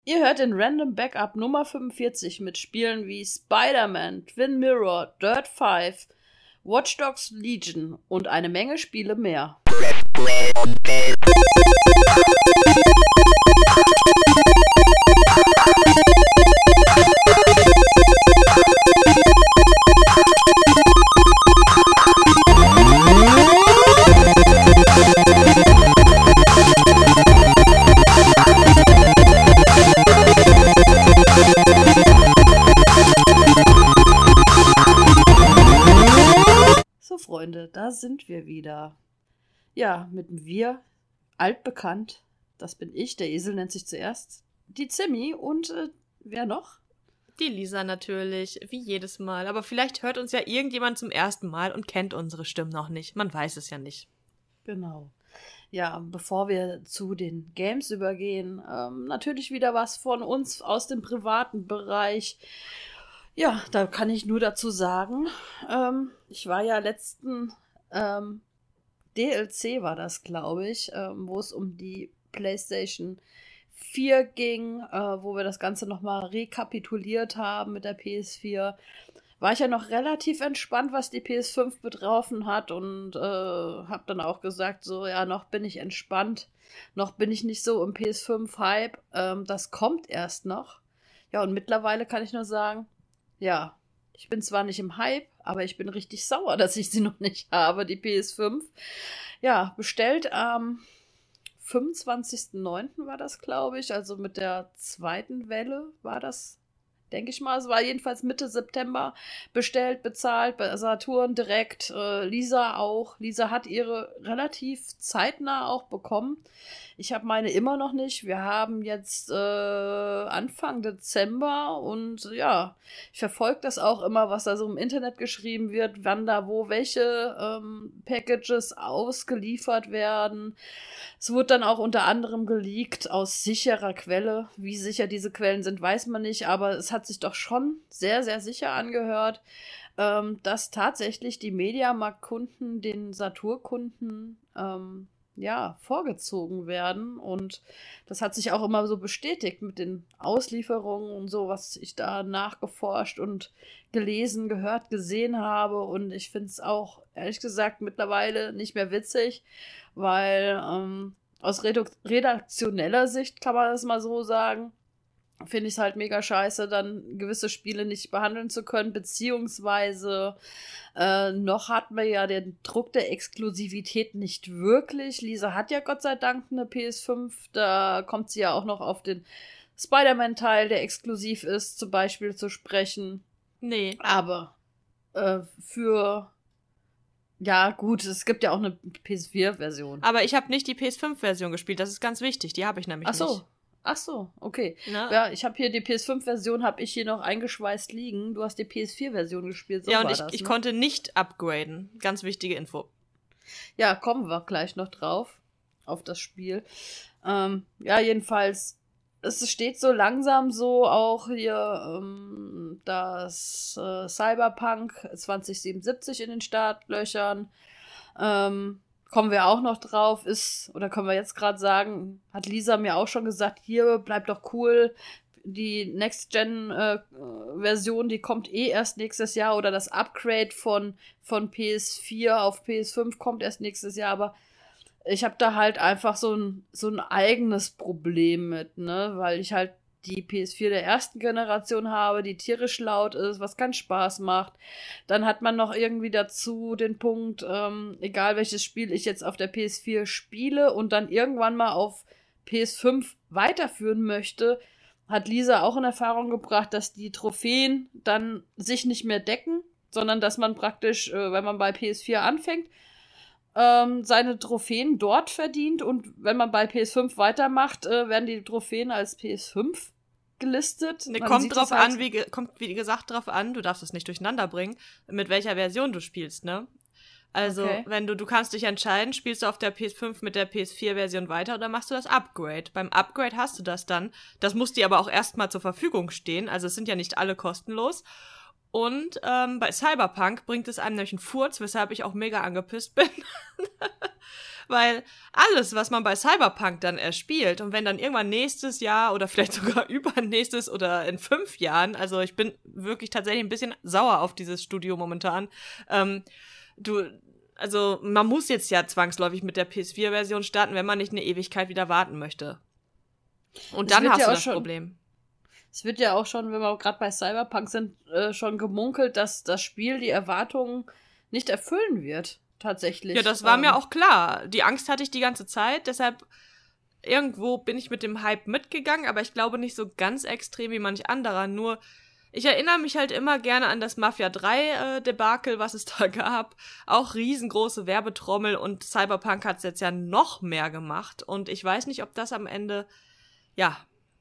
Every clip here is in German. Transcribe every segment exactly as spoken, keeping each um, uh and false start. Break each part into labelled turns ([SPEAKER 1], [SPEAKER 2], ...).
[SPEAKER 1] Ihr hört den Random Backup Nummer fünfundvierzig mit Spielen wie Spider-Man, Twin Mirror, Dirt fünf, Watch Dogs Legion und eine Menge Spiele mehr. Freunde, da sind wir wieder. Ja, mit wir, altbekannt, das bin ich, der Esel nennt sich zuerst, die Zimmi und äh, wer noch?
[SPEAKER 2] Die Lisa natürlich, wie jedes Mal. Aber vielleicht hört uns ja irgendjemand zum ersten Mal und kennt unsere Stimmen noch nicht. Man weiß es ja nicht.
[SPEAKER 1] Genau. Ja, bevor wir zu den Games übergehen, ähm, natürlich wieder was von uns aus dem privaten Bereich. Ja, da kann ich nur dazu sagen, ähm, ich war ja letzten ähm, D L C war das, glaube ich, ähm, wo es um die PlayStation vier ging, äh, wo wir das Ganze nochmal rekapituliert haben mit der P S vier. War ich ja noch relativ entspannt, was die P S fünf betroffen hat und äh, habe dann auch gesagt, so, ja, noch bin ich entspannt, noch bin ich nicht so im P S fünf Hype, ähm, das kommt erst noch. Ja, und mittlerweile kann ich nur sagen, ja, ich bin zwar nicht im Hype, aber ich bin richtig sauer, dass ich sie noch nicht habe, die P S fünf. Ja, bestellt am fünfundzwanzigsten neunten war das, glaube ich, also mit der zweiten Welle war das, denke ich mal. Es war jedenfalls Mitte September bestellt, bezahlt, bei Saturn direkt. Äh, Lisa auch. Lisa hat ihre relativ zeitnah auch bekommen. Ich habe meine immer noch nicht. Wir haben jetzt äh, Anfang Dezember und ja, ich verfolge das auch immer, was da so im Internet geschrieben wird, wann da wo welche ähm, Packages ausgeliefert werden. Es wurde dann auch unter anderem geleakt aus sicherer Quelle. Wie sicher diese Quellen sind, weiß man nicht, aber es hat sich doch schon sehr, sehr sicher angehört, ähm, dass tatsächlich die Mediamarkt-Kunden den Saturn-Kunden ähm, ja, vorgezogen werden. Und das hat sich auch immer so bestätigt mit den Auslieferungen und so, was ich da nachgeforscht und gelesen, gehört, gesehen habe. Und ich finde es auch, ehrlich gesagt, mittlerweile nicht mehr witzig, weil ähm, aus redu- redaktioneller Sicht kann man das mal so sagen, finde ich es halt mega scheiße, dann gewisse Spiele nicht behandeln zu können, beziehungsweise äh, noch hat man ja den Druck der Exklusivität nicht wirklich. Lisa hat ja Gott sei Dank eine P S fünf, da kommt sie ja auch noch auf den Spider-Man-Teil, der exklusiv ist, zum Beispiel zu sprechen.
[SPEAKER 2] Nee.
[SPEAKER 1] Aber äh, für... Ja, gut, es gibt ja auch eine P S vier Version.
[SPEAKER 2] Aber ich habe nicht die P S fünf Version gespielt, das ist ganz wichtig, die habe ich nämlich
[SPEAKER 1] Ach so.
[SPEAKER 2] nicht.
[SPEAKER 1] Ach so, okay.
[SPEAKER 2] Na?
[SPEAKER 1] Ja, ich habe hier die P S fünf Version, habe ich hier noch eingeschweißt liegen. Du hast die P S vier Version gespielt, so
[SPEAKER 2] ja, und
[SPEAKER 1] war
[SPEAKER 2] ich,
[SPEAKER 1] das,
[SPEAKER 2] ich
[SPEAKER 1] ne?
[SPEAKER 2] konnte nicht upgraden. Ganz wichtige Info.
[SPEAKER 1] Ja, kommen wir gleich noch drauf, auf das Spiel. Ähm, ja, jedenfalls, es steht so langsam so auch hier ähm, das äh, Cyberpunk zwanzig siebenundsiebzig in den Startlöchern. Ähm, kommen wir auch noch drauf, ist, oder können wir jetzt gerade sagen, hat Lisa mir auch schon gesagt, hier, bleibt doch cool, die Next-Gen-Version, äh, die kommt eh erst nächstes Jahr, oder das Upgrade von, von P S vier auf P S fünf kommt erst nächstes Jahr, aber ich habe da halt einfach so ein, so ein eigenes Problem mit, ne, weil ich halt die P S vier der ersten Generation habe, die tierisch laut ist, was keinen Spaß macht. Dann hat man noch irgendwie dazu den Punkt, ähm, egal welches Spiel ich jetzt auf der P S vier spiele und dann irgendwann mal auf P S fünf weiterführen möchte, hat Lisa auch in Erfahrung gebracht, dass die Trophäen dann sich nicht mehr decken, sondern dass man praktisch, äh, wenn man bei P S vier anfängt, ähm, seine Trophäen dort verdient, und wenn man bei P S fünf weitermacht, äh, werden die Trophäen als P S fünf gelistet.
[SPEAKER 2] Ne, kommt drauf halt an, wie, ge- kommt wie gesagt drauf an, du darfst es nicht durcheinander bringen, mit welcher Version du spielst, ne? Also,
[SPEAKER 1] Okay.
[SPEAKER 2] wenn du, du kannst dich entscheiden, spielst du auf der P S fünf mit der P S vier Version weiter oder machst du das Upgrade? Beim Upgrade hast du das dann. Das muss dir aber auch erstmal zur Verfügung stehen, also es sind ja nicht alle kostenlos. Und ähm, bei Cyberpunk bringt es einem nämlich einen Furz, weshalb ich auch mega angepisst bin. weil alles, was man bei Cyberpunk dann erspielt und wenn dann irgendwann nächstes Jahr oder vielleicht sogar übernächstes oder in fünf Jahren, also ich bin wirklich tatsächlich ein bisschen sauer auf dieses Studio momentan, ähm, du, also man muss jetzt ja zwangsläufig mit der P S vier Version starten, wenn man nicht eine Ewigkeit wieder warten möchte. Und
[SPEAKER 1] Es
[SPEAKER 2] dann
[SPEAKER 1] wird
[SPEAKER 2] hast
[SPEAKER 1] ja
[SPEAKER 2] du
[SPEAKER 1] auch
[SPEAKER 2] das
[SPEAKER 1] schon-
[SPEAKER 2] Problem.
[SPEAKER 1] Es wird ja auch schon, wenn wir gerade bei Cyberpunk sind, äh, schon gemunkelt, dass das Spiel die Erwartungen nicht erfüllen wird. Tatsächlich.
[SPEAKER 2] Ja, das war
[SPEAKER 1] Ähm,
[SPEAKER 2] mir auch klar. Die Angst hatte ich die ganze Zeit, deshalb irgendwo bin ich mit dem Hype mitgegangen, aber ich glaube nicht so ganz extrem wie manch anderer. Nur, ich erinnere mich halt immer gerne an das Mafia drei äh, Debakel, was es da gab. Auch riesengroße Werbetrommel und Cyberpunk hat es jetzt ja noch mehr gemacht. Und ich weiß nicht, ob das am Ende, ja,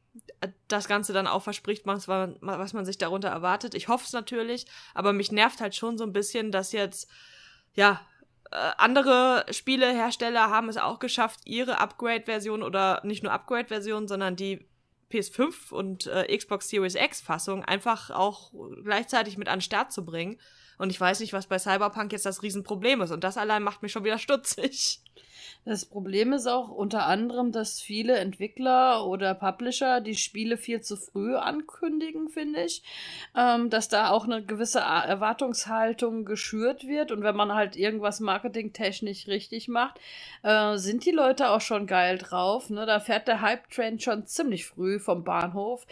[SPEAKER 2] das Ganze dann auch verspricht, was man, was man sich darunter erwartet. Ich hoffe es natürlich, aber mich nervt halt schon so ein bisschen, dass jetzt, ja, äh, andere Spielehersteller haben es auch geschafft, ihre Upgrade-Version oder nicht nur Upgrade-Version, sondern die P S fünf und äh, Xbox Series X-Fassung einfach auch gleichzeitig mit an den Start zu bringen. Und ich weiß nicht, was bei Cyberpunk jetzt das Riesenproblem ist. Und das allein macht mich schon wieder stutzig.
[SPEAKER 1] Das Problem ist auch unter anderem, dass viele Entwickler oder Publisher die Spiele viel zu früh ankündigen, finde ich. Ähm, dass da auch eine gewisse A- Erwartungshaltung geschürt wird. Und wenn man halt irgendwas marketingtechnisch richtig macht, äh, sind die Leute auch schon geil drauf. Ne? Da fährt der Hype-Train schon ziemlich früh vom Bahnhof.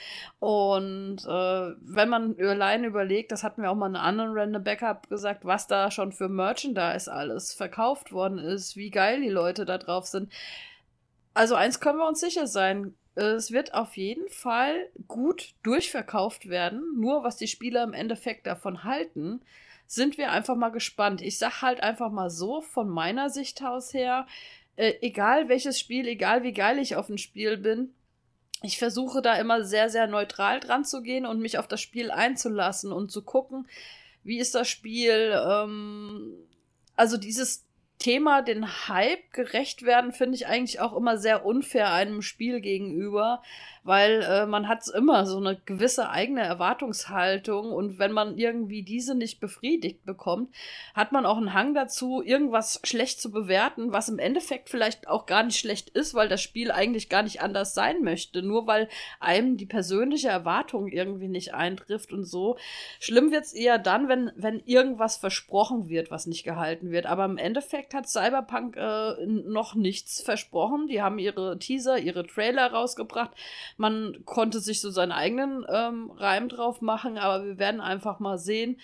[SPEAKER 1] Und äh, wenn man allein überlegt, das hatten wir auch mal in einem anderen Random Backup gesagt, was da schon für Merchandise alles verkauft worden ist, wie geil die Leute da drauf sind. Also eins können wir uns sicher sein, es wird auf jeden Fall gut durchverkauft werden. Nur was die Spieler im Endeffekt davon halten, sind wir einfach mal gespannt. Ich sag halt einfach mal so, von meiner Sicht aus her, äh, egal welches Spiel, egal wie geil ich auf ein Spiel bin, ich versuche da immer sehr, sehr neutral dran zu gehen und mich auf das Spiel einzulassen und zu gucken, wie ist das Spiel, ähm, also dieses Thema, den Hype gerecht werden, finde ich eigentlich auch immer sehr unfair einem Spiel gegenüber, weil äh, man hat immer so eine gewisse eigene Erwartungshaltung und wenn man irgendwie diese nicht befriedigt bekommt, hat man auch einen Hang dazu, irgendwas schlecht zu bewerten, was im Endeffekt vielleicht auch gar nicht schlecht ist, weil das Spiel eigentlich gar nicht anders sein möchte, nur weil einem die persönliche Erwartung irgendwie nicht eintrifft und so. Schlimm wird's eher dann, wenn, wenn irgendwas versprochen wird, was nicht gehalten wird, aber im Endeffekt hat Cyberpunk äh, noch nichts versprochen. Die haben ihre Teaser, ihre Trailer rausgebracht. Man konnte sich so seinen eigenen ähm, Reim drauf machen, aber wir werden einfach mal sehen.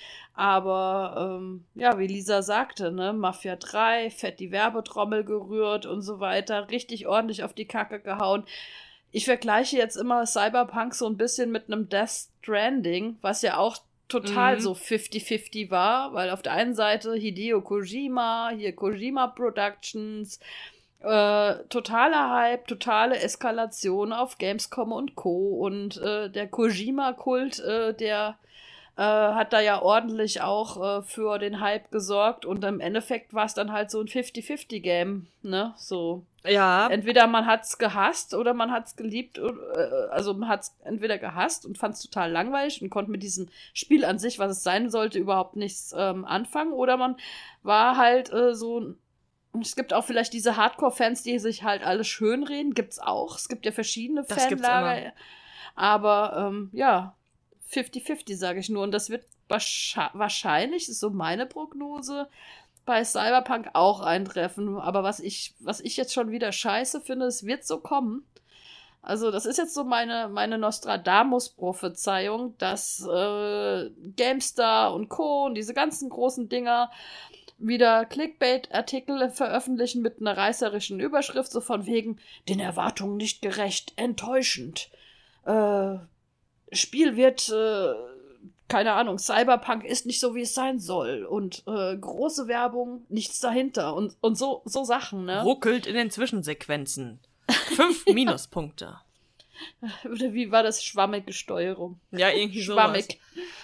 [SPEAKER 1] Aber ähm, ja, wie Lisa sagte, ne, Mafia drei, fett die Werbetrommel gerührt und so weiter, richtig ordentlich auf die Kacke gehauen. Ich vergleiche jetzt immer Cyberpunk so ein bisschen mit einem Death Stranding, was ja auch total
[SPEAKER 2] Mhm.
[SPEAKER 1] so fifty fifty war, weil auf der einen Seite Hideo Kojima, hier Kojima Productions, äh, totaler Hype, totale Eskalation auf Gamescom und Co. Und äh, der Kojima-Kult, äh, der äh, hat da ja ordentlich auch äh, für den Hype gesorgt und im Endeffekt war es dann halt so ein fifty fifty Game, ne, so.
[SPEAKER 2] Ja,
[SPEAKER 1] Entweder man hat's gehasst oder man hat's geliebt, äh, also man hat's entweder gehasst und fand's total langweilig und konnte mit diesem Spiel an sich, was es sein sollte, überhaupt nichts ähm, anfangen, oder man war halt äh, so, es gibt auch vielleicht diese Hardcore-Fans, die sich halt alles schönreden, gibt's auch, es gibt ja verschiedene
[SPEAKER 2] Das gibt's
[SPEAKER 1] Fanlager,
[SPEAKER 2] immer.
[SPEAKER 1] aber ähm, ja, fifty fifty sage ich nur und das wird wahrscheinlich, wahrscheinlich, ist so meine Prognose, bei Cyberpunk auch eintreffen. Aber was ich, was ich jetzt schon wieder scheiße finde, es wird so kommen. Also, das ist jetzt so meine, meine Nostradamus-Prophezeiung, dass äh, GameStar und Co. und diese ganzen großen Dinger wieder Clickbait-Artikel veröffentlichen mit einer reißerischen Überschrift, so von wegen den Erwartungen nicht gerecht, enttäuschend. Äh, Spiel wird äh, keine Ahnung, Cyberpunk ist nicht so, wie es sein soll. Und äh, große Werbung, nichts dahinter. Und, und so, so Sachen, ne?
[SPEAKER 2] ruckelt in den Zwischensequenzen. Fünf Minuspunkte.
[SPEAKER 1] Oder wie war das? Schwammige Steuerung.
[SPEAKER 2] Ja, irgendwie sowas.
[SPEAKER 1] Schwammig.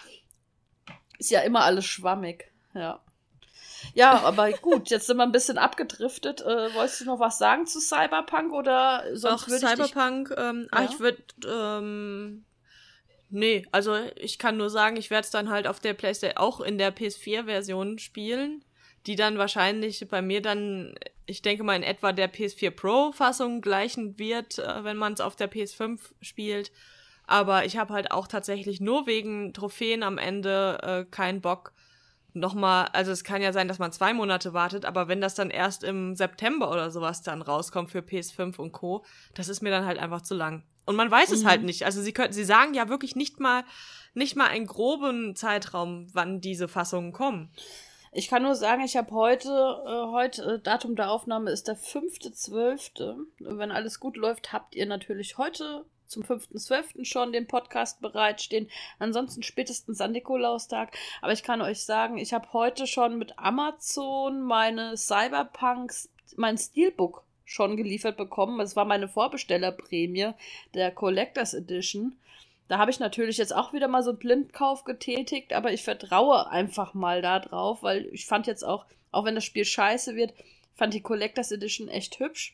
[SPEAKER 1] Ist ja immer alles schwammig. Ja. Ja, aber gut, jetzt sind wir ein bisschen abgedriftet. Äh, wolltest du noch was sagen zu Cyberpunk oder sonst
[SPEAKER 2] Ach,
[SPEAKER 1] würde ich dich...
[SPEAKER 2] Cyberpunk, ähm,
[SPEAKER 1] Ja?
[SPEAKER 2] ah, ich würde, ähm, nee, also ich kann nur sagen, ich werde es dann halt auf der PlayStation auch in der P S vier Version spielen. die dann wahrscheinlich bei mir dann, ich denke mal, in etwa der P S vier Pro-Fassung gleichen wird, äh, wenn man es auf der P S fünf spielt. Aber ich habe halt auch tatsächlich nur wegen Trophäen am Ende äh, keinen Bock nochmal, also es kann ja sein, dass man zwei Monate wartet, aber wenn das dann erst im September oder sowas dann rauskommt für P S fünf und Co., das ist mir dann halt einfach zu lang. Und man weiß es mhm. halt nicht. Also sie können, sie sagen ja wirklich nicht mal, nicht mal einen groben Zeitraum, wann diese Fassungen kommen.
[SPEAKER 1] Ich kann nur sagen, ich habe heute, äh, heute, äh, Datum der Aufnahme ist der fünfte zwölfte Wenn alles gut läuft, habt ihr natürlich heute zum fünften zwölften schon den Podcast bereitstehen. Ansonsten spätestens an Nikolaustag. Aber ich kann euch sagen, ich habe heute schon mit Amazon meine Cyberpunks, mein Steelbook schon geliefert bekommen. Es war meine Vorbestellerprämie der Collectors Edition. Da habe ich natürlich jetzt auch wieder mal so einen Blindkauf getätigt, aber ich vertraue einfach mal da drauf, weil ich fand jetzt auch, auch wenn das Spiel scheiße wird, fand die Collectors Edition echt hübsch.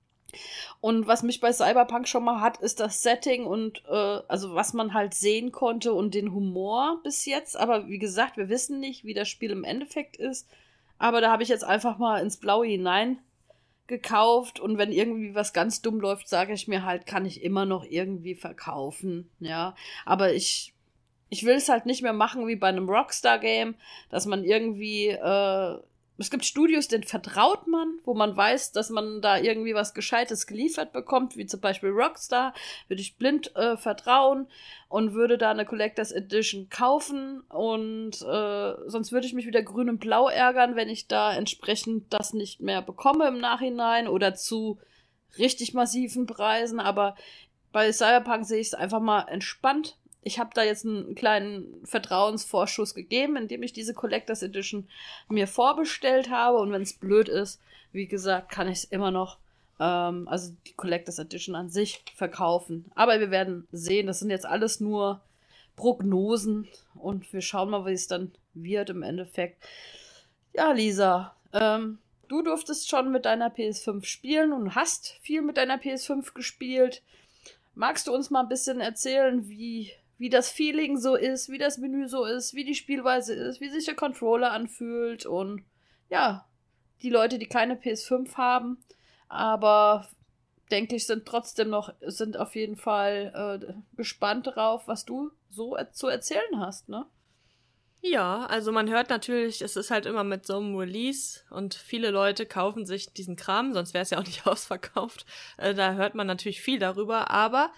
[SPEAKER 1] Und was mich bei Cyberpunk schon mal hat, ist das Setting und äh, also was man halt sehen konnte und den Humor bis jetzt. Aber wie gesagt, wir wissen nicht, wie das Spiel im Endeffekt ist. Aber da habe ich jetzt einfach mal ins Blaue hinein gekauft und wenn irgendwie was ganz dumm läuft, sage ich mir halt, kann ich immer noch irgendwie verkaufen, ja. Aber ich ich will es halt nicht mehr machen wie bei einem Rockstar-Game, dass man irgendwie äh, es gibt Studios, denen vertraut man, wo man weiß, dass man da irgendwie was Gescheites geliefert bekommt, wie zum Beispiel Rockstar, würde ich blind äh, vertrauen und würde da eine Collectors Edition kaufen und äh, sonst würde ich mich wieder grün und blau ärgern, wenn ich da entsprechend das nicht mehr bekomme im Nachhinein oder zu richtig massiven Preisen, aber bei Cyberpunk sehe ich es einfach mal entspannt. Ich habe da jetzt einen kleinen Vertrauensvorschuss gegeben, indem ich diese Collectors Edition mir vorbestellt habe. Und wenn es blöd ist, wie gesagt, kann ich es immer noch, ähm, also die Collectors Edition an sich, verkaufen. Aber wir werden sehen, das sind jetzt alles nur Prognosen. Und wir schauen mal, wie es dann wird im Endeffekt. Ja, Lisa, ähm, du durftest schon mit deiner P S fünf spielen und hast viel mit deiner P S fünf gespielt. Magst du uns mal ein bisschen erzählen, wie... wie das Feeling so ist, wie das Menü so ist, wie die Spielweise ist, wie sich der Controller anfühlt und ja, die Leute, die keine P S fünf haben, aber denke ich, sind trotzdem noch, sind auf jeden Fall äh, gespannt darauf, was du so er- zu erzählen hast, ne?
[SPEAKER 2] Ja, also man hört natürlich, es ist halt immer mit so einem Release und viele Leute kaufen sich diesen Kram, sonst wäre es ja auch nicht ausverkauft. Äh, da hört man natürlich viel darüber, aber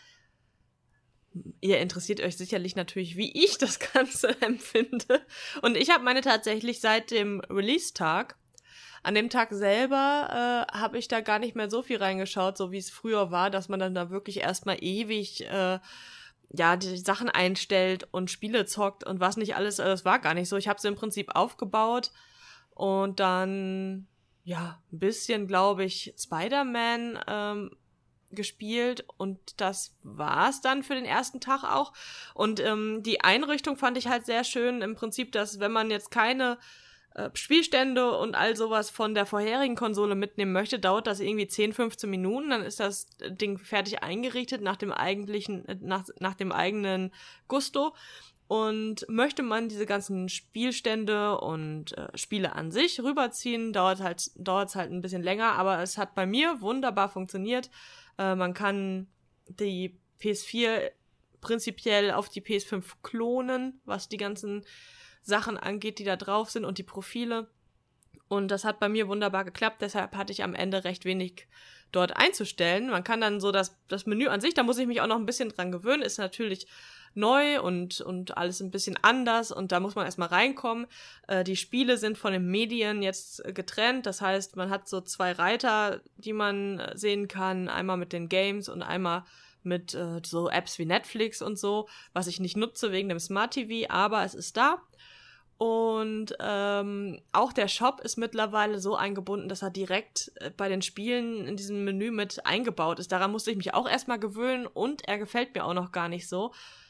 [SPEAKER 2] ihr interessiert euch sicherlich natürlich, wie ich das Ganze empfinde. Und ich habe meine tatsächlich seit dem Release-Tag. An dem Tag selber äh, habe ich da gar nicht mehr so viel reingeschaut, so wie es früher war, dass man dann da wirklich erstmal ewig äh, ja die Sachen einstellt und Spiele zockt und was nicht alles. Das war gar nicht so. Ich habe sie im Prinzip aufgebaut und dann ja ein bisschen, glaube ich, Spider-Man ähm, gespielt und das war's dann für den ersten Tag auch. Und ähm, die Einrichtung fand ich halt sehr schön. Im Prinzip, dass wenn man jetzt keine äh, Spielstände und all sowas von der vorherigen Konsole mitnehmen möchte, dauert das irgendwie zehn, fünfzehn Minuten. Dann ist das Ding fertig eingerichtet nach dem eigentlichen, äh, nach, nach dem eigenen Gusto. Und möchte man diese ganzen Spielstände und äh, Spiele an sich rüberziehen, dauert halt, dauert's halt ein bisschen länger, aber es hat bei mir wunderbar funktioniert. Äh, man kann die P S vier prinzipiell auf die P S fünf klonen, was die ganzen Sachen angeht, die da drauf sind und die Profile. Und das hat bei mir wunderbar geklappt, deshalb hatte ich am Ende recht wenig dort einzustellen. Man kann dann so das, das Menü an sich, da muss ich mich auch noch ein bisschen dran gewöhnen, ist natürlich neu und, und alles ein bisschen anders und da muss man erstmal reinkommen. Äh, die Spiele sind von den Medien jetzt getrennt, das heißt, man hat so zwei Reiter, die man sehen kann, einmal mit den Games und einmal mit äh, so Apps wie Netflix und so, was ich nicht nutze wegen dem Smart T V, aber es ist da. Und ähm, auch der Shop ist mittlerweile so eingebunden, dass er direkt äh, bei den Spielen in diesem Menü mit eingebaut ist. Daran musste ich mich auch erstmal gewöhnen und er gefällt mir auch noch gar nicht so.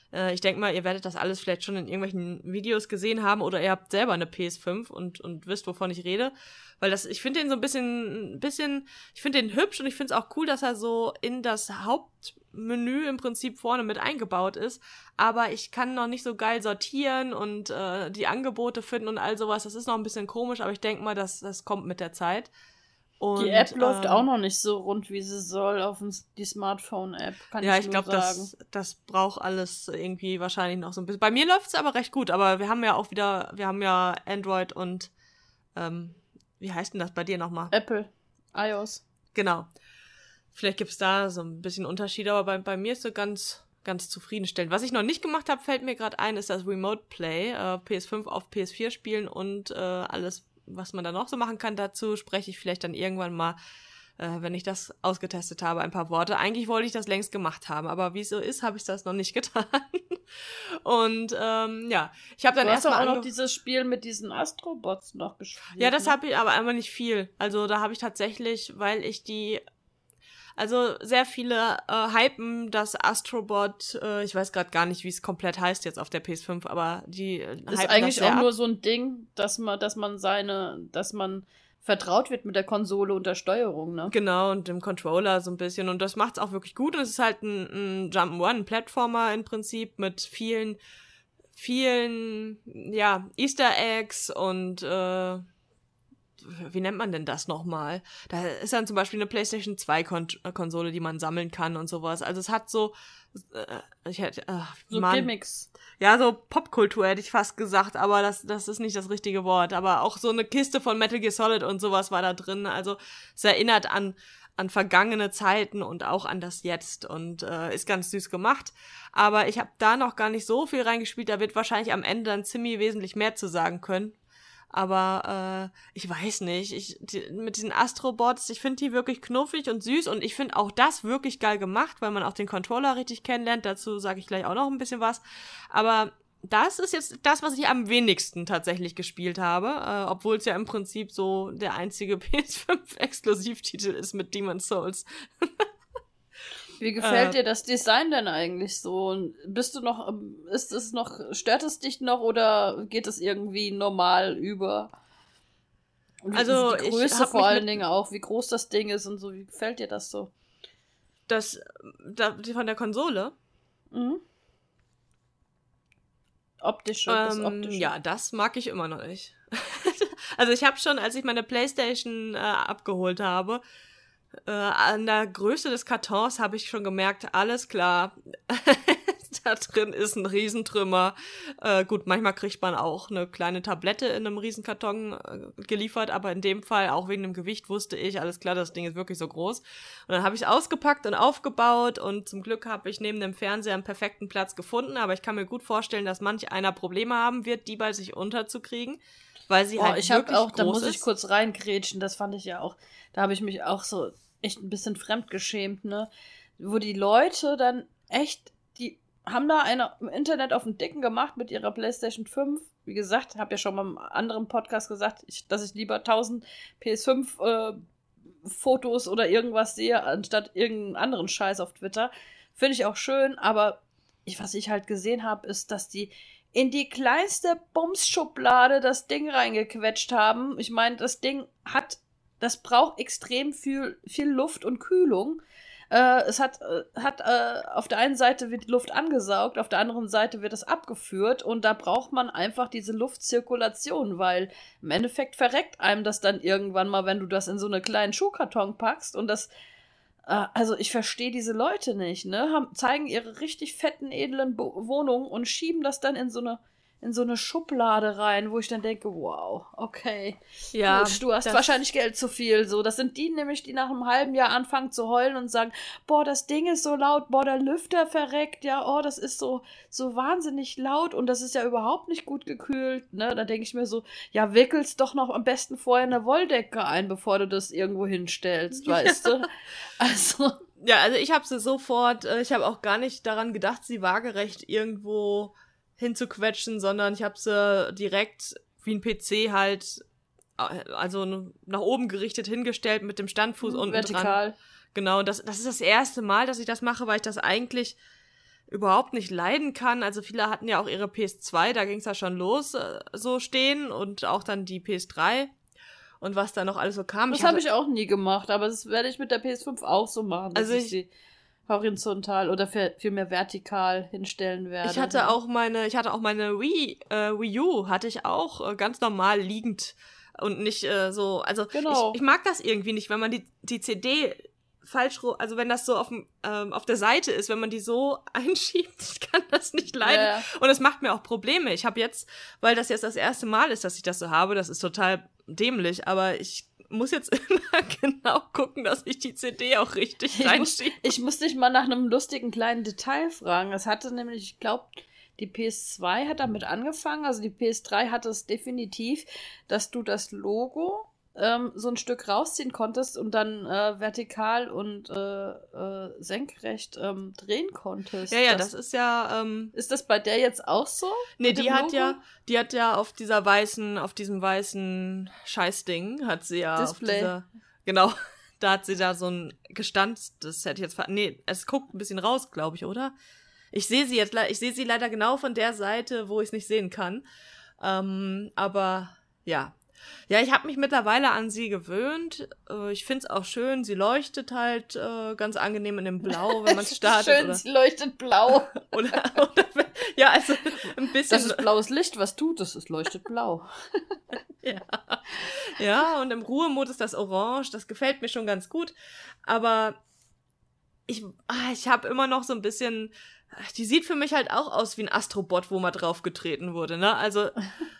[SPEAKER 2] Äh, ich denke mal, ihr werdet das alles vielleicht schon in irgendwelchen Videos gesehen haben oder ihr habt selber eine P S fünf und, und wisst, wovon ich rede. Weil das, ich finde den so ein bisschen, ein bisschen, ich finde den hübsch und ich finde es auch cool, dass er so in das Hauptmenü im Prinzip vorne mit eingebaut ist. Aber ich kann noch nicht so geil sortieren und äh, die Angebote finden und all sowas. Das ist noch ein bisschen komisch, aber ich denke mal, dass das kommt mit der Zeit. Und,
[SPEAKER 1] die App läuft
[SPEAKER 2] ähm,
[SPEAKER 1] auch noch nicht so rund, wie sie soll, auf die Smartphone-App, kann
[SPEAKER 2] ja,
[SPEAKER 1] ich,
[SPEAKER 2] ich
[SPEAKER 1] nur
[SPEAKER 2] glaube,
[SPEAKER 1] sagen.
[SPEAKER 2] das, das braucht alles irgendwie wahrscheinlich noch so ein bisschen. Bei mir läuft es aber recht gut, aber wir haben ja auch wieder, wir haben ja Android und, ähm, wie heißt denn das bei dir nochmal?
[SPEAKER 1] Apple, iOS.
[SPEAKER 2] Genau. Vielleicht gibt's da so ein bisschen Unterschiede, aber bei, bei mir ist so ganz, ganz zufriedenstellend. Was ich noch nicht gemacht habe, fällt mir gerade ein, ist das Remote Play, äh, P S fünf auf P S vier spielen und äh, alles, was man da noch so machen kann. Dazu spreche ich vielleicht dann irgendwann mal, äh, wenn ich das ausgetestet habe, ein paar Worte. Eigentlich wollte ich das längst gemacht haben, aber wie es so ist, habe ich das noch nicht getan. Und ähm, ja, ich habe dann
[SPEAKER 1] du hast
[SPEAKER 2] erstmal
[SPEAKER 1] auch noch dieses Spiel mit diesen Astrobots noch gespielt.
[SPEAKER 2] Ja, das
[SPEAKER 1] ne?
[SPEAKER 2] habe ich aber einfach nicht viel. Also da habe ich tatsächlich, weil ich die Also sehr viele äh, hypen das Astrobot, äh, ich weiß gerade gar nicht, wie es komplett heißt jetzt auf der P S fünf, aber die äh, hypen
[SPEAKER 1] ist eigentlich
[SPEAKER 2] das sehr
[SPEAKER 1] auch
[SPEAKER 2] ab.
[SPEAKER 1] nur so ein Ding, dass man, dass man seine, dass man vertraut wird mit der Konsole und der Steuerung, ne?
[SPEAKER 2] Genau, und dem Controller so ein bisschen. Und das macht's auch wirklich gut. Und es ist halt ein, ein Jump'n'Run, ein Plattformer im Prinzip mit vielen, vielen, ja, Easter Eggs und äh, wie nennt man denn das nochmal? Da ist dann zum Beispiel eine PlayStation zwei Konsole, die man sammeln kann und sowas. Also es hat so, äh, ich hätte, äh,
[SPEAKER 1] So
[SPEAKER 2] Mann.
[SPEAKER 1] Gimmicks.
[SPEAKER 2] Ja, so Popkultur hätte ich fast gesagt, aber das, das ist nicht das richtige Wort. Aber auch so eine Kiste von Metal Gear Solid und sowas war da drin. Also es erinnert an, an vergangene Zeiten und auch an das Jetzt und äh, ist ganz süß gemacht. Aber ich habe da noch gar nicht so viel reingespielt. Da wird wahrscheinlich am Ende dann ziemlich wesentlich mehr zu sagen können. Aber äh, ich weiß nicht, ich die, mit diesen Astrobots, ich finde die wirklich knuffig und süß und ich finde auch das wirklich geil gemacht, weil man auch den Controller richtig kennenlernt. Dazu sage ich gleich auch noch ein bisschen was. Aber das ist jetzt das, was ich am wenigsten tatsächlich gespielt habe, äh, obwohl es ja im Prinzip so der einzige P S fünf Exklusivtitel ist mit Demon's Souls.
[SPEAKER 1] Wie gefällt
[SPEAKER 2] Äh.
[SPEAKER 1] dir das Design denn eigentlich so? Bist du noch, ist es noch, stört es dich noch oder geht es irgendwie normal über? Und
[SPEAKER 2] Also,
[SPEAKER 1] die
[SPEAKER 2] ich
[SPEAKER 1] Größe
[SPEAKER 2] hab
[SPEAKER 1] vor
[SPEAKER 2] mich
[SPEAKER 1] allen
[SPEAKER 2] mit-
[SPEAKER 1] Dingen auch, wie groß das Ding ist und so, wie gefällt dir das so?
[SPEAKER 2] Das, da, die von der Konsole.
[SPEAKER 1] Mhm. Optische, das
[SPEAKER 2] Ähm,
[SPEAKER 1] Optische.
[SPEAKER 2] ja, das mag ich immer noch nicht. Also ich habe schon, als ich meine PlayStation äh, abgeholt habe, äh, an der Größe des Kartons habe ich schon gemerkt, alles klar, da drin ist ein Riesentrümmer. Äh, gut, manchmal kriegt man auch eine kleine Tablette in einem Riesenkarton äh, geliefert, aber in dem Fall, auch wegen dem Gewicht, wusste ich, alles klar, das Ding ist wirklich so groß. Und dann habe ich es ausgepackt und aufgebaut und zum Glück habe ich neben dem Fernseher einen perfekten Platz gefunden, aber ich kann mir gut vorstellen, dass manch einer Probleme haben wird, die bei sich unterzukriegen, weil sie
[SPEAKER 1] Oh,
[SPEAKER 2] halt
[SPEAKER 1] ich habe
[SPEAKER 2] wirklich
[SPEAKER 1] auch, da
[SPEAKER 2] groß
[SPEAKER 1] muss
[SPEAKER 2] ist.
[SPEAKER 1] ich kurz reingrätschen, das fand ich ja auch, da habe ich mich auch so echt ein bisschen fremdgeschämt, ne? Wo die Leute dann echt, die haben da eine im Internet auf den Dicken gemacht mit ihrer PlayStation fünf. Wie gesagt, habe ja schon mal im anderen Podcast gesagt, ich, dass ich lieber tausend P S fünf äh, Fotos oder irgendwas sehe, anstatt irgendeinen anderen Scheiß auf Twitter. Finde ich auch schön, aber ich, was ich halt gesehen habe, ist, dass die in die kleinste Bumsschublade das Ding reingequetscht haben. Ich meine, das Ding hat, das braucht extrem viel, viel Luft und Kühlung. Äh, es hat, äh, hat äh, auf der einen Seite wird die Luft angesaugt, auf der anderen Seite wird es abgeführt und da braucht man einfach diese Luftzirkulation, weil im Endeffekt verreckt einem das dann irgendwann mal, wenn du das in so einen kleinen Schuhkarton packst und das, äh, also ich verstehe diese Leute nicht, ne, haben, zeigen ihre richtig fetten, edlen Bo- Wohnungen und schieben das dann in so eine in so eine Schublade rein, wo ich dann denke, wow, okay,
[SPEAKER 2] Ja,
[SPEAKER 1] gut, du hast
[SPEAKER 2] das-
[SPEAKER 1] wahrscheinlich Geld zu viel. So, das sind die nämlich, die nach einem halben Jahr anfangen zu heulen und sagen, boah, das Ding ist so laut, boah, der Lüfter verreckt, ja, oh, das ist so so wahnsinnig laut und das ist ja überhaupt nicht gut gekühlt, ne? Da denke ich mir so, ja, wickelst doch noch am besten vorher eine Wolldecke ein, bevor du das irgendwo hinstellst, weißt du? Also,
[SPEAKER 2] Ja, also ich habe sie sofort, äh, ich habe auch gar nicht daran gedacht, sie waagerecht irgendwo hinzuquetschen, sondern ich habe sie direkt wie ein P C halt, äh, also n- nach oben gerichtet hingestellt mit dem Standfuß unten dran.
[SPEAKER 1] vertikal.
[SPEAKER 2] Genau, das, das ist das erste Mal, dass ich das mache, weil ich das eigentlich überhaupt nicht leiden kann. Also viele hatten ja auch ihre P S zwei, da ging es ja schon los, äh, so stehen und auch dann die P S drei und was da noch alles so kam.
[SPEAKER 1] Das habe ich auch nie gemacht, aber das werde ich mit der P S fünf auch so machen, dass
[SPEAKER 2] also ich,
[SPEAKER 1] ich sie horizontal oder vielmehr vertikal hinstellen werde.
[SPEAKER 2] Ich hatte auch meine, ich hatte auch meine Wii, äh, Wii U, hatte ich auch äh, ganz normal liegend und nicht äh, so, also
[SPEAKER 1] genau.
[SPEAKER 2] ich, ich mag das irgendwie nicht, wenn man die, die C D falsch, also wenn das so auf, dem, ähm, auf der Seite ist, wenn man die so einschiebt, ich kann das nicht leiden. Ja. Und es macht mir auch Probleme. Ich habe jetzt, weil das jetzt das erste Mal ist, dass ich das so habe, das ist total dämlich, aber ich muss jetzt immer genau gucken, dass ich die C D auch richtig reinschiebe.
[SPEAKER 1] Ich, ich muss dich mal nach einem lustigen kleinen Detail fragen. Es hatte nämlich, ich glaube, die P S zwei hat damit angefangen, also die P S drei hatte es definitiv, dass du das Logo ähm, so ein Stück rausziehen konntest und dann äh, vertikal und äh, äh, senkrecht ähm, drehen konntest.
[SPEAKER 2] Ja, ja, das, das ist ja... Ähm,
[SPEAKER 1] ist das bei der jetzt auch so?
[SPEAKER 2] Nee, die hat Logo? ja, die hat ja auf dieser weißen, auf diesem weißen Scheißding, hat sie ja
[SPEAKER 1] Display.
[SPEAKER 2] Auf dieser, genau, da hat sie da so ein gestanztes, hätte ich jetzt, ver- nee, es guckt ein bisschen raus, glaube ich, oder? Ich sehe sie jetzt, ich sehe sie leider genau von der Seite, wo ich es nicht sehen kann. Ähm, aber, ja. Ja, ich habe mich mittlerweile an sie gewöhnt. Äh, ich finde es auch schön. Sie leuchtet halt äh, ganz angenehm in dem Blau, wenn man es startet.
[SPEAKER 1] Schön,
[SPEAKER 2] oder
[SPEAKER 1] sie leuchtet blau.
[SPEAKER 2] oder, oder, ja, also ein bisschen.
[SPEAKER 1] Das ist blaues Licht, was tut es? Es leuchtet blau.
[SPEAKER 2] Ja. Ja, und im Ruhemodus das Orange, das gefällt mir schon ganz gut. Aber ich, ich habe immer noch so ein bisschen, die sieht für mich halt auch aus wie ein Astrobot, wo mal drauf getreten wurde, ne? Also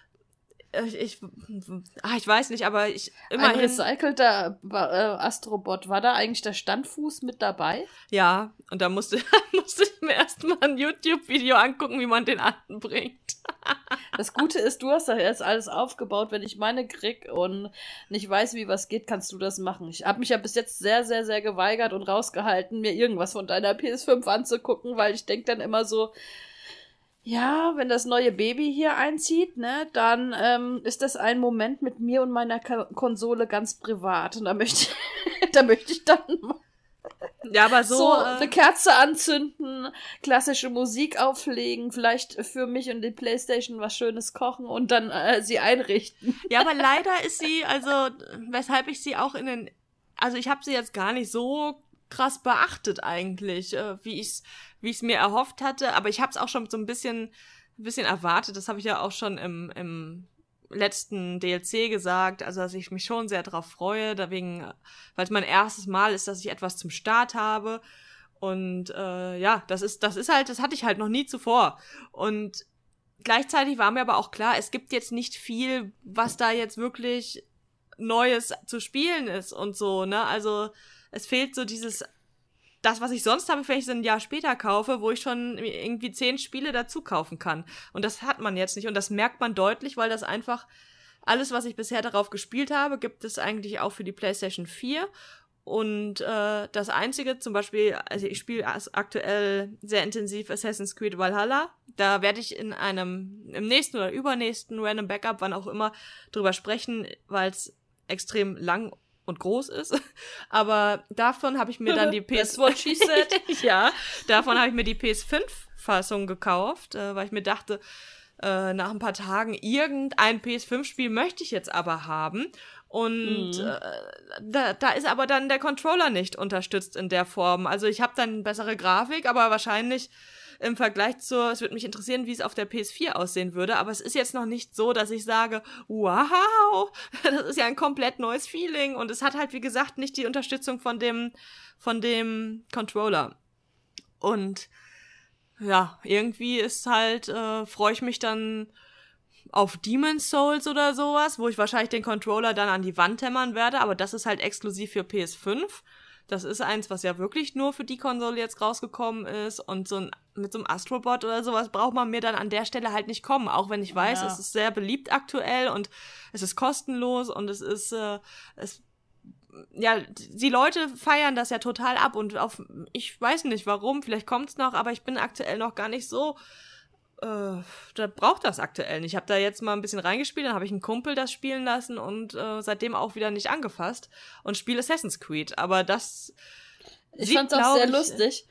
[SPEAKER 2] ich, ich, ach, ich weiß nicht, aber ich immerhin...
[SPEAKER 1] Ein recycelter äh, Astrobot, war da eigentlich der Standfuß mit dabei?
[SPEAKER 2] Ja, und da musste, musste ich mir erstmal ein YouTube-Video angucken, wie man den anbringt.
[SPEAKER 1] Das Gute ist, du hast da jetzt alles aufgebaut. Wenn ich meine krieg und nicht weiß, wie was geht, kannst du das machen. Ich habe mich ja bis jetzt sehr, sehr, sehr geweigert und rausgehalten, mir irgendwas von deiner P S fünf anzugucken, weil ich denke dann immer so, ja, wenn das neue Baby hier einzieht, ne, dann ähm, ist das ein Moment mit mir und meiner K- Konsole ganz privat. Und da möchte ich, da möchte ich dann
[SPEAKER 2] ja, aber so,
[SPEAKER 1] so
[SPEAKER 2] äh,
[SPEAKER 1] eine Kerze anzünden, klassische Musik auflegen, vielleicht für mich und die Playstation was Schönes kochen und dann äh, sie einrichten.
[SPEAKER 2] Ja, aber leider ist sie, also weshalb ich sie auch in den, also ich habe sie jetzt gar nicht so krass beachtet eigentlich, äh, wie ich's wie ich's mir erhofft hatte, aber ich habe es auch schon so ein bisschen ein bisschen erwartet, das habe ich ja auch schon im im letzten D L C gesagt, also dass ich mich schon sehr drauf freue, deswegen, weil es mein erstes Mal ist, dass ich etwas zum Start habe und äh, ja, das ist das ist halt, das hatte ich halt noch nie zuvor und gleichzeitig war mir aber auch klar, es gibt jetzt nicht viel, was da jetzt wirklich Neues zu spielen ist und so, ne, also es fehlt so dieses, das, was ich sonst habe, wenn ich es ein Jahr später kaufe, wo ich schon irgendwie zehn Spiele dazu kaufen kann. Und das hat man jetzt nicht. Und das merkt man deutlich, weil das einfach, alles, was ich bisher darauf gespielt habe, gibt es eigentlich auch für die PlayStation vier. Und äh, das Einzige, zum Beispiel, also ich spiele aktuell sehr intensiv Assassin's Creed Valhalla. Da werde ich in einem, im nächsten oder übernächsten Random Backup, wann auch immer, drüber sprechen, weil es extrem lang und groß ist, aber davon habe ich mir dann die P S...
[SPEAKER 1] That's what she said.
[SPEAKER 2] Ja, davon habe ich mir die P S fünf Fassung gekauft, äh, weil ich mir dachte, äh, nach ein paar Tagen, irgendein P S fünf Spiel möchte ich jetzt aber haben und mhm. äh, da, da ist aber dann der Controller nicht unterstützt in der Form, also ich habe dann bessere Grafik, aber wahrscheinlich im Vergleich zur, es würde mich interessieren, wie es auf der P S vier aussehen würde, aber es ist jetzt noch nicht so, dass ich sage, wow, das ist ja ein komplett neues Feeling und es hat halt, wie gesagt, nicht die Unterstützung von dem, von dem Controller. Und ja, irgendwie ist halt, äh, freue ich mich dann auf Demon's Souls oder sowas, wo ich wahrscheinlich den Controller dann an die Wand hämmern werde, aber das ist halt exklusiv für P S fünf. Das ist eins, was ja wirklich nur für die Konsole jetzt rausgekommen ist und so ein, mit so einem Astrobot oder sowas braucht man mir dann an der Stelle halt nicht kommen, auch wenn ich weiß, ja. Es ist sehr beliebt aktuell und es ist kostenlos und es ist, äh, es, ja, die Leute feiern das ja total ab und auf, ich weiß nicht warum, vielleicht kommt's noch, aber ich bin aktuell noch gar nicht so, äh, da braucht das aktuell nicht. Ich habe da jetzt mal ein bisschen reingespielt, dann habe ich einen Kumpel das spielen lassen und äh, seitdem auch wieder nicht angefasst und spiele Assassin's Creed. Aber das
[SPEAKER 1] Ich fand's auch sehr ich, lustig.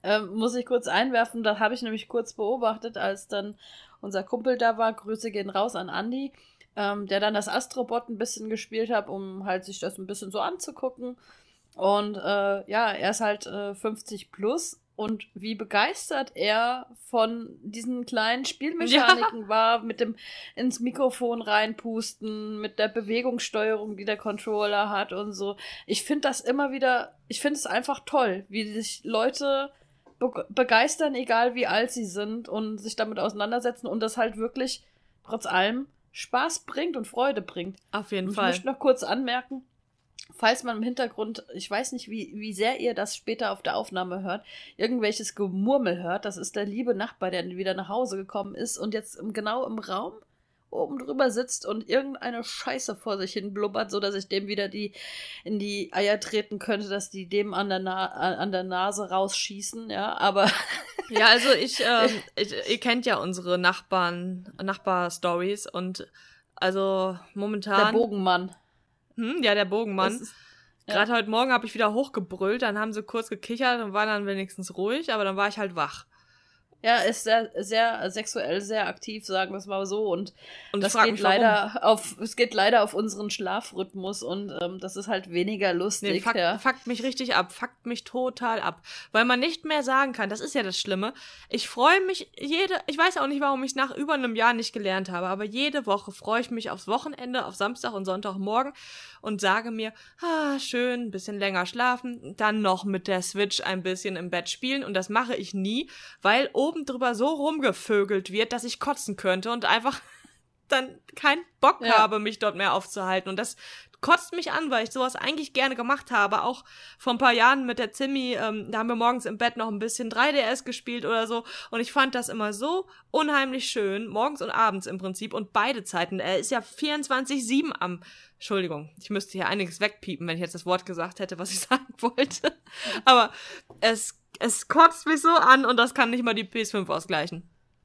[SPEAKER 1] Ähm, muss ich kurz einwerfen, das habe ich nämlich kurz beobachtet, als dann unser Kumpel da war. Grüße gehen raus an Andi, ähm, der dann das Astrobot ein bisschen gespielt hat, um halt sich das ein bisschen so anzugucken. Und äh, ja, er ist halt äh, fünfzig plus und wie begeistert er von diesen kleinen Spielmechaniken ja. war, mit dem ins Mikrofon reinpusten, mit der Bewegungssteuerung, die der Controller hat und so. Ich finde das immer wieder, ich finde es einfach toll, wie sich Leute be- begeistern, egal wie alt sie sind und sich damit auseinandersetzen und das halt wirklich trotz allem Spaß bringt und Freude bringt.
[SPEAKER 2] Auf jeden
[SPEAKER 1] und ich
[SPEAKER 2] Fall.
[SPEAKER 1] Ich möchte noch kurz anmerken, falls man im Hintergrund, ich weiß nicht, wie, wie sehr ihr das später auf der Aufnahme hört, irgendwelches Gemurmel hört, das ist der liebe Nachbar, der wieder nach Hause gekommen ist und jetzt genau im Raum oben drüber sitzt und irgendeine Scheiße vor sich hin blubbert, sodass ich dem wieder die in die Eier treten könnte, dass die dem an der, Na- an der Nase rausschießen, ja, aber...
[SPEAKER 2] Ja, also ich, ähm, ich, ihr kennt ja unsere Nachbarn, Nachbar-Stories und also momentan...
[SPEAKER 1] Der Bogenmann.
[SPEAKER 2] Hm, ja, der Bogenmann.
[SPEAKER 1] Ist,
[SPEAKER 2] Gerade
[SPEAKER 1] ja.
[SPEAKER 2] heute Morgen habe ich wieder hochgebrüllt, dann haben sie kurz gekichert und waren dann wenigstens ruhig, aber dann war ich halt wach.
[SPEAKER 1] Ja, ist sehr, sehr sexuell, sehr aktiv, sagen wir es mal so. Und,
[SPEAKER 2] und
[SPEAKER 1] das geht leider auf, es geht leider auf unseren Schlafrhythmus und ähm, das ist halt weniger lustig.
[SPEAKER 2] Nee, fuckt,
[SPEAKER 1] ja.
[SPEAKER 2] fuckt mich richtig ab, fuckt mich total ab. Weil man nicht mehr sagen kann, das ist ja das Schlimme. Ich freue mich jede, ich weiß auch nicht, warum ich nach über einem Jahr nicht gelernt habe, aber jede Woche freue ich mich aufs Wochenende, auf Samstag und Sonntagmorgen und sage mir, ah, schön, ein bisschen länger schlafen, dann noch mit der Switch ein bisschen im Bett spielen und das mache ich nie, weil oben drüber so rumgevögelt wird, dass ich kotzen könnte und einfach dann keinen Bock ja. habe, mich dort mehr aufzuhalten. Und das kotzt mich an, weil ich sowas eigentlich gerne gemacht habe. Auch vor ein paar Jahren mit der Zimmi, ähm, da haben wir morgens im Bett noch ein bisschen drei D S gespielt oder so. Und ich fand das immer so unheimlich schön, morgens und abends im Prinzip. Und beide Zeiten. Er ist ja vierundzwanzig sieben am... Entschuldigung, ich müsste hier einiges wegpiepen, wenn ich jetzt das Wort gesagt hätte, was ich sagen wollte. Aber es Es kotzt mich so an und das kann nicht mal die P S fünf ausgleichen.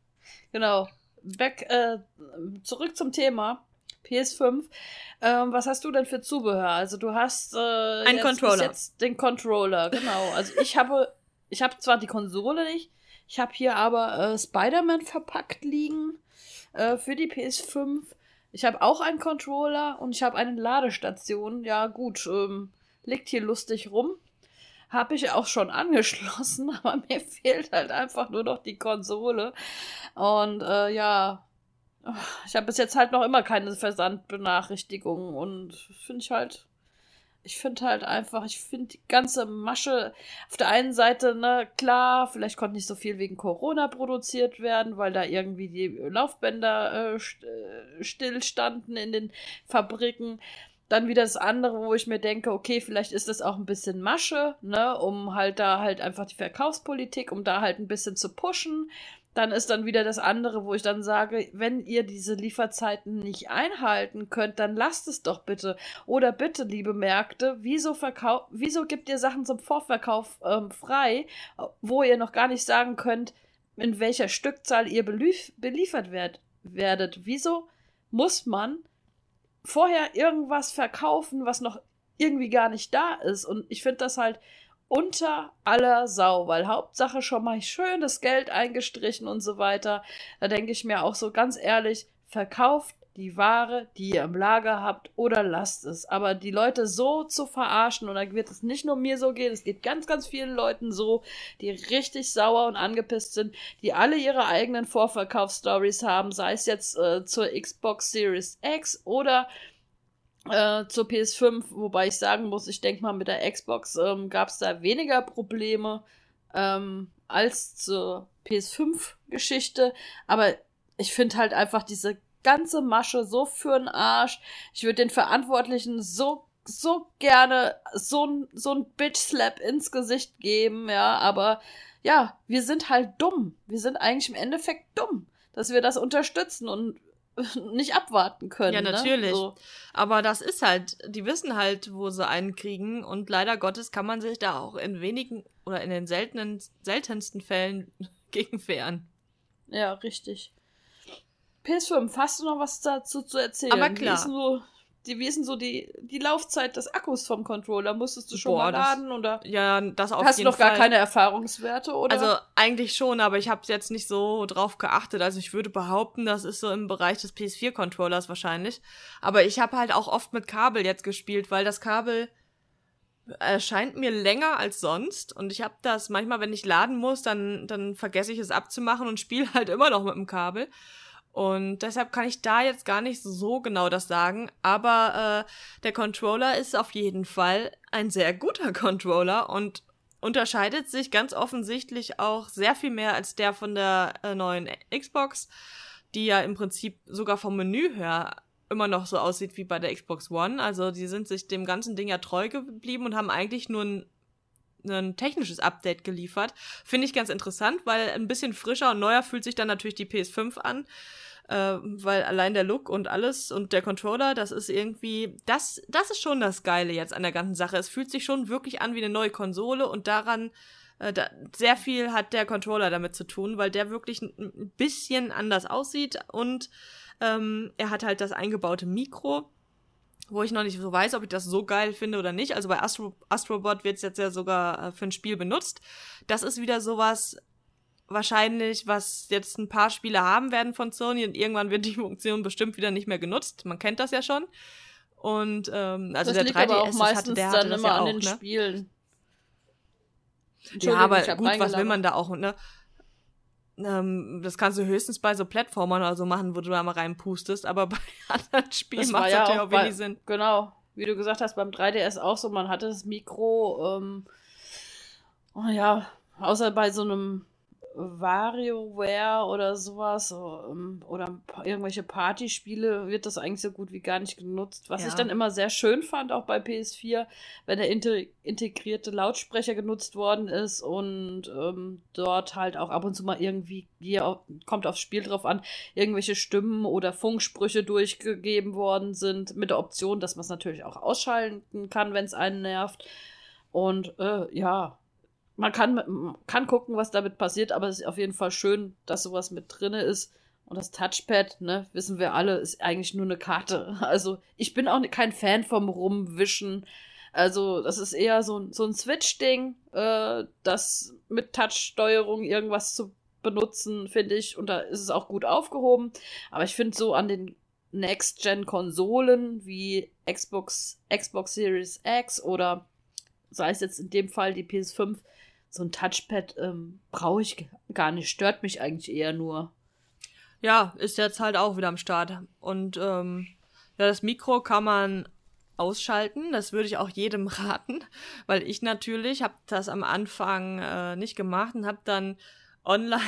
[SPEAKER 1] Genau. Back, äh, zurück zum Thema. P S fünf. Ähm, was hast du denn für Zubehör? Also du hast äh,
[SPEAKER 2] Ein
[SPEAKER 1] jetzt,
[SPEAKER 2] Controller.
[SPEAKER 1] Jetzt den Controller, genau. Also ich habe, ich habe zwar die Konsole nicht, ich habe hier aber äh, Spider-Man verpackt liegen äh, für die P S fünf. Ich habe auch einen Controller und ich habe eine Ladestation. Ja gut, ähm, liegt hier lustig rum. Habe ich auch schon angeschlossen, aber mir fehlt halt einfach nur noch die Konsole. Und äh, ja, ich habe bis jetzt halt noch immer keine Versandbenachrichtigungen und finde ich halt, ich finde halt einfach, ich finde die ganze Masche auf der einen Seite, ne, klar, vielleicht konnte nicht so viel wegen Corona produziert werden, weil da irgendwie die Laufbänder äh, st- äh, stillstanden in den Fabriken. Dann wieder das andere, wo ich mir denke, okay, vielleicht ist das auch ein bisschen Masche, ne, um halt da halt einfach die Verkaufspolitik, um da halt ein bisschen zu pushen. Dann ist dann wieder das andere, wo ich dann sage, wenn ihr diese Lieferzeiten nicht einhalten könnt, dann lasst es doch bitte. Oder bitte, liebe Märkte, wieso verkau- wieso gibt ihr Sachen zum Vorverkauf ähm, frei, wo ihr noch gar nicht sagen könnt, in welcher Stückzahl ihr belief- beliefert werd- werdet? Wieso muss man vorher irgendwas verkaufen, was noch irgendwie gar nicht da ist? Und ich finde das halt unter aller Sau, weil Hauptsache schon mal schön das Geld eingestrichen und so weiter. Da denke ich mir auch so ganz ehrlich, verkauft die Ware, die ihr im Lager habt, oder lasst es. Aber die Leute so zu verarschen, und da wird es nicht nur mir so gehen, es geht ganz, ganz vielen Leuten so, die richtig sauer und angepisst sind, die alle ihre eigenen Vorverkaufsstories haben, sei es jetzt äh, zur Xbox Series X oder Äh, zur P S fünf, wobei ich sagen muss, ich denke mal, mit der Xbox ähm, gab es da weniger Probleme ähm, als zur P S fünf Geschichte, aber ich finde halt einfach diese ganze Masche so für'n Arsch. Ich würde den Verantwortlichen so so gerne so ein so ein Bitch-Slap ins Gesicht geben, ja, aber ja, wir sind halt dumm. Wir sind eigentlich im Endeffekt dumm, dass wir das unterstützen und nicht abwarten können.
[SPEAKER 2] Ja, natürlich.
[SPEAKER 1] Ne? So.
[SPEAKER 2] Aber das ist halt, die wissen halt, wo sie einen kriegen und leider Gottes kann man sich da auch in wenigen oder in den seltenen, seltensten Fällen gegen wehren.
[SPEAKER 1] Ja, richtig. P S fünf, hast du noch was dazu zu erzählen?
[SPEAKER 2] Aber klar.
[SPEAKER 1] Wie ist so die, wie ist denn so die, die Laufzeit des Akkus vom Controller? Musstest du schon
[SPEAKER 2] Boah,
[SPEAKER 1] mal
[SPEAKER 2] das,
[SPEAKER 1] laden oder
[SPEAKER 2] ja, das auf
[SPEAKER 1] hast du
[SPEAKER 2] jeden
[SPEAKER 1] noch gar
[SPEAKER 2] Fall.
[SPEAKER 1] keine Erfahrungswerte, oder?
[SPEAKER 2] Also eigentlich schon, aber ich habe jetzt nicht so drauf geachtet. Also ich würde behaupten, das ist so im Bereich des P S vier Controllers wahrscheinlich. Aber ich habe halt auch oft mit Kabel jetzt gespielt, weil das Kabel erscheint mir länger als sonst. Und ich habe das manchmal, wenn ich laden muss, dann, dann vergesse ich es abzumachen und spiele halt immer noch mit dem Kabel. Und deshalb kann ich da jetzt gar nicht so genau das sagen. Aber äh, der Controller ist auf jeden Fall ein sehr guter Controller und unterscheidet sich ganz offensichtlich auch sehr viel mehr als der von der äh, neuen Xbox, die ja im Prinzip sogar vom Menü her immer noch so aussieht wie bei der Xbox One. Also die sind sich dem ganzen Ding ja treu geblieben und haben eigentlich nur ein, ein technisches Update geliefert. Finde ich ganz interessant, weil ein bisschen frischer und neuer fühlt sich dann natürlich die P S fünf an, äh, weil allein der Look und alles und der Controller, das ist irgendwie, das, das ist schon das Geile jetzt an der ganzen Sache. Es fühlt sich schon wirklich an wie eine neue Konsole und daran, äh, da, sehr viel hat der Controller damit zu tun, weil der wirklich ein, ein bisschen anders aussieht und ähm, er hat halt das eingebaute Mikro, wo ich noch nicht so weiß, ob ich das so geil finde oder nicht. Also bei Astro, Astrobot wird es jetzt ja sogar äh, für ein Spiel benutzt. Das ist wieder sowas, wahrscheinlich, was jetzt ein paar Spiele haben werden von Sony und irgendwann wird die Funktion bestimmt wieder nicht mehr genutzt. Man kennt das ja schon. Und ähm, also
[SPEAKER 1] das
[SPEAKER 2] der
[SPEAKER 1] liegt aber auch
[SPEAKER 2] drei D S,
[SPEAKER 1] meistens
[SPEAKER 2] hatte, der
[SPEAKER 1] dann
[SPEAKER 2] hatte das
[SPEAKER 1] immer
[SPEAKER 2] ja
[SPEAKER 1] an
[SPEAKER 2] auch,
[SPEAKER 1] den
[SPEAKER 2] ne?
[SPEAKER 1] Spielen.
[SPEAKER 2] Ja, aber
[SPEAKER 1] ich hab
[SPEAKER 2] gut, was will
[SPEAKER 1] reingelabert.
[SPEAKER 2] man da auch, ne? Ähm, das kannst du höchstens bei so Plattformern oder so machen, wo du da mal reinpustest, aber bei anderen Spielen
[SPEAKER 1] Das
[SPEAKER 2] macht
[SPEAKER 1] war
[SPEAKER 2] es
[SPEAKER 1] ja
[SPEAKER 2] natürlich
[SPEAKER 1] auch
[SPEAKER 2] auch
[SPEAKER 1] bei,
[SPEAKER 2] wenig Sinn.
[SPEAKER 1] genau, wie du gesagt hast, beim drei D S auch so, man hatte das Mikro, ähm, oh ja, außer bei so einem WarioWare oder sowas ähm, oder pa- irgendwelche Partyspiele wird das eigentlich so gut wie gar nicht genutzt. Was
[SPEAKER 2] Ja.
[SPEAKER 1] ich dann immer sehr schön fand, auch bei P S vier, wenn der inte- integrierte Lautsprecher genutzt worden ist und ähm, dort halt auch ab und zu mal irgendwie, hier auch, kommt aufs Spiel drauf an, irgendwelche Stimmen oder Funksprüche durchgegeben worden sind, mit der Option, dass man es natürlich auch ausschalten kann, wenn es einen nervt. Und äh, ja, man kann, kann gucken, was damit passiert, aber es ist auf jeden Fall schön, dass sowas mit drinne ist. Und das Touchpad, ne, wissen wir alle, ist eigentlich nur eine Karte. Also ich bin auch kein Fan vom Rumwischen. Also das ist eher so, ein- so ein Switch-Ding, äh, das mit Touch-Steuerung irgendwas zu benutzen, finde ich. Und da ist es auch gut aufgehoben. Aber ich finde so an den Next-Gen-Konsolen wie Xbox, Xbox Series X oder sei es jetzt in dem Fall die P S fünf, so ein Touchpad ähm, brauche ich g- gar nicht. Stört mich eigentlich eher nur.
[SPEAKER 2] Ja, ist jetzt halt auch wieder am Start. Und ähm, ja, das Mikro kann man ausschalten. Das würde ich auch jedem raten, weil ich natürlich habe das am Anfang äh, nicht gemacht und habe dann online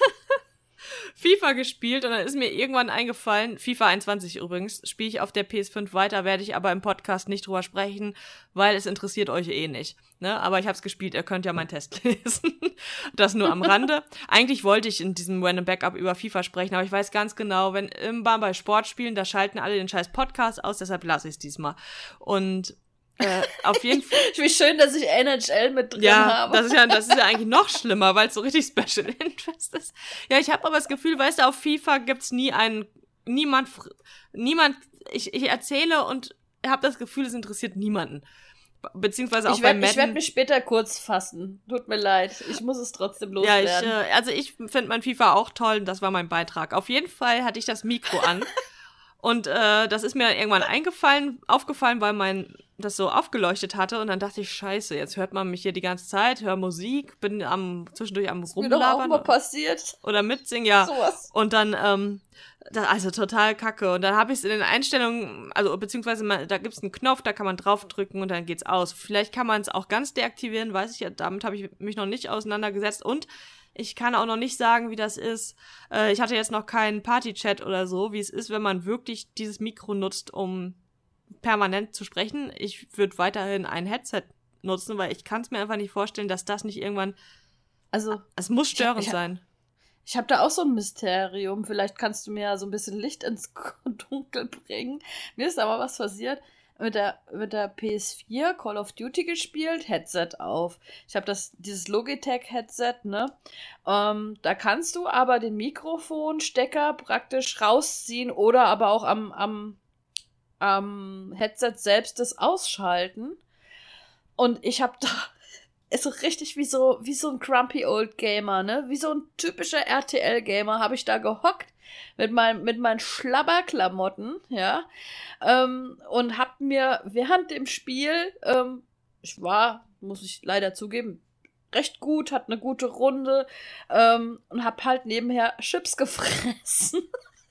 [SPEAKER 2] FIFA gespielt und dann ist mir irgendwann eingefallen, FIFA einundzwanzig übrigens, spiele ich auf der P S fünf weiter, werde ich aber im Podcast nicht drüber sprechen, weil es interessiert euch eh nicht. Ne? Aber ich habe es gespielt, ihr könnt ja meinen Test lesen. Das nur am Rande. Eigentlich wollte ich in diesem Random Backup über FIFA sprechen, aber ich weiß ganz genau, wenn immer bei Sportspielen, da schalten alle den scheiß Podcast aus, deshalb lasse ich es diesmal. Und äh, auf jeden Fall.
[SPEAKER 1] Wie schön, dass ich N H L mit drin
[SPEAKER 2] Ja,
[SPEAKER 1] habe.
[SPEAKER 2] das ist ja, das ist ja eigentlich noch schlimmer, weil es so richtig Special Interest ist. Ja, ich habe aber das Gefühl, weißt du, auf FIFA gibt's nie einen, niemand, fr- niemand, ich, ich erzähle und habe das Gefühl, es interessiert niemanden. Be- Beziehungsweise auch
[SPEAKER 1] Ich
[SPEAKER 2] bei
[SPEAKER 1] werde
[SPEAKER 2] Madden.
[SPEAKER 1] werd mich später kurz fassen. Tut mir leid. Ich muss es trotzdem
[SPEAKER 2] Ja, ich,
[SPEAKER 1] loswerden.
[SPEAKER 2] äh, also ich finde mein FIFA auch toll und das war mein Beitrag. Auf jeden Fall hatte ich das Mikro an und äh, das ist mir irgendwann eingefallen, aufgefallen, weil mein das so aufgeleuchtet hatte und dann dachte ich, scheiße, jetzt hört man mich hier die ganze Zeit, höre Musik, bin am zwischendurch am
[SPEAKER 1] Ist mir doch auch
[SPEAKER 2] Rumlabern
[SPEAKER 1] mal passiert.
[SPEAKER 2] oder mitsingen, ja.
[SPEAKER 1] Sowas.
[SPEAKER 2] Und dann, ähm, da, also total kacke. Und dann habe ich es in den Einstellungen, also beziehungsweise mal, da gibt's einen Knopf, da kann man draufdrücken und dann geht's aus. Vielleicht kann man es auch ganz deaktivieren, weiß ich ja, damit habe ich mich noch nicht auseinandergesetzt. Und ich kann auch noch nicht sagen, wie das ist. Äh, ich hatte jetzt noch keinen Party-Chat oder so, wie es ist, wenn man wirklich dieses Mikro nutzt, um permanent zu sprechen. Ich würde weiterhin ein Headset nutzen, weil ich kann es mir einfach nicht vorstellen, dass das nicht irgendwann,
[SPEAKER 1] Also,
[SPEAKER 2] es muss störend
[SPEAKER 1] ich hab-
[SPEAKER 2] sein.
[SPEAKER 1] ich habe da auch so ein Mysterium. Vielleicht kannst du mir ja so ein bisschen Licht ins Dunkel bringen. Mir ist aber was passiert. Mit der, mit der P S vier Call of Duty gespielt, Headset auf. Ich habe das dieses Logitech-Headset, ne? Ähm, da kannst du aber den Mikrofonstecker praktisch rausziehen oder aber auch am, am am Headset selbst das Ausschalten. Und ich habe da, ist so richtig wie so, wie so ein grumpy old Gamer, ne? Wie so ein typischer R T L-Gamer habe ich da gehockt mit, mein, mit meinen Schlabberklamotten, ja, ähm, und hab mir während dem Spiel, ähm, ich war, muss ich leider zugeben, recht gut, hatte eine gute Runde, ähm, und hab halt nebenher Chips gefressen.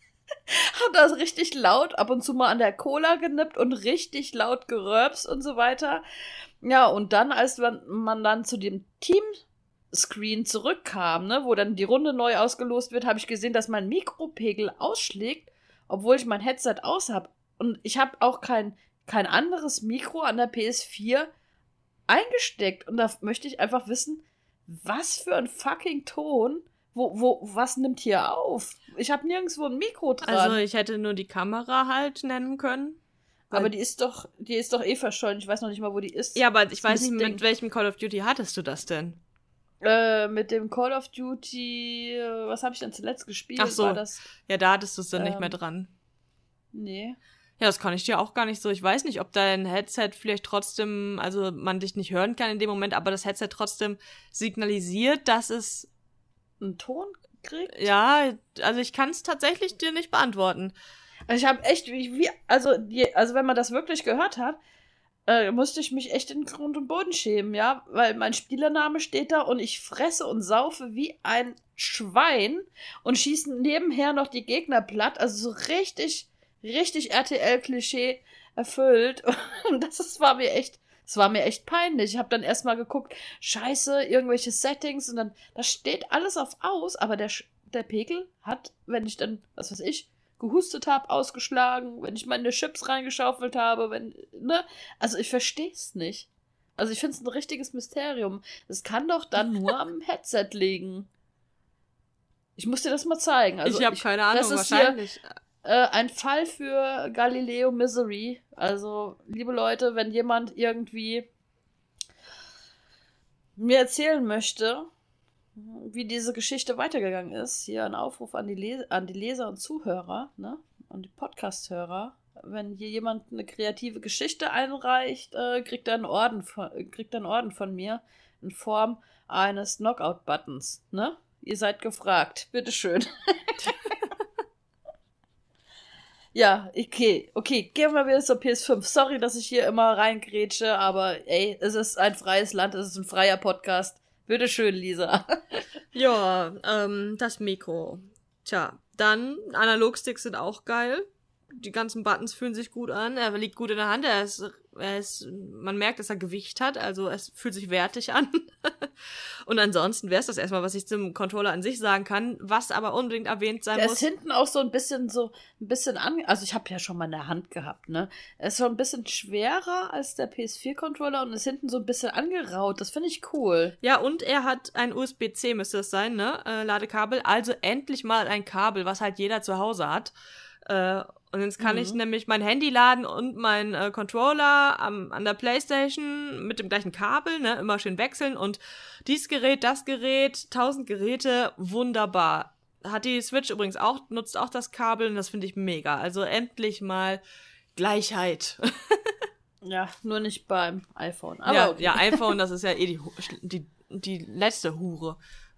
[SPEAKER 1] Hab das richtig laut ab und zu mal an der Cola genippt und richtig laut gerülpst und so weiter. Ja, und dann, als man, man dann zu dem Team-Screen zurückkam, ne, wo dann die Runde neu ausgelost wird, habe ich gesehen, dass mein Mikropegel ausschlägt, obwohl ich mein Headset aus habe. Und ich habe auch kein, kein anderes Mikro an der P S vier eingesteckt. Und da möchte ich einfach wissen, was für ein fucking Ton, wo, wo, was nimmt hier auf? Ich habe nirgendwo ein Mikro dran.
[SPEAKER 2] Also ich hätte nur die Kamera halt nennen können.
[SPEAKER 1] Aber die ist doch, die ist doch eh verschollen. Ich weiß noch nicht mal, wo die ist.
[SPEAKER 2] Ja, aber ich weiß nicht,
[SPEAKER 1] Ding.
[SPEAKER 2] mit welchem Call of Duty hattest du das denn?
[SPEAKER 1] Äh, mit dem Call of Duty, äh, was habe ich denn zuletzt gespielt?
[SPEAKER 2] Ach so,
[SPEAKER 1] War das,
[SPEAKER 2] ja, da hattest du es dann
[SPEAKER 1] ähm,
[SPEAKER 2] nicht mehr dran.
[SPEAKER 1] Nee.
[SPEAKER 2] Ja, das kann ich dir auch gar nicht so. Ich weiß nicht, ob dein Headset vielleicht trotzdem, also man dich nicht hören kann in dem Moment, aber das Headset trotzdem signalisiert, dass es
[SPEAKER 1] einen Ton kriegt?
[SPEAKER 2] Ja, also ich kann es tatsächlich dir nicht beantworten.
[SPEAKER 1] Also ich habe echt, wie, wie also, die, also wenn man das wirklich gehört hat, äh, musste ich mich echt in Grund und Boden schämen, ja, weil mein Spielername steht da und ich fresse und saufe wie ein Schwein und schieße nebenher noch die Gegner platt, also so richtig, richtig R T L-Klischee erfüllt. Und das ist, war mir echt, das war mir echt peinlich. Ich habe dann erstmal geguckt, scheiße, irgendwelche Settings und dann, da steht alles auf aus, aber der, der Pegel hat, wenn ich dann, was weiß ich, gehustet habe, ausgeschlagen, wenn ich meine Chips reingeschaufelt habe, wenn, ne? Also ich verstehe es nicht. Also ich finde es ein richtiges Mysterium. Es kann doch dann nur am Headset liegen. Ich muss dir das mal zeigen. Also
[SPEAKER 2] ich habe keine Ahnung,
[SPEAKER 1] das ist
[SPEAKER 2] wahrscheinlich.
[SPEAKER 1] Hier, äh, ein Fall für Galileo Misery. Also, liebe Leute, wenn jemand irgendwie mir erzählen möchte, wie diese Geschichte weitergegangen ist, hier ein Aufruf an die, Les- an die Leser und Zuhörer, ne, und die Podcast-Hörer. Wenn hier jemand eine kreative Geschichte einreicht, äh, kriegt er einen Orden von, kriegt er einen Orden von mir in Form eines Knockout-Buttons, ne? Ihr seid gefragt. Bitteschön. Ja, okay, okay, gehen wir wieder zur P S fünf. Sorry, dass ich hier immer reingrätsche, aber ey, es ist ein freies Land, es ist ein freier Podcast. Bitteschön, Lisa.
[SPEAKER 2] Ja, ähm, das Mikro. Tja, dann, Analogsticks sind auch geil. Die ganzen Buttons fühlen sich gut an. Er liegt gut in der Hand. Er ist, er ist, man merkt, dass er Gewicht hat. Also es fühlt sich wertig an. Und ansonsten wäre es das erstmal, was ich zum Controller an sich sagen kann. Was aber unbedingt erwähnt sein
[SPEAKER 1] Der
[SPEAKER 2] muss.
[SPEAKER 1] ist hinten auch so ein bisschen so, ein bisschen an, also ich habe ja schon mal in der Hand gehabt, ne? Er ist so ein bisschen schwerer als der P S vier Controller und ist hinten so ein bisschen angeraut. Das finde ich cool.
[SPEAKER 2] Ja, und er hat ein U S B C, müsste das sein, ne? Äh, Ladekabel. Also endlich mal ein Kabel, was halt jeder zu Hause hat. Äh, Und jetzt kann mhm. ich nämlich mein Handy laden und mein äh, Controller am, an der Playstation mit dem gleichen Kabel, ne, immer schön wechseln und dies Gerät, das Gerät, tausend Geräte, wunderbar. Hat die Switch übrigens auch, nutzt auch das Kabel und das finde ich mega. Also endlich mal Gleichheit.
[SPEAKER 1] Ja, nur nicht beim iPhone. Aber
[SPEAKER 2] ja,
[SPEAKER 1] okay.
[SPEAKER 2] ja, iPhone, das ist ja eh die, die, die letzte Hure.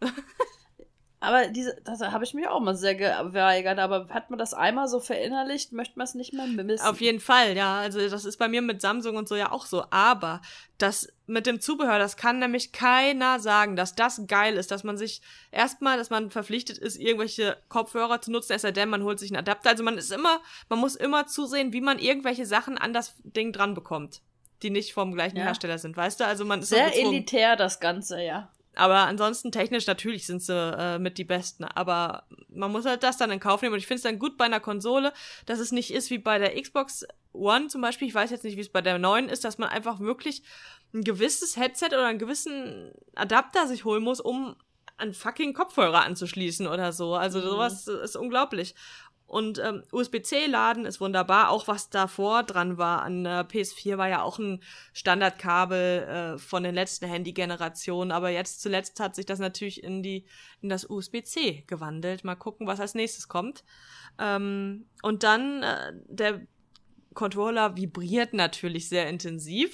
[SPEAKER 1] Aber diese, das habe ich mich auch mal sehr geweigert, aber hat man das einmal so verinnerlicht, möchte man es nicht mehr missen.
[SPEAKER 2] Auf jeden Fall, ja, also das ist bei mir mit Samsung und so ja auch so, aber das mit dem Zubehör, das kann nämlich keiner sagen, dass das geil ist, dass man sich erstmal, dass man verpflichtet ist, irgendwelche Kopfhörer zu nutzen, es sei denn, man holt sich einen Adapter, also man ist immer, man muss immer zusehen, wie man irgendwelche Sachen an das Ding dran bekommt, die nicht vom gleichen ja. Hersteller sind, weißt du, also man ist
[SPEAKER 1] sehr elitär das Ganze, ja.
[SPEAKER 2] Aber ansonsten technisch natürlich sind sie äh, mit die Besten. Aber man muss halt das dann in Kauf nehmen. Und ich finde es dann gut bei einer Konsole, dass es nicht ist wie bei der Xbox One zum Beispiel. Ich weiß jetzt nicht, wie es bei der neuen ist, dass man einfach wirklich ein gewisses Headset oder einen gewissen Adapter sich holen muss, um einen fucking Kopfhörer anzuschließen oder so. Also mhm. sowas ist unglaublich. Und ähm, U S B C-Laden ist wunderbar. Auch was davor dran war an der P S vier war ja auch ein Standardkabel äh, von den letzten Handy-Generationen. Aber jetzt zuletzt hat sich das natürlich in die in das U S B C gewandelt. Mal gucken, was als nächstes kommt. Ähm, und dann äh, der Controller vibriert natürlich sehr intensiv.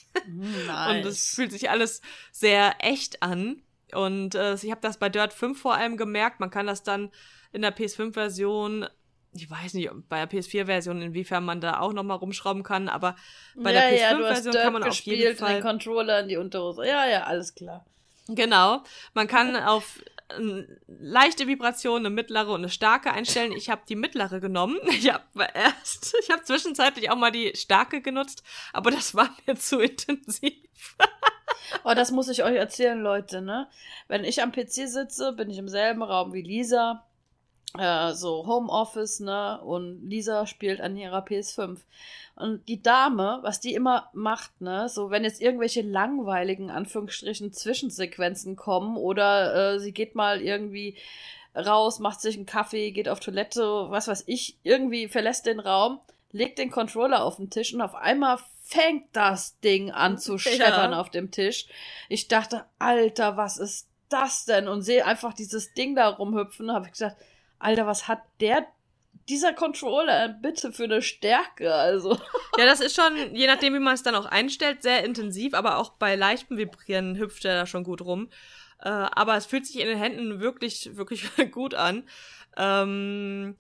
[SPEAKER 1] Nice.
[SPEAKER 2] Und es fühlt sich alles sehr echt an. Und äh, ich habe das bei Dirt fünf vor allem gemerkt. Man kann das dann in der P S fünf Version, ich weiß nicht, bei der P S vier Version, inwiefern man da auch nochmal rumschrauben kann, aber bei
[SPEAKER 1] ja,
[SPEAKER 2] der P S fünf
[SPEAKER 1] ja,
[SPEAKER 2] Version kann man auf jeden Fall
[SPEAKER 1] den Controller in die Unterhose. Ja, ja, alles klar.
[SPEAKER 2] Genau. Man kann auf äh, leichte Vibration, eine mittlere und eine starke einstellen. Ich habe die mittlere genommen. Ich habe erst, ich habe zwischenzeitlich auch mal die starke genutzt, aber das war mir zu intensiv.
[SPEAKER 1] Oh, das muss ich euch erzählen, Leute, ne? Wenn ich am P C sitze, bin ich im selben Raum wie Lisa, äh, so Homeoffice, ne? Und Lisa spielt an ihrer P S fünf. Und die Dame, was die immer macht, ne? So, wenn jetzt irgendwelche langweiligen, Anführungsstrichen, Zwischensequenzen kommen oder äh, sie geht mal irgendwie raus, macht sich einen Kaffee, geht auf Toilette, was weiß ich, irgendwie verlässt den Raum, legt den Controller auf den Tisch und auf einmal fängt das Ding an zu scheppern
[SPEAKER 2] Ja.
[SPEAKER 1] auf dem Tisch. Ich dachte, Alter, was ist das denn? Und sehe einfach dieses Ding da rumhüpfen. Habe ich gesagt, Alter, was hat der, dieser Controller bitte für eine Stärke? Also.
[SPEAKER 2] Ja, das ist schon, je nachdem, wie man es dann auch einstellt, sehr intensiv, aber auch bei leichtem Vibrieren hüpft er da schon gut rum. Äh, aber es fühlt sich in den Händen wirklich, wirklich gut an. Ähm,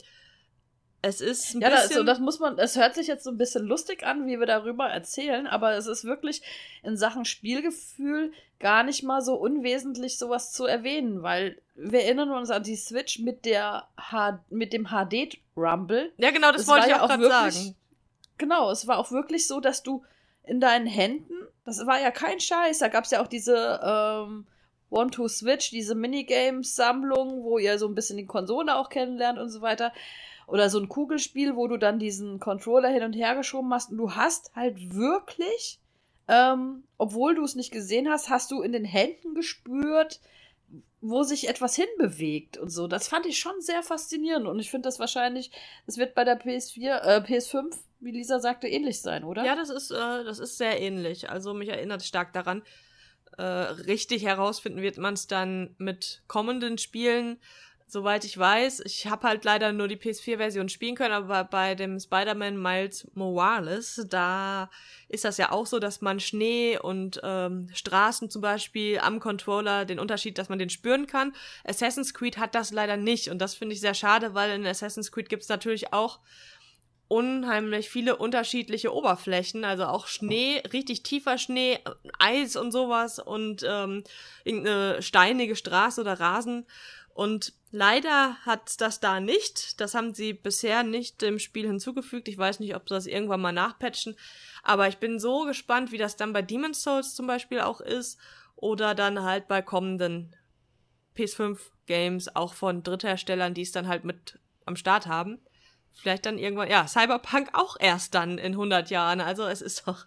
[SPEAKER 2] es ist ein
[SPEAKER 1] ja,
[SPEAKER 2] bisschen...
[SPEAKER 1] das, so, das muss man, es hört sich jetzt so ein bisschen lustig an, wie wir darüber erzählen, aber es ist wirklich in Sachen Spielgefühl gar nicht mal so unwesentlich, sowas zu erwähnen, weil wir erinnern uns an die Switch mit der H- mit dem H D-Rumble.
[SPEAKER 2] Ja, genau, das
[SPEAKER 1] Es
[SPEAKER 2] wollte
[SPEAKER 1] war
[SPEAKER 2] ich
[SPEAKER 1] ja
[SPEAKER 2] auch
[SPEAKER 1] auch
[SPEAKER 2] gerade
[SPEAKER 1] wirklich-
[SPEAKER 2] sagen.
[SPEAKER 1] Genau, es war auch wirklich so, dass du in deinen Händen, das war ja kein Scheiß, da gab es ja auch diese ähm, One-Two-Switch, diese Minigames-Sammlung, wo ihr so ein bisschen die Konsole auch kennenlernt und so weiter. Oder so ein Kugelspiel, wo du dann diesen Controller hin und her geschoben hast und du hast halt wirklich, ähm, obwohl du es nicht gesehen hast, hast du in den Händen gespürt, wo sich etwas hinbewegt und so. Das fand ich schon sehr faszinierend und ich finde das wahrscheinlich, das wird bei der P S vier, äh, P S fünf, wie Lisa sagte, ähnlich sein, oder?
[SPEAKER 2] Ja, das ist, äh, das ist sehr ähnlich. Also mich erinnert es stark daran. Äh, richtig herausfinden wird man es dann mit kommenden Spielen. Soweit ich weiß, ich habe halt leider nur die P S vier Version spielen können, aber bei dem Spider-Man Miles Morales, da ist das ja auch so, dass man Schnee und ähm, Straßen zum Beispiel am Controller, den Unterschied, dass man den spüren kann. Assassin's Creed hat das leider nicht und das finde ich sehr schade, weil in Assassin's Creed gibt es natürlich auch unheimlich viele unterschiedliche Oberflächen, also auch Schnee, richtig tiefer Schnee, Eis und sowas und ähm, irgendeine steinige Straße oder Rasen. Und leider hat's das da nicht. Das haben sie bisher nicht im Spiel hinzugefügt. Ich weiß nicht, ob sie das irgendwann mal nachpatchen. Aber ich bin so gespannt, wie das dann bei Demon's Souls zum Beispiel auch ist. Oder dann halt bei kommenden P S fünf Games, auch von Drittherstellern, die es dann halt mit am Start haben. Vielleicht dann irgendwann, ja, Cyberpunk auch erst dann in hundert Jahren. Also es ist doch,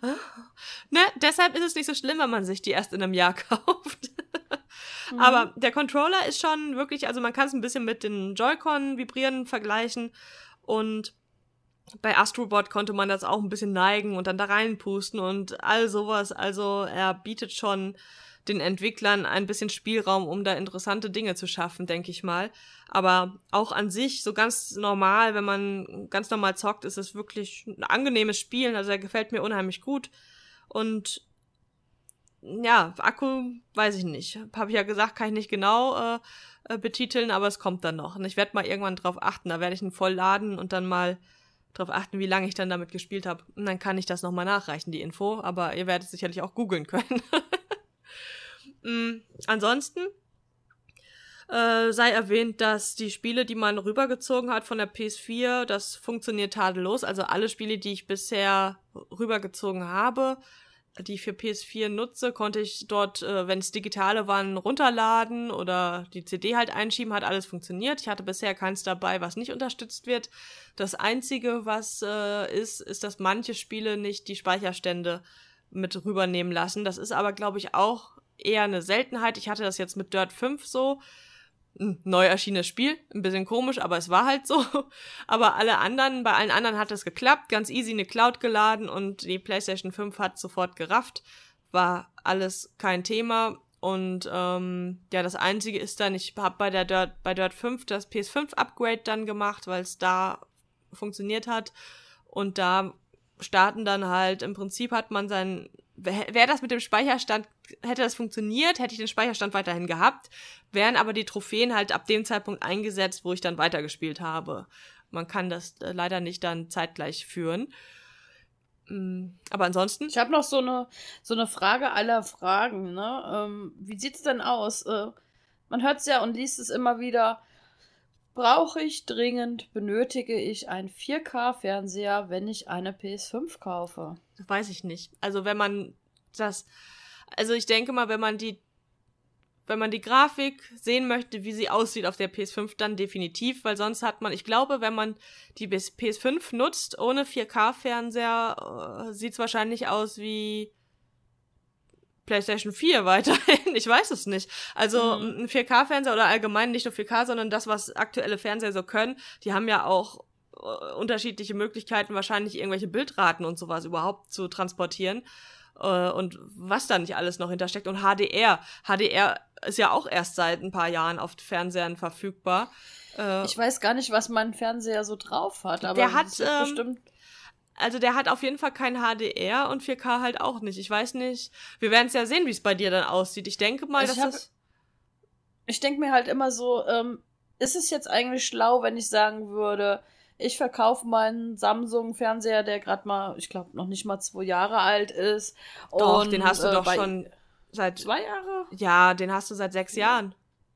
[SPEAKER 2] ne, deshalb ist es nicht so schlimm, wenn man sich die erst in einem Jahr kauft. Mhm. Aber der Controller ist schon wirklich, also man kann es ein bisschen mit den Joy-Con vibrieren vergleichen und bei Astrobot konnte man das auch ein bisschen neigen und dann da reinpusten und all sowas. Also er bietet schon den Entwicklern ein bisschen Spielraum, um da interessante Dinge zu schaffen, denke ich mal. Aber auch an sich, so ganz normal, wenn man ganz normal zockt, ist es wirklich ein angenehmes Spielen. Also er gefällt mir unheimlich gut. Und ja, Akku, weiß ich nicht. Habe ich ja gesagt, kann ich nicht genau äh, betiteln, aber es kommt dann noch. Und ich werde mal irgendwann drauf achten. Da werde ich ihn voll laden und dann mal drauf achten, wie lange ich dann damit gespielt habe. Und dann kann ich das nochmal nachreichen, die Info. Aber ihr werdet sicherlich auch googeln können. mm, ansonsten äh, sei erwähnt, dass die Spiele, die man rübergezogen hat von der P S vier, das funktioniert tadellos. Also alle Spiele, die ich bisher rübergezogen habe, die ich für P S vier nutze, konnte ich dort, äh, wenn es digitale waren, runterladen oder die C D halt einschieben, hat alles funktioniert. Ich hatte bisher keins dabei, was nicht unterstützt wird. Das Einzige, was äh, ist, ist, dass manche Spiele nicht die Speicherstände mit rübernehmen lassen. Das ist aber, glaube ich, auch eher eine Seltenheit. Ich hatte das jetzt mit Dirt fünf so. Ein neu erschienenes Spiel, ein bisschen komisch, aber es war halt so. Aber alle anderen, bei allen anderen hat es geklappt, ganz easy eine Cloud geladen und die PlayStation fünf hat sofort gerafft, war alles kein Thema. Und ähm, ja, das Einzige ist dann, ich habe bei der Dirt, bei Dirt fünf das P S fünf Upgrade dann gemacht, weil es da funktioniert hat. Und da starten dann halt, im Prinzip hat man seinen, wäre das mit dem Speicherstand, hätte das funktioniert, hätte ich den Speicherstand weiterhin gehabt, wären aber die Trophäen halt ab dem Zeitpunkt eingesetzt, wo ich dann weitergespielt habe. Man kann das äh, leider nicht dann zeitgleich führen. Mhm. Aber ansonsten?
[SPEAKER 1] Ich habe noch so eine, so eine Frage aller Fragen, ne? Ähm, wie sieht's denn aus? Äh, man hört es ja und liest es immer wieder. Brauche ich dringend, benötige ich einen vier K-Fernseher, wenn ich eine P S fünf kaufe?
[SPEAKER 2] Das weiß ich nicht. Also wenn man das, also ich denke mal, wenn man die, wenn man die Grafik sehen möchte, wie sie aussieht auf der P S fünf, dann definitiv, weil sonst hat man, ich glaube, wenn man die P S fünf nutzt ohne vier K-Fernseher, äh, sieht es wahrscheinlich aus wie PlayStation vier weiterhin, ich weiß es nicht. Also mhm. ein vier K-Fernseher oder allgemein nicht nur vier K, sondern das, was aktuelle Fernseher so können, die haben ja auch äh, unterschiedliche Möglichkeiten, wahrscheinlich irgendwelche Bildraten und sowas überhaupt zu transportieren. Äh, und was da nicht alles noch hintersteckt. Und H D R. H D R ist ja auch erst seit ein paar Jahren auf Fernsehern verfügbar. Äh,
[SPEAKER 1] ich weiß gar nicht, was mein Fernseher so drauf hat, aber
[SPEAKER 2] der hat
[SPEAKER 1] ähm,
[SPEAKER 2] bestimmt. Also der hat auf jeden Fall kein H D R und vier K halt auch nicht. Ich weiß nicht. Wir werden es ja sehen, wie es bei dir dann aussieht. Ich denke mal,
[SPEAKER 1] ich
[SPEAKER 2] dass
[SPEAKER 1] hab,
[SPEAKER 2] das...
[SPEAKER 1] Ich denke mir halt immer so, ähm, ist es jetzt eigentlich schlau, wenn ich sagen würde, ich verkaufe meinen Samsung-Fernseher, der gerade mal, ich glaube, noch nicht mal zwei Jahre alt ist.
[SPEAKER 2] Doch,
[SPEAKER 1] und,
[SPEAKER 2] den hast du
[SPEAKER 1] äh,
[SPEAKER 2] doch schon seit...
[SPEAKER 1] Zwei Jahre?
[SPEAKER 2] Ja, den hast du seit sechs Jahren.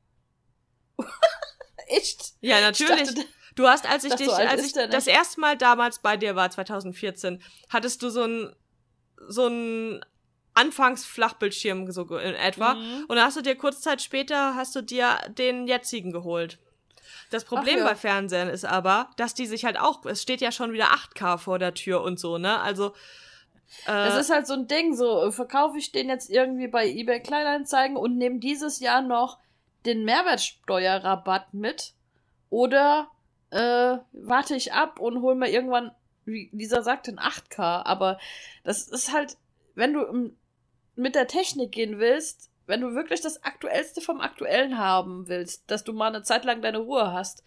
[SPEAKER 1] Echt?
[SPEAKER 2] Ja, natürlich.
[SPEAKER 1] Ich dachte,
[SPEAKER 2] Du hast, als ich
[SPEAKER 1] das
[SPEAKER 2] dich,
[SPEAKER 1] so alt
[SPEAKER 2] als
[SPEAKER 1] ist
[SPEAKER 2] ich
[SPEAKER 1] der
[SPEAKER 2] das
[SPEAKER 1] nicht.
[SPEAKER 2] erste Mal damals bei dir war, zwanzig vierzehn, hattest du so ein so ein Anfangs-Flachbildschirm so in etwa.
[SPEAKER 1] Mhm.
[SPEAKER 2] Und dann hast du dir kurz Zeit später, hast du dir den jetzigen geholt. Das Problem
[SPEAKER 1] ja.
[SPEAKER 2] bei Fernsehern ist aber, dass die sich halt auch, es steht ja schon wieder acht K vor der Tür und so, ne? Also äh,
[SPEAKER 1] das ist halt so ein Ding, so verkaufe ich den jetzt irgendwie bei eBay Kleinanzeigen und nehme dieses Jahr noch den Mehrwertsteuerrabatt mit oder äh, warte ich ab und hol mir irgendwann, wie Lisa sagt, in acht K. Aber das ist halt, wenn du im, mit der Technik gehen willst, wenn du wirklich das Aktuellste vom Aktuellen haben willst, dass du mal eine Zeit lang deine Ruhe hast,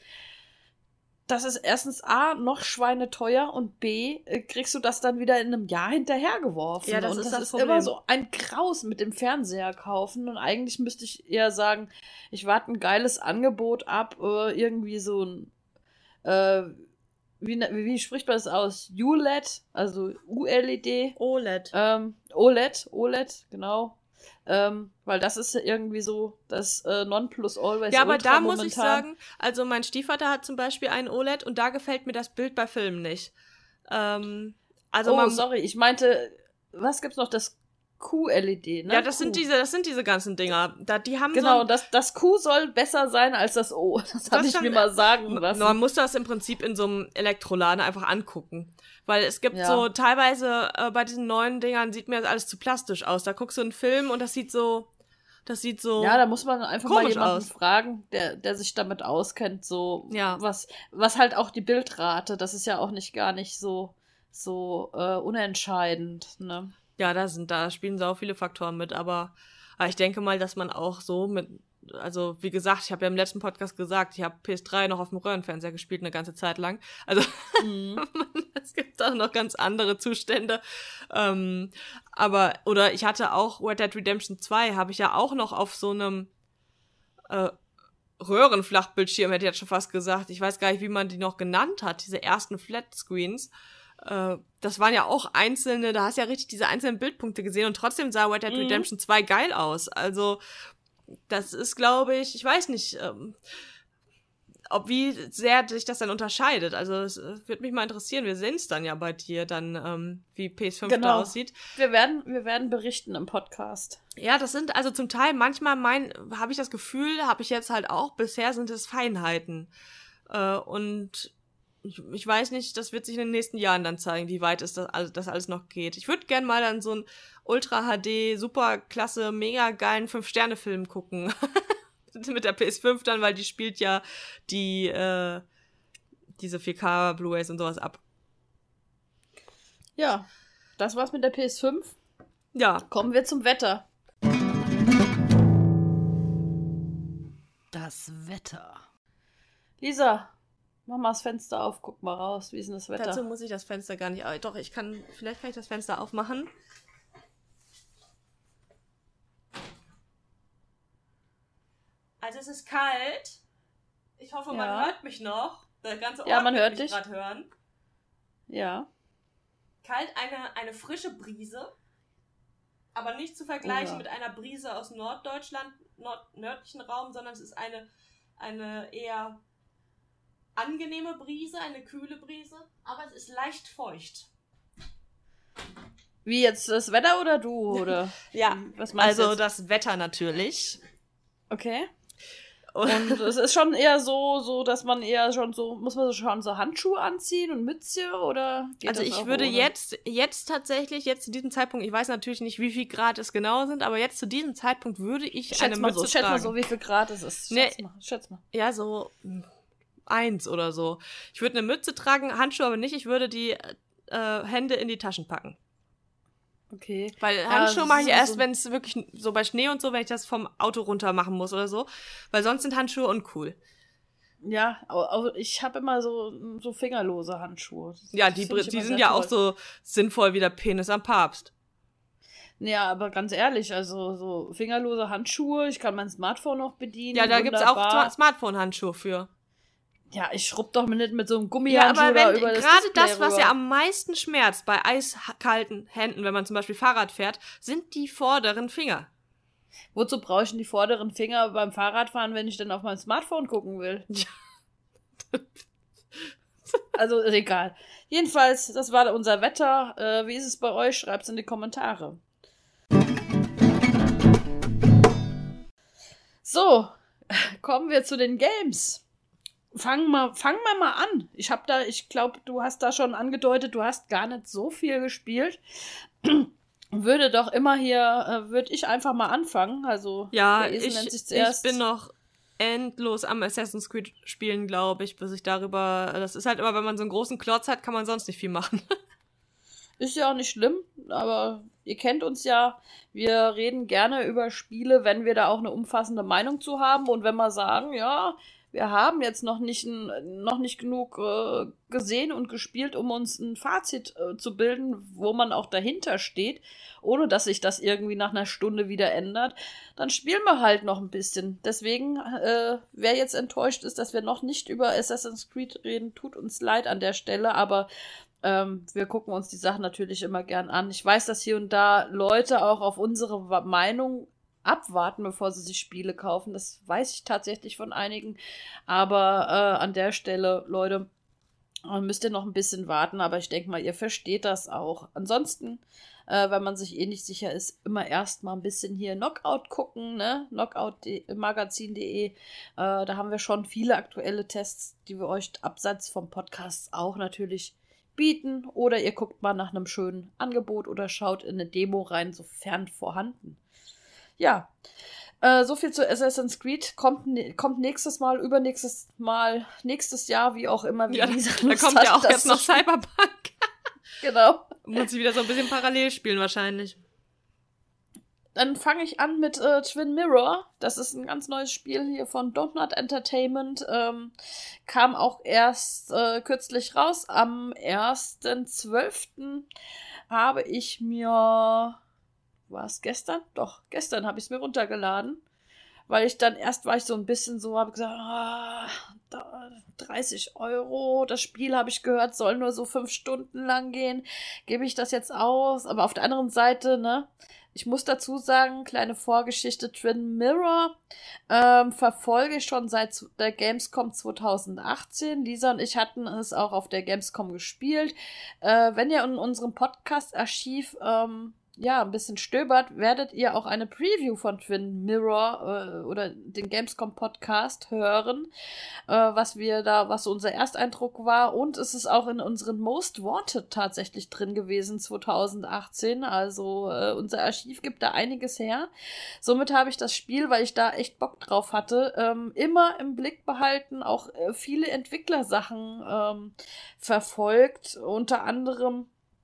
[SPEAKER 1] das ist erstens A, noch schweineteuer und B, kriegst du das dann wieder in einem Jahr hinterhergeworfen.
[SPEAKER 2] Ja, das
[SPEAKER 1] und
[SPEAKER 2] ist
[SPEAKER 1] das,
[SPEAKER 2] das
[SPEAKER 1] ist
[SPEAKER 2] Problem.
[SPEAKER 1] immer so ein Graus mit dem Fernseher kaufen. Und eigentlich müsste ich eher sagen, ich warte ein geiles Angebot ab, äh, irgendwie so ein, äh, wie, wie spricht man das aus? U L E D, also U L E D.
[SPEAKER 2] O L E D.
[SPEAKER 1] Ähm, O L E D, O L E D, genau. Ähm, weil das ist ja irgendwie so das äh, Non-Plus-Always.
[SPEAKER 2] Ja, aber
[SPEAKER 1] Ultra
[SPEAKER 2] da muss
[SPEAKER 1] momentan.
[SPEAKER 2] ich sagen, also mein Stiefvater hat zum Beispiel einen O L E D und da gefällt mir das Bild bei Filmen nicht. Ähm, also
[SPEAKER 1] oh,
[SPEAKER 2] man,
[SPEAKER 1] sorry, ich meinte, was gibt's noch? Das Q L E D, ne?
[SPEAKER 2] ja, das
[SPEAKER 1] Q.
[SPEAKER 2] sind diese, das sind diese ganzen Dinger. Da, die haben
[SPEAKER 1] Genau,
[SPEAKER 2] so ein,
[SPEAKER 1] das, das Q soll besser sein als das O. Das habe ich
[SPEAKER 2] schon-
[SPEAKER 1] mir mal sagen lassen.
[SPEAKER 2] man muss das im Prinzip in so einem Elektroladen einfach angucken. Weil es gibt
[SPEAKER 1] Ja.
[SPEAKER 2] so teilweise äh, bei diesen neuen Dingern sieht mir das alles zu plastisch aus. Da guckst du einen Film und das sieht so, das sieht so.
[SPEAKER 1] Ja, da muss man einfach mal
[SPEAKER 2] komisch
[SPEAKER 1] jemanden
[SPEAKER 2] aus.
[SPEAKER 1] fragen, der, der sich damit auskennt, so
[SPEAKER 2] Ja.
[SPEAKER 1] was, was halt auch die Bildrate, das ist ja auch nicht gar nicht so, so äh, unentscheidend, ne?
[SPEAKER 2] Ja, da sind, da spielen so viele Faktoren mit, aber, aber ich denke mal, dass man auch so mit, also wie gesagt, ich habe ja im letzten Podcast gesagt, ich habe P S drei noch auf dem Röhrenfernseher gespielt eine ganze Zeit lang. Also
[SPEAKER 1] Mhm.
[SPEAKER 2] es gibt auch noch ganz andere Zustände. Ähm, aber, oder ich hatte auch Red Dead Redemption zwei, habe ich ja auch noch auf so einem äh, Röhrenflachbildschirm, hätte ich jetzt schon fast gesagt. Ich weiß gar nicht, wie man die noch genannt hat, diese ersten Flatscreens. Äh, das waren ja auch einzelne, da hast du ja richtig diese einzelnen Bildpunkte gesehen und trotzdem sah Red Dead
[SPEAKER 1] Mhm.
[SPEAKER 2] Redemption zwei geil aus. Also, das ist, glaube ich, ich weiß nicht, ähm, ob wie sehr sich das dann unterscheidet. Also, es äh, würde mich mal interessieren. Wir sehen es dann ja bei dir dann, ähm, wie P S fünf da
[SPEAKER 1] Genau.
[SPEAKER 2] aussieht.
[SPEAKER 1] Wir werden, wir werden berichten im Podcast.
[SPEAKER 2] Ja, das sind also zum Teil manchmal mein, habe ich das Gefühl, habe ich jetzt halt auch, bisher sind es Feinheiten. Äh, und ich, ich weiß nicht, das wird sich in den nächsten Jahren dann zeigen, wie weit es das, alles- das alles noch geht. Ich würde gern mal dann so einen Ultra-H D, super klasse, mega geilen fünf Sterne Film gucken. Mit der P S fünf dann, weil die spielt ja die, äh, diese vier K Blu-rays und sowas ab.
[SPEAKER 1] Ja, das war's mit der P S fünf.
[SPEAKER 2] Ja,
[SPEAKER 1] Kommen wir zum Wetter. Das Wetter. Lisa, Mach mal das Fenster auf, guck mal raus, wie ist denn das Wetter?
[SPEAKER 2] Dazu muss ich das Fenster gar nicht... Doch, ich kann... Vielleicht kann ich das Fenster aufmachen. Also es ist kalt. Ich hoffe, ja. man hört mich noch. Der ganze Ort
[SPEAKER 1] ja, man hört
[SPEAKER 2] mich
[SPEAKER 1] dich
[SPEAKER 2] gerade hören.
[SPEAKER 1] Ja.
[SPEAKER 2] Kalt, eine, eine frische Brise. Aber nicht zu vergleichen oh, ja. mit einer Brise aus Norddeutschland, nord- nördlichen Raum, sondern es ist eine, eine eher angenehme Brise, eine kühle Brise, aber es ist leicht feucht.
[SPEAKER 1] Wie jetzt das Wetter oder du? Oder
[SPEAKER 2] ja,
[SPEAKER 1] was meinst
[SPEAKER 2] also
[SPEAKER 1] jetzt?
[SPEAKER 2] Das Wetter natürlich.
[SPEAKER 1] Okay. Und es ist schon eher so, so, dass man eher schon so, muss man schon so Handschuhe anziehen und Mütze oder geht
[SPEAKER 2] Also
[SPEAKER 1] das
[SPEAKER 2] ich
[SPEAKER 1] auch
[SPEAKER 2] würde
[SPEAKER 1] ohne?
[SPEAKER 2] jetzt, jetzt tatsächlich, jetzt zu diesem Zeitpunkt, ich weiß natürlich nicht, wie viel Grad es genau sind, aber jetzt zu diesem Zeitpunkt würde ich
[SPEAKER 1] schätz
[SPEAKER 2] eine
[SPEAKER 1] mal
[SPEAKER 2] Mütze
[SPEAKER 1] so, schätz
[SPEAKER 2] tragen.
[SPEAKER 1] Schätz mal so, wie viel Grad es ist. Schätz nee, mal, schätz mal.
[SPEAKER 2] Ja, so eins oder so. Ich würde eine Mütze tragen, Handschuhe aber nicht, ich würde die äh, Hände in die Taschen packen.
[SPEAKER 1] Okay.
[SPEAKER 2] Weil Handschuhe ja, mache ich erst, so wenn es wirklich so bei Schnee und so, wenn ich das vom Auto runter machen muss oder so. Weil sonst sind Handschuhe uncool.
[SPEAKER 1] Ja, aber ich habe immer so, so fingerlose Handschuhe. Das,
[SPEAKER 2] ja, die, die sind ja toll. Auch so sinnvoll wie der Penis am Papst.
[SPEAKER 1] Ja, aber ganz ehrlich, also so fingerlose Handschuhe, ich kann mein Smartphone noch bedienen.
[SPEAKER 2] Ja, da gibt es auch Smartphone-Handschuhe für.
[SPEAKER 1] Ja, ich schrubb doch nicht mit so einem Gummihandschuh ja, aber wenn, über das
[SPEAKER 2] gerade das, was ja am meisten schmerzt bei eiskalten Händen, wenn man zum Beispiel Fahrrad fährt, sind die vorderen Finger.
[SPEAKER 1] Wozu brauche ich denn die vorderen Finger beim Fahrradfahren, wenn ich dann auf mein Smartphone gucken will? Ja. Also, ist egal. Jedenfalls, das war unser Wetter. Äh, wie ist es bei euch? Schreibt's in die Kommentare. So, kommen wir zu den Games. Fangen wir fang mal, mal an. Ich hab da, ich glaube, du hast da schon angedeutet, du hast gar nicht so viel gespielt. Würde doch immer hier, äh, würde ich einfach mal anfangen. Also,
[SPEAKER 2] ja, ich, ich bin noch endlos am Assassin's Creed spielen, glaube ich, bis ich darüber, das ist halt immer, wenn man so einen großen Klotz hat, kann man sonst nicht viel machen.
[SPEAKER 1] Ist ja auch nicht schlimm, aber ihr kennt uns ja, wir reden gerne über Spiele, wenn wir da auch eine umfassende Meinung zu haben und wenn wir sagen, ja, wir haben jetzt noch nicht, ein, noch nicht genug äh, gesehen und gespielt, um uns ein Fazit äh, zu bilden, wo man auch dahinter steht, ohne dass sich das irgendwie nach einer Stunde wieder ändert, dann spielen wir halt noch ein bisschen. Deswegen, äh, wer jetzt enttäuscht ist, dass wir noch nicht über Assassin's Creed reden, tut uns leid an der Stelle, aber ähm, wir gucken uns die Sachen natürlich immer gern an. Ich weiß, dass hier und da Leute auch auf unsere Meinung abwarten, bevor sie sich Spiele kaufen. Das weiß ich tatsächlich von einigen. Aber äh, an der Stelle, Leute, müsst ihr noch ein bisschen warten. Aber ich denke mal, ihr versteht das auch. Ansonsten, äh, wenn man sich eh nicht sicher ist, immer erst mal ein bisschen hier Knockout gucken, ne? knockout magazin punkt de. Äh, da haben wir schon viele aktuelle Tests, die wir euch abseits vom Podcast auch natürlich bieten. Oder ihr guckt mal nach einem schönen Angebot oder schaut in eine Demo rein, sofern vorhanden. Ja, äh, so viel zu Assassin's Creed. Kommt, kommt nächstes Mal, übernächstes Mal, nächstes Jahr, wie auch immer. Wie
[SPEAKER 2] ja, da kommt ja auch jetzt noch Cyberpunk.
[SPEAKER 1] Genau.
[SPEAKER 2] Muss ich wieder so ein bisschen parallel spielen wahrscheinlich.
[SPEAKER 1] Dann fange ich an mit äh, Twin Mirror. Das ist ein ganz neues Spiel hier von Donut Entertainment. Ähm, kam auch erst äh, kürzlich raus. Am ersten zwölften habe ich mir... War es gestern? Doch, gestern habe ich es mir runtergeladen, weil ich dann erst war ich so ein bisschen so, habe gesagt, ah, da, dreißig Euro, das Spiel habe ich gehört, soll nur so fünf Stunden lang gehen, gebe ich das jetzt aus? Aber auf der anderen Seite, ne, ich muss dazu sagen, kleine Vorgeschichte, Twin Mirror ähm, verfolge ich schon seit der Gamescom zwanzig achtzehn. Lisa und ich hatten es auch auf der Gamescom gespielt. Äh, wenn ihr in unserem Podcast-Archiv ähm, ja, ein bisschen stöbert, werdet ihr auch eine Preview von Twin Mirror äh, oder den Gamescom Podcast hören, äh, was wir da, was so unser Ersteindruck war, und es ist auch in unseren Most Wanted tatsächlich drin gewesen zwanzig achtzehn, also äh, unser Archiv gibt da einiges her. Somit habe ich das Spiel, weil ich da echt Bock drauf hatte, ähm, immer im Blick behalten, auch äh, viele Entwicklersachen ähm, verfolgt, unter anderem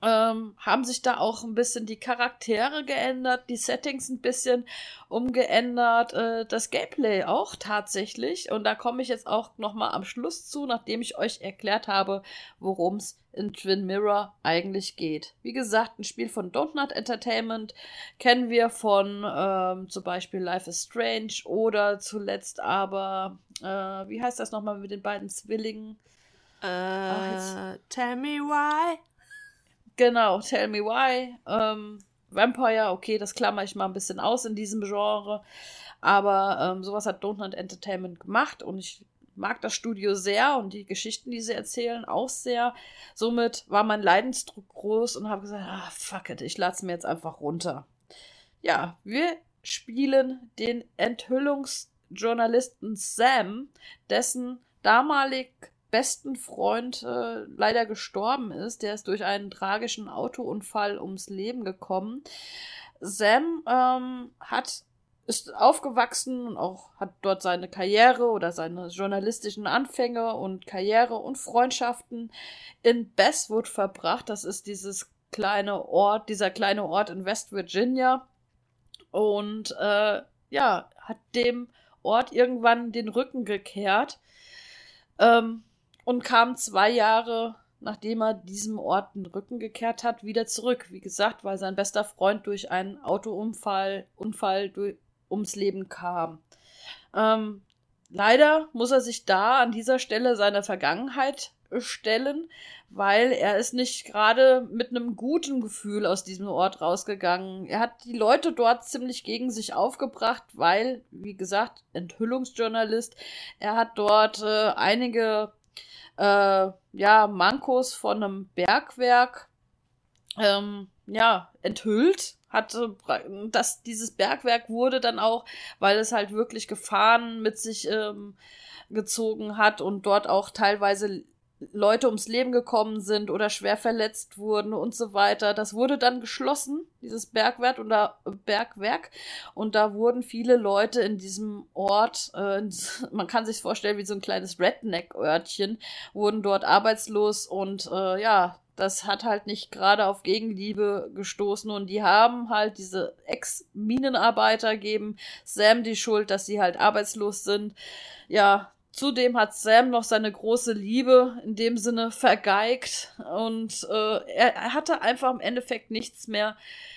[SPEAKER 1] ähm, haben sich da auch ein bisschen die Charaktere geändert, die Settings ein bisschen umgeändert, äh, das Gameplay auch tatsächlich. Und da komme ich jetzt auch nochmal am Schluss zu, nachdem ich euch erklärt habe, worum es in Twin Mirror eigentlich geht. Wie gesagt, ein Spiel von Don't Nut Entertainment kennen wir von ähm, zum Beispiel Life is Strange oder zuletzt aber, äh, wie heißt das nochmal mit den beiden Zwillingen?
[SPEAKER 2] Äh, Ach, jetzt. Tell me why.
[SPEAKER 1] Genau, Tell Me Why. Ähm, Vampire, okay, das klammer ich mal ein bisschen aus in diesem Genre. Aber ähm, sowas hat Don't Nut Entertainment gemacht und ich mag das Studio sehr und die Geschichten, die sie erzählen, auch sehr. Somit war mein Leidensdruck groß und habe gesagt, ah, fuck it, ich lade es mir jetzt einfach runter. Ja, wir spielen den Enthüllungsjournalisten Sam, dessen damalig besten Freund äh, leider gestorben ist. Der ist durch einen tragischen Autounfall ums Leben gekommen. Sam ähm, hat ist aufgewachsen und auch hat dort seine Karriere oder seine journalistischen Anfänge und Karriere und Freundschaften in Basswood verbracht. Das ist dieses kleine Ort, dieser kleine Ort in West Virginia. Und äh, ja, hat dem Ort irgendwann den Rücken gekehrt. Ähm, Und kam zwei Jahre, nachdem er diesem Ort den Rücken gekehrt hat, wieder zurück. Wie gesagt, weil sein bester Freund durch einen Autounfall Unfall durch, ums Leben kam. Ähm, leider muss er sich da an dieser Stelle seiner Vergangenheit stellen, weil er ist nicht gerade mit einem guten Gefühl aus diesem Ort rausgegangen. Er hat die Leute dort ziemlich gegen sich aufgebracht, weil, wie gesagt, Enthüllungsjournalist, er hat dort äh, einige Äh, ja, Mankos von einem Bergwerk, ähm, ja, enthüllt. Hatte, dass dieses Bergwerk wurde dann auch, weil es halt wirklich Gefahren mit sich ähm, gezogen hat und dort auch teilweise Leute ums Leben gekommen sind oder schwer verletzt wurden und so weiter. Das wurde dann geschlossen, dieses Bergwerk und da, Bergwerk. Und da wurden viele Leute in diesem Ort, äh, man kann sich vorstellen wie so ein kleines Redneck-Örtchen, wurden dort arbeitslos und äh, ja, das hat halt nicht gerade auf Gegenliebe gestoßen und die haben halt diese Ex-Minenarbeiter geben Sam die Schuld, dass sie halt arbeitslos sind. Ja, zudem hat Sam noch seine große Liebe in dem Sinne vergeigt und äh, er, er hatte einfach im Endeffekt nichts mehr,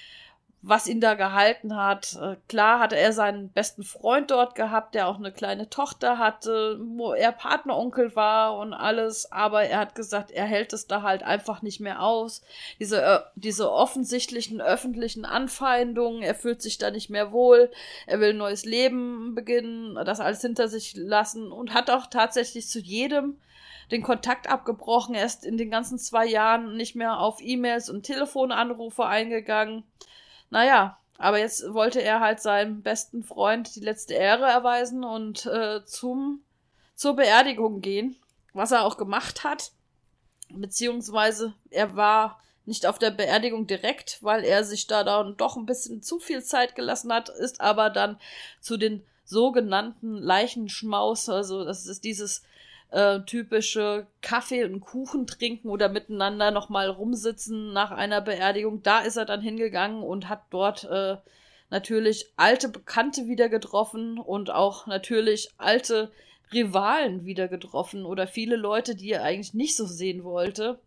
[SPEAKER 1] was ihn da gehalten hat. Äh, klar hatte er seinen besten Freund dort gehabt, der auch eine kleine Tochter hatte, wo er Partneronkel war und alles, aber er hat gesagt, er hält es da halt einfach nicht mehr aus. Diese, äh, diese offensichtlichen öffentlichen Anfeindungen, er fühlt sich da nicht mehr wohl, er will ein neues Leben beginnen, das alles hinter sich lassen und hat auch tatsächlich zu jedem den Kontakt abgebrochen. Er ist in den ganzen zwei Jahren nicht mehr auf E-Mails und Telefonanrufe eingegangen. Naja, aber jetzt wollte er halt seinem besten Freund die letzte Ehre erweisen und äh, zum, zur Beerdigung gehen, was er auch gemacht hat. Beziehungsweise er war nicht auf der Beerdigung direkt, weil er sich da dann doch ein bisschen zu viel Zeit gelassen hat, ist aber dann zu den sogenannten Leichenschmaus, also das ist dieses Äh, typische Kaffee und Kuchen trinken oder miteinander nochmal rumsitzen nach einer Beerdigung. Da ist er dann hingegangen und hat dort äh, natürlich alte Bekannte wieder getroffen und auch natürlich alte Rivalen wieder getroffen oder viele Leute, die er eigentlich nicht so sehen wollte.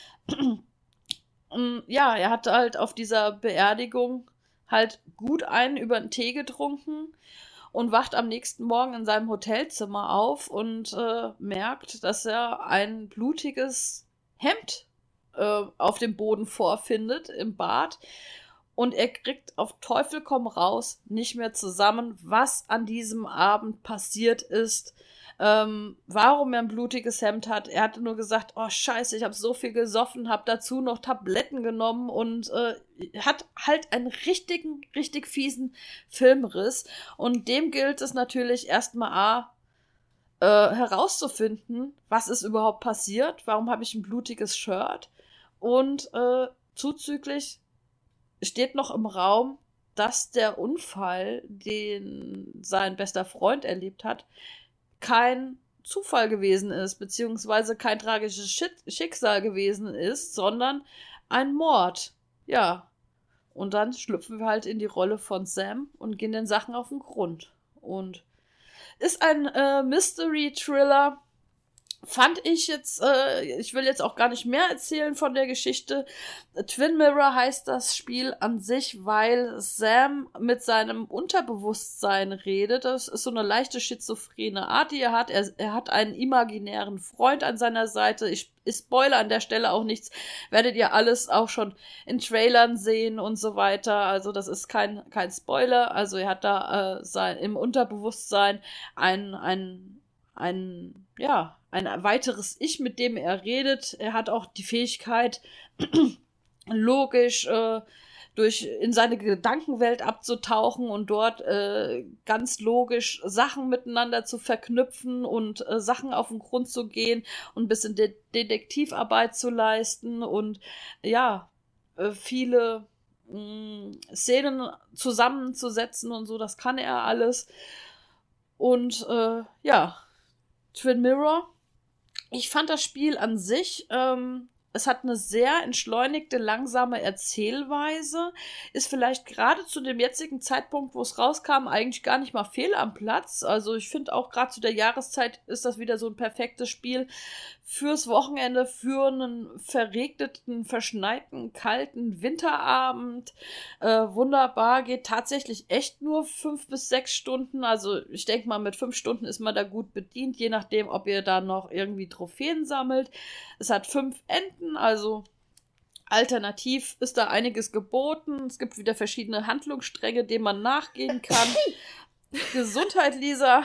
[SPEAKER 1] Ja, er hat halt auf dieser Beerdigung halt gut einen über den Tee getrunken und wacht am nächsten Morgen in seinem Hotelzimmer auf und äh, merkt, dass er ein blutiges Hemd äh, auf dem Boden vorfindet im Bad. Und er kriegt auf Teufel komm raus nicht mehr zusammen, was an diesem Abend passiert ist, ähm, warum er ein blutiges Hemd hat. Er hatte nur gesagt, oh scheiße, ich habe so viel gesoffen, habe dazu noch Tabletten genommen und äh, hat halt einen richtigen, richtig fiesen Filmriss. Und dem gilt es natürlich erstmal A, äh, herauszufinden, was ist überhaupt passiert, warum habe ich ein blutiges Shirt und äh, zuzüglich steht noch im Raum, dass der Unfall, den sein bester Freund erlebt hat, kein Zufall gewesen ist, beziehungsweise kein tragisches Schicksal gewesen ist, sondern ein Mord. Ja. Und dann schlüpfen wir halt in die Rolle von Sam und gehen den Sachen auf den Grund. Und ist ein äh, Mystery-Thriller. Fand ich jetzt, äh, ich will jetzt auch gar nicht mehr erzählen von der Geschichte. Twin Mirror heißt das Spiel an sich, weil Sam mit seinem Unterbewusstsein redet. Das ist so eine leichte schizophrene Art, die er hat. Er, er hat einen imaginären Freund an seiner Seite. Ich, ich spoilere an der Stelle auch nichts. Werdet ihr alles auch schon in Trailern sehen und so weiter. Also das ist kein, kein Spoiler. Also er hat da äh, sein, im Unterbewusstsein ein, ein, ein, ja, ein weiteres Ich, mit dem er redet. Er hat auch die Fähigkeit, logisch äh, durch in seine Gedankenwelt abzutauchen und dort äh, ganz logisch Sachen miteinander zu verknüpfen und äh, Sachen auf den Grund zu gehen und ein bisschen De- Detektivarbeit zu leisten und ja, äh, viele mh, Szenen zusammenzusetzen und so, das kann er alles. Und äh, ja, Twin Mirror. Ich fand das Spiel an sich, ähm, es hat eine sehr entschleunigte, langsame Erzählweise, ist vielleicht gerade zu dem jetzigen Zeitpunkt, wo es rauskam, eigentlich gar nicht mal fehl am Platz. Also ich finde auch gerade zu der Jahreszeit ist das wieder so ein perfektes Spiel fürs Wochenende, für einen verregneten, verschneiten, kalten Winterabend. Äh, wunderbar, geht tatsächlich echt nur fünf bis sechs Stunden. Also ich denke mal, mit fünf Stunden ist man da gut bedient, je nachdem, ob ihr da noch irgendwie Trophäen sammelt. Es hat fünf Enden, also alternativ ist da einiges geboten. Es gibt wieder verschiedene Handlungsstränge, denen man nachgehen kann. Gesundheit, Lisa.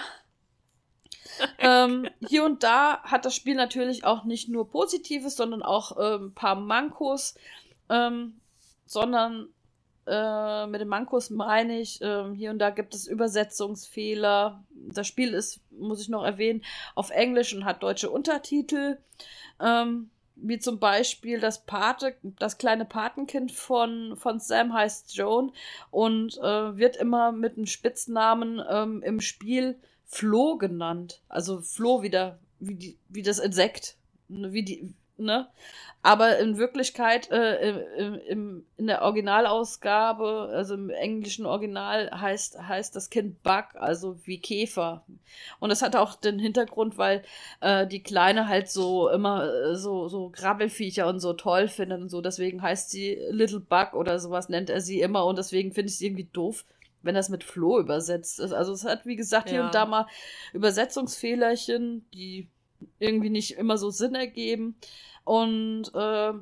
[SPEAKER 1] ähm, hier und da hat das Spiel natürlich auch nicht nur Positives, sondern auch äh, ein paar Mankos. Ähm, sondern äh, mit den Mankos meine ich, äh, hier und da gibt es Übersetzungsfehler. Das Spiel ist, muss ich noch erwähnen, auf Englisch und hat deutsche Untertitel. Ähm, wie zum Beispiel das Pate, das kleine Patenkind von, von Sam heißt Joan und äh, wird immer mit einem Spitznamen ähm, im Spiel Flo genannt. Also Flo wieder, wie, die, wie das Insekt. Wie die, ne? Aber in Wirklichkeit, äh, im, im, in der Originalausgabe, also im englischen Original, heißt, heißt das Kind Bug, also wie Käfer. Und das hat auch den Hintergrund, weil äh, die Kleine halt so immer äh, so, so Grabbelfiecher und so toll findet und so. Deswegen heißt sie Little Bug oder sowas nennt er sie immer. Und deswegen finde ich es irgendwie doof, wenn das mit Flo übersetzt ist. Also es hat, wie gesagt, hier
[SPEAKER 2] Ja.
[SPEAKER 1] und da mal Übersetzungsfehlerchen, die irgendwie nicht immer so Sinn ergeben. Und äh,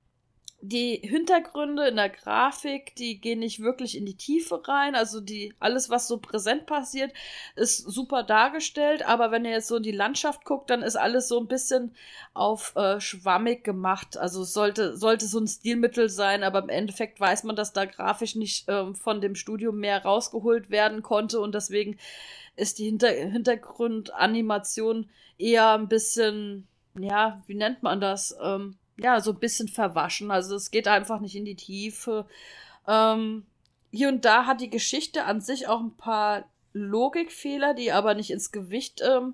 [SPEAKER 1] die Hintergründe in der Grafik, die gehen nicht wirklich in die Tiefe rein. Also die alles, was so präsent passiert, ist super dargestellt. Aber wenn ihr jetzt so in die Landschaft guckt, dann ist alles so ein bisschen auf äh, schwammig gemacht. Also es sollte, sollte so ein Stilmittel sein, aber im Endeffekt weiß man, dass da grafisch nicht ähm, von dem Studio mehr rausgeholt werden konnte. Und deswegen ist die Hinter- Hintergrundanimation eher ein bisschen, ja, wie nennt man das? Ähm, ja, so ein bisschen verwaschen. Also es geht einfach nicht in die Tiefe. Ähm, hier und da hat die Geschichte an sich auch ein paar Logikfehler, die aber nicht ins Gewicht ähm,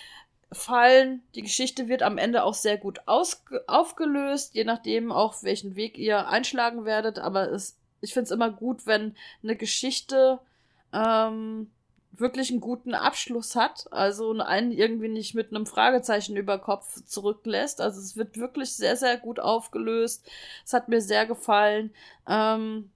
[SPEAKER 1] fallen. Die Geschichte wird am Ende auch sehr gut ausge- aufgelöst, je nachdem auch, welchen Weg ihr einschlagen werdet. Aber es, ich finde es immer gut, wenn eine Geschichte ähm, wirklich einen guten Abschluss hat, also einen irgendwie nicht mit einem Fragezeichen über Kopf zurücklässt. Also es wird wirklich sehr, sehr gut aufgelöst. Es hat mir sehr gefallen. Ähm,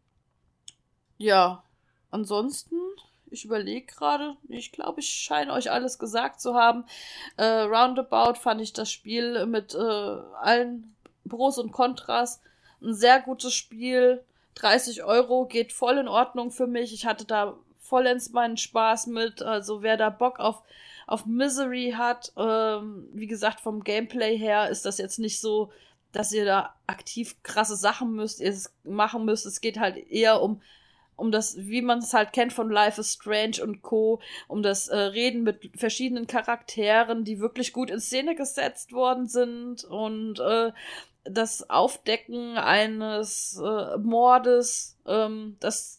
[SPEAKER 1] ja, ansonsten, ich überlege gerade, ich glaube, ich scheine euch alles gesagt zu haben. Äh, roundabout fand ich das Spiel mit äh, allen Pros und Kontras ein sehr gutes Spiel. dreißig Euro geht voll in Ordnung für mich. Ich hatte da vollends meinen Spaß mit. Also wer da Bock auf, auf Misery hat, ähm, wie gesagt, vom Gameplay her ist das jetzt nicht so, dass ihr da aktiv krasse Sachen müsst, ihr es machen müsst. Es geht halt eher um, um das, wie man es halt kennt von Life is Strange und Co., um das äh, Reden mit verschiedenen Charakteren, die wirklich gut in Szene gesetzt worden sind und äh, das Aufdecken eines äh, Mordes, ähm, das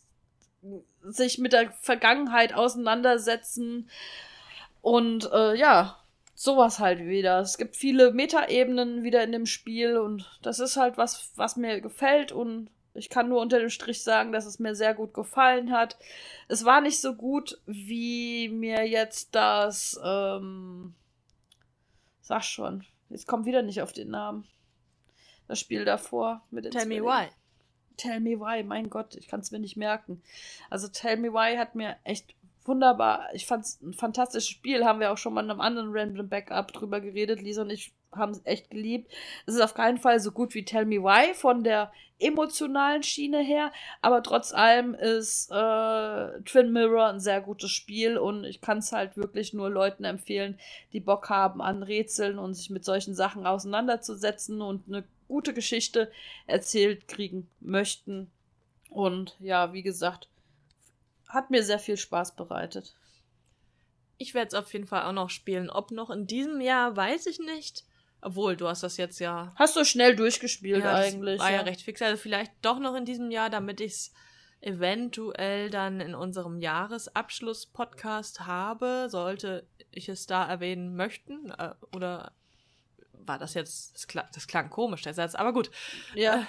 [SPEAKER 1] sich mit der Vergangenheit auseinandersetzen und äh, ja, sowas halt wieder. Es gibt viele Metaebenen wieder in dem Spiel und das ist halt was, was mir gefällt und ich kann nur unter dem Strich sagen, dass es mir sehr gut gefallen hat. Es war nicht so gut, wie mir jetzt das, ähm, sag schon, jetzt kommt wieder nicht auf den Namen. Das Spiel davor mit den
[SPEAKER 2] Tell me
[SPEAKER 1] Zwillingen.
[SPEAKER 2] why.
[SPEAKER 1] Tell me why, mein Gott, ich kann es mir nicht merken. Also Tell me why hat mir echt wunderbar, ich fand es ein fantastisches Spiel, haben wir auch schon mal in einem anderen Random Backup drüber geredet, Lisa und ich haben es echt geliebt. Es ist auf keinen Fall so gut wie Tell me why von der emotionalen Schiene her, aber trotz allem ist äh, Twin Mirror ein sehr gutes Spiel und ich kann es halt wirklich nur Leuten empfehlen, die Bock haben an Rätseln und sich mit solchen Sachen auseinanderzusetzen und eine gute Geschichte erzählt kriegen möchten. Und ja, wie gesagt, hat mir sehr viel Spaß bereitet.
[SPEAKER 2] Ich werde es auf jeden Fall auch noch spielen. Ob noch in diesem Jahr, weiß ich nicht. Obwohl, du hast das jetzt ja...
[SPEAKER 1] Hast du schnell durchgespielt
[SPEAKER 2] ja,
[SPEAKER 1] eigentlich.
[SPEAKER 2] war ja.
[SPEAKER 1] ja
[SPEAKER 2] recht fix. Also vielleicht doch noch in diesem Jahr, damit ich es eventuell dann in unserem Jahresabschluss-Podcast habe, sollte ich es da erwähnen möchten. Äh, oder war das jetzt... Das klang, das klang komisch, der Satz. Aber gut.
[SPEAKER 1] Ja.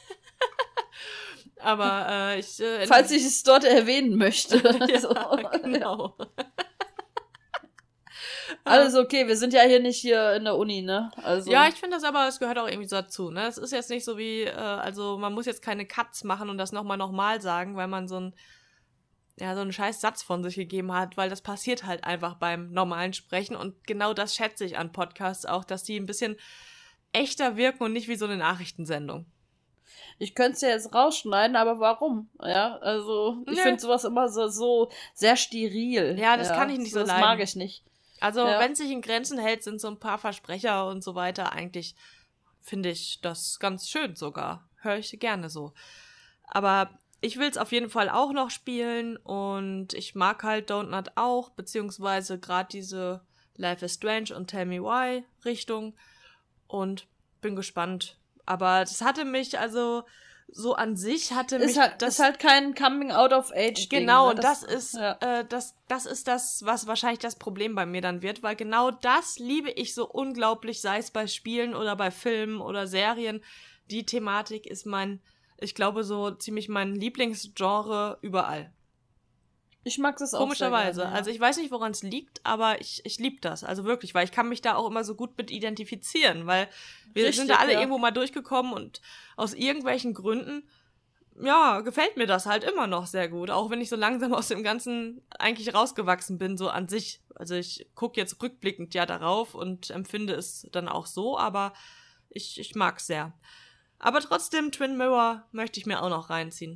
[SPEAKER 2] Aber äh, ich... Äh,
[SPEAKER 1] Falls ich es dort erwähnen möchte.
[SPEAKER 2] ja,
[SPEAKER 1] so.
[SPEAKER 2] genau.
[SPEAKER 1] Alles okay, wir sind ja hier nicht hier in der Uni, ne? Also.
[SPEAKER 2] Ja, ich finde das aber, es gehört auch irgendwie so dazu, ne? Es ist jetzt nicht so wie, äh, also man muss jetzt keine Cuts machen und das nochmal nochmal sagen, weil man so ein, ja, so einen scheiß Satz von sich gegeben hat, weil das passiert halt einfach beim normalen Sprechen und genau das schätze ich an Podcasts auch, dass die ein bisschen echter wirken und nicht wie so eine Nachrichtensendung.
[SPEAKER 1] Ich könnte es ja jetzt rausschneiden, aber warum? Ja, also ich
[SPEAKER 2] Nee.
[SPEAKER 1] finde sowas immer so, so sehr steril.
[SPEAKER 2] Ja, das kann ich nicht so
[SPEAKER 1] Das
[SPEAKER 2] leiden.
[SPEAKER 1] mag ich nicht.
[SPEAKER 2] Also,
[SPEAKER 1] Ja.
[SPEAKER 2] wenn es sich in Grenzen hält, sind so ein paar Versprecher und so weiter. Eigentlich finde ich das ganz schön sogar. Höre ich gerne so. Aber ich will es auf jeden Fall auch noch spielen und ich mag halt Don't Not auch, beziehungsweise gerade diese Life is Strange und Tell Me Why Richtung und bin gespannt. Aber das hatte mich, also so an sich hatte mich
[SPEAKER 1] Ist halt,
[SPEAKER 2] das
[SPEAKER 1] ist halt kein Coming-out-of-Age-Ding.
[SPEAKER 2] genau,
[SPEAKER 1] ne?
[SPEAKER 2] und das, ist
[SPEAKER 1] ja.
[SPEAKER 2] äh, das, das ist das, was wahrscheinlich das Problem bei mir dann wird, weil genau das liebe ich so unglaublich, sei es bei Spielen oder bei Filmen oder Serien. Die Thematik ist mein, ich glaube, so ziemlich mein Lieblingsgenre überall.
[SPEAKER 1] Ich mag das auch
[SPEAKER 2] Komischerweise.
[SPEAKER 1] sehr gerne, ja.
[SPEAKER 2] Also ich weiß nicht, woran es liegt, aber ich, ich liebe das. Also wirklich, weil ich kann mich da auch immer so gut mit identifizieren, weil wir
[SPEAKER 1] Richtig,
[SPEAKER 2] sind da alle
[SPEAKER 1] ja.
[SPEAKER 2] irgendwo mal durchgekommen und aus irgendwelchen Gründen, ja, gefällt mir das halt immer noch sehr gut. Auch wenn ich so langsam aus dem Ganzen eigentlich rausgewachsen bin, so an sich. Also ich gucke jetzt rückblickend ja darauf und empfinde es dann auch so, aber ich, ich mag es sehr. Aber trotzdem, Twin Mirror möchte ich mir auch noch reinziehen.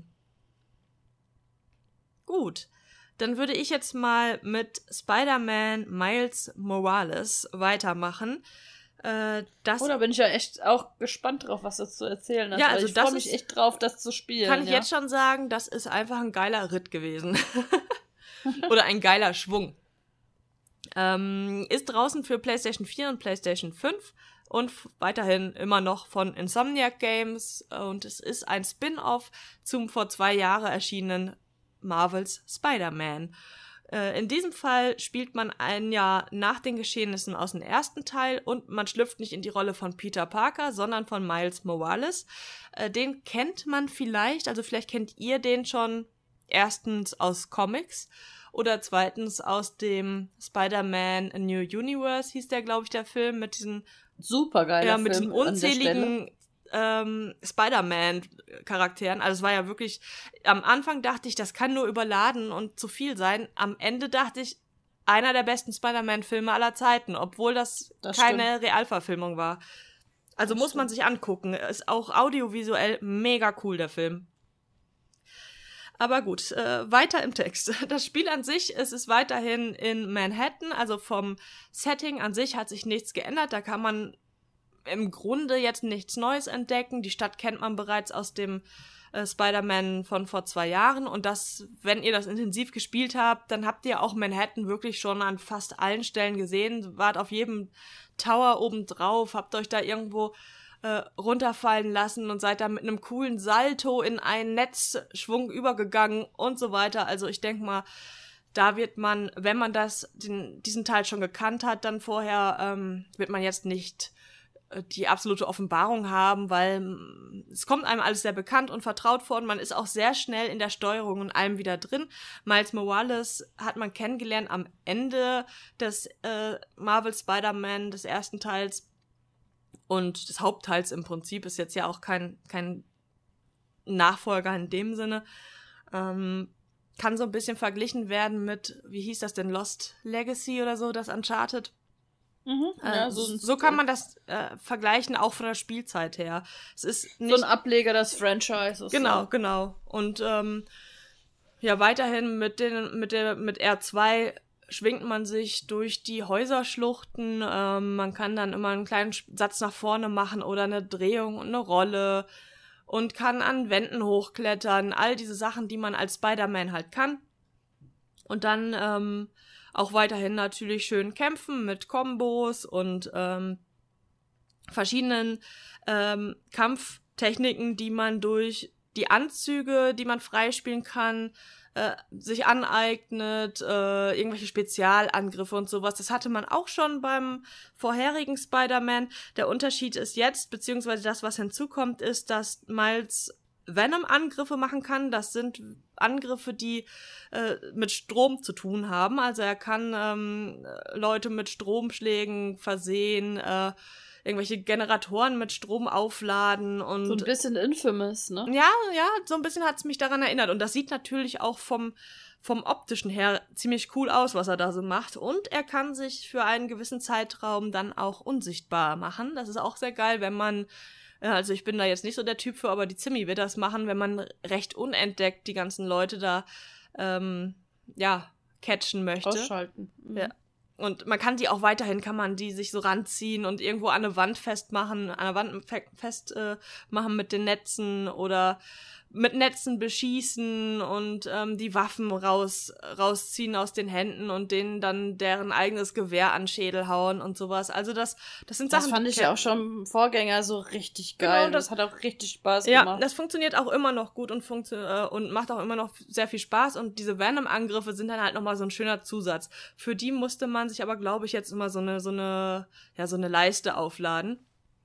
[SPEAKER 2] Gut. Dann würde ich jetzt mal mit Spider-Man Miles Morales weitermachen. Äh, das
[SPEAKER 1] Oh, da bin ich ja echt auch gespannt drauf, was du zu erzählen hast.
[SPEAKER 2] Ja,
[SPEAKER 1] weil
[SPEAKER 2] also
[SPEAKER 1] ich
[SPEAKER 2] das
[SPEAKER 1] freue mich
[SPEAKER 2] ist-
[SPEAKER 1] echt drauf, das zu spielen.
[SPEAKER 2] kann ich
[SPEAKER 1] ja.
[SPEAKER 2] jetzt schon sagen, das ist einfach ein geiler Ritt gewesen. Oder ein geiler Schwung. Ähm, ist draußen für PlayStation vier und PlayStation fünf und f- weiterhin immer noch von Insomniac Games. Und es ist ein Spin-off zum vor zwei Jahren erschienenen Marvels Spider-Man. Äh, in diesem Fall spielt man ein Jahr nach den Geschehnissen aus dem ersten Teil und man schlüpft nicht in die Rolle von Peter Parker, sondern von Miles Morales. Äh, den kennt man vielleicht, also vielleicht kennt ihr den schon erstens aus Comics oder zweitens aus dem Spider-Man A New Universe, hieß der, glaube ich, der Film, mit diesen,
[SPEAKER 1] Super geiler
[SPEAKER 2] ja, mit
[SPEAKER 1] Film
[SPEAKER 2] diesen
[SPEAKER 1] an der Stelle.
[SPEAKER 2] unzähligen ähm, Spider-Man-Charakteren. Also es war ja wirklich, am Anfang dachte ich, das kann nur überladen und zu viel sein. Am Ende dachte ich, einer der besten Spider-Man-Filme aller Zeiten, obwohl das,
[SPEAKER 1] Das
[SPEAKER 2] keine Realverfilmung war. Also
[SPEAKER 1] Das
[SPEAKER 2] muss man sich angucken. Ist auch audiovisuell mega cool, der Film. Aber gut, äh, weiter im Text. Das Spiel an sich, es ist weiterhin in Manhattan, also vom Setting an sich hat sich nichts geändert. Da kann man im Grunde jetzt nichts Neues entdecken. Die Stadt kennt man bereits aus dem äh, Spider-Man von vor zwei Jahren. Und das, wenn ihr das intensiv gespielt habt, dann habt ihr auch Manhattan wirklich schon an fast allen Stellen gesehen. Wart auf jedem Tower oben drauf, habt euch da irgendwo äh, runterfallen lassen und seid da mit einem coolen Salto in einen Netzschwung übergegangen und so weiter. Also ich denke mal, da wird man, wenn man das, den, diesen Teil schon gekannt hat, dann vorher, ähm, wird man jetzt nicht äh, die absolute Offenbarung haben, weil mh, es kommt einem alles sehr bekannt und vertraut vor und man ist auch sehr schnell in der Steuerung und allem wieder drin. Miles Morales hat man kennengelernt am Ende des äh, Marvel Spider-Man, des ersten Teils und des Hauptteils im Prinzip, ist jetzt ja auch kein, kein Nachfolger in dem Sinne. Ähm, kann so ein bisschen verglichen werden mit, wie hieß das denn, Lost Legacy oder so, das Uncharted.
[SPEAKER 1] Mhm,
[SPEAKER 2] äh,
[SPEAKER 1] ja,
[SPEAKER 2] so,
[SPEAKER 1] so,
[SPEAKER 2] so kann man das äh, vergleichen, auch von der Spielzeit her. Es ist nicht,
[SPEAKER 1] so ein Ableger des Franchises.
[SPEAKER 2] genau,
[SPEAKER 1] ja.
[SPEAKER 2] genau. Und ähm, ja, weiterhin mit den, mit der, mit R zwei schwingt man sich durch die Häuserschluchten. Ähm, man kann dann immer einen kleinen Satz nach vorne machen oder eine Drehung und eine Rolle und kann an Wänden hochklettern. All diese Sachen, die man als Spider-Man halt kann. Und dann ähm, auch weiterhin natürlich schön kämpfen mit Kombos und ähm, verschiedenen ähm, Kampftechniken, die man durch die Anzüge, die man freispielen kann, äh, sich aneignet, äh, irgendwelche Spezialangriffe und sowas. Das hatte man auch schon beim vorherigen Spider-Man. Der Unterschied ist jetzt, beziehungsweise das, was hinzukommt, ist, dass Miles Venom-Angriffe machen kann. Das sind Angriffe, die äh, mit Strom zu tun haben. Also er kann ähm, Leute mit Stromschlägen versehen, äh, irgendwelche Generatoren mit Strom aufladen und
[SPEAKER 1] So ein bisschen Infamous, ne?
[SPEAKER 2] ja, ja, so ein bisschen hat's mich daran erinnert. Und das sieht natürlich auch vom, vom optischen her ziemlich cool aus, was er da so macht. Und er kann sich für einen gewissen Zeitraum dann auch unsichtbar machen. Das ist auch sehr geil, wenn man, also ich bin da jetzt nicht so der Typ für, aber die Zimmi wird das machen, wenn man recht unentdeckt die ganzen Leute da, ähm, ja, catchen möchte.
[SPEAKER 1] Ausschalten. Mhm.
[SPEAKER 2] Ja. Und man kann die auch weiterhin, kann man die sich so ranziehen und irgendwo an eine Wand festmachen, an der Wand fe- festmachen äh, machen mit den Netzen oder mit Netzen beschießen und ähm, die Waffen raus rausziehen aus den Händen und denen dann deren eigenes Gewehr an den Schädel hauen und sowas. Also das, das sind
[SPEAKER 1] Das
[SPEAKER 2] Sachen.
[SPEAKER 1] fand ich ja auch schon im Vorgänger so richtig geil.
[SPEAKER 2] Genau, das-
[SPEAKER 1] das, das hat auch richtig Spaß
[SPEAKER 2] Ja,
[SPEAKER 1] gemacht.
[SPEAKER 2] das funktioniert auch immer noch gut und funktio- äh, und macht auch immer noch sehr viel Spaß. Und diese Venom-Angriffe sind dann halt nochmal so ein schöner Zusatz. Für die musste man sich aber, glaube ich, jetzt immer so eine, so eine, ja, so eine Leiste aufladen.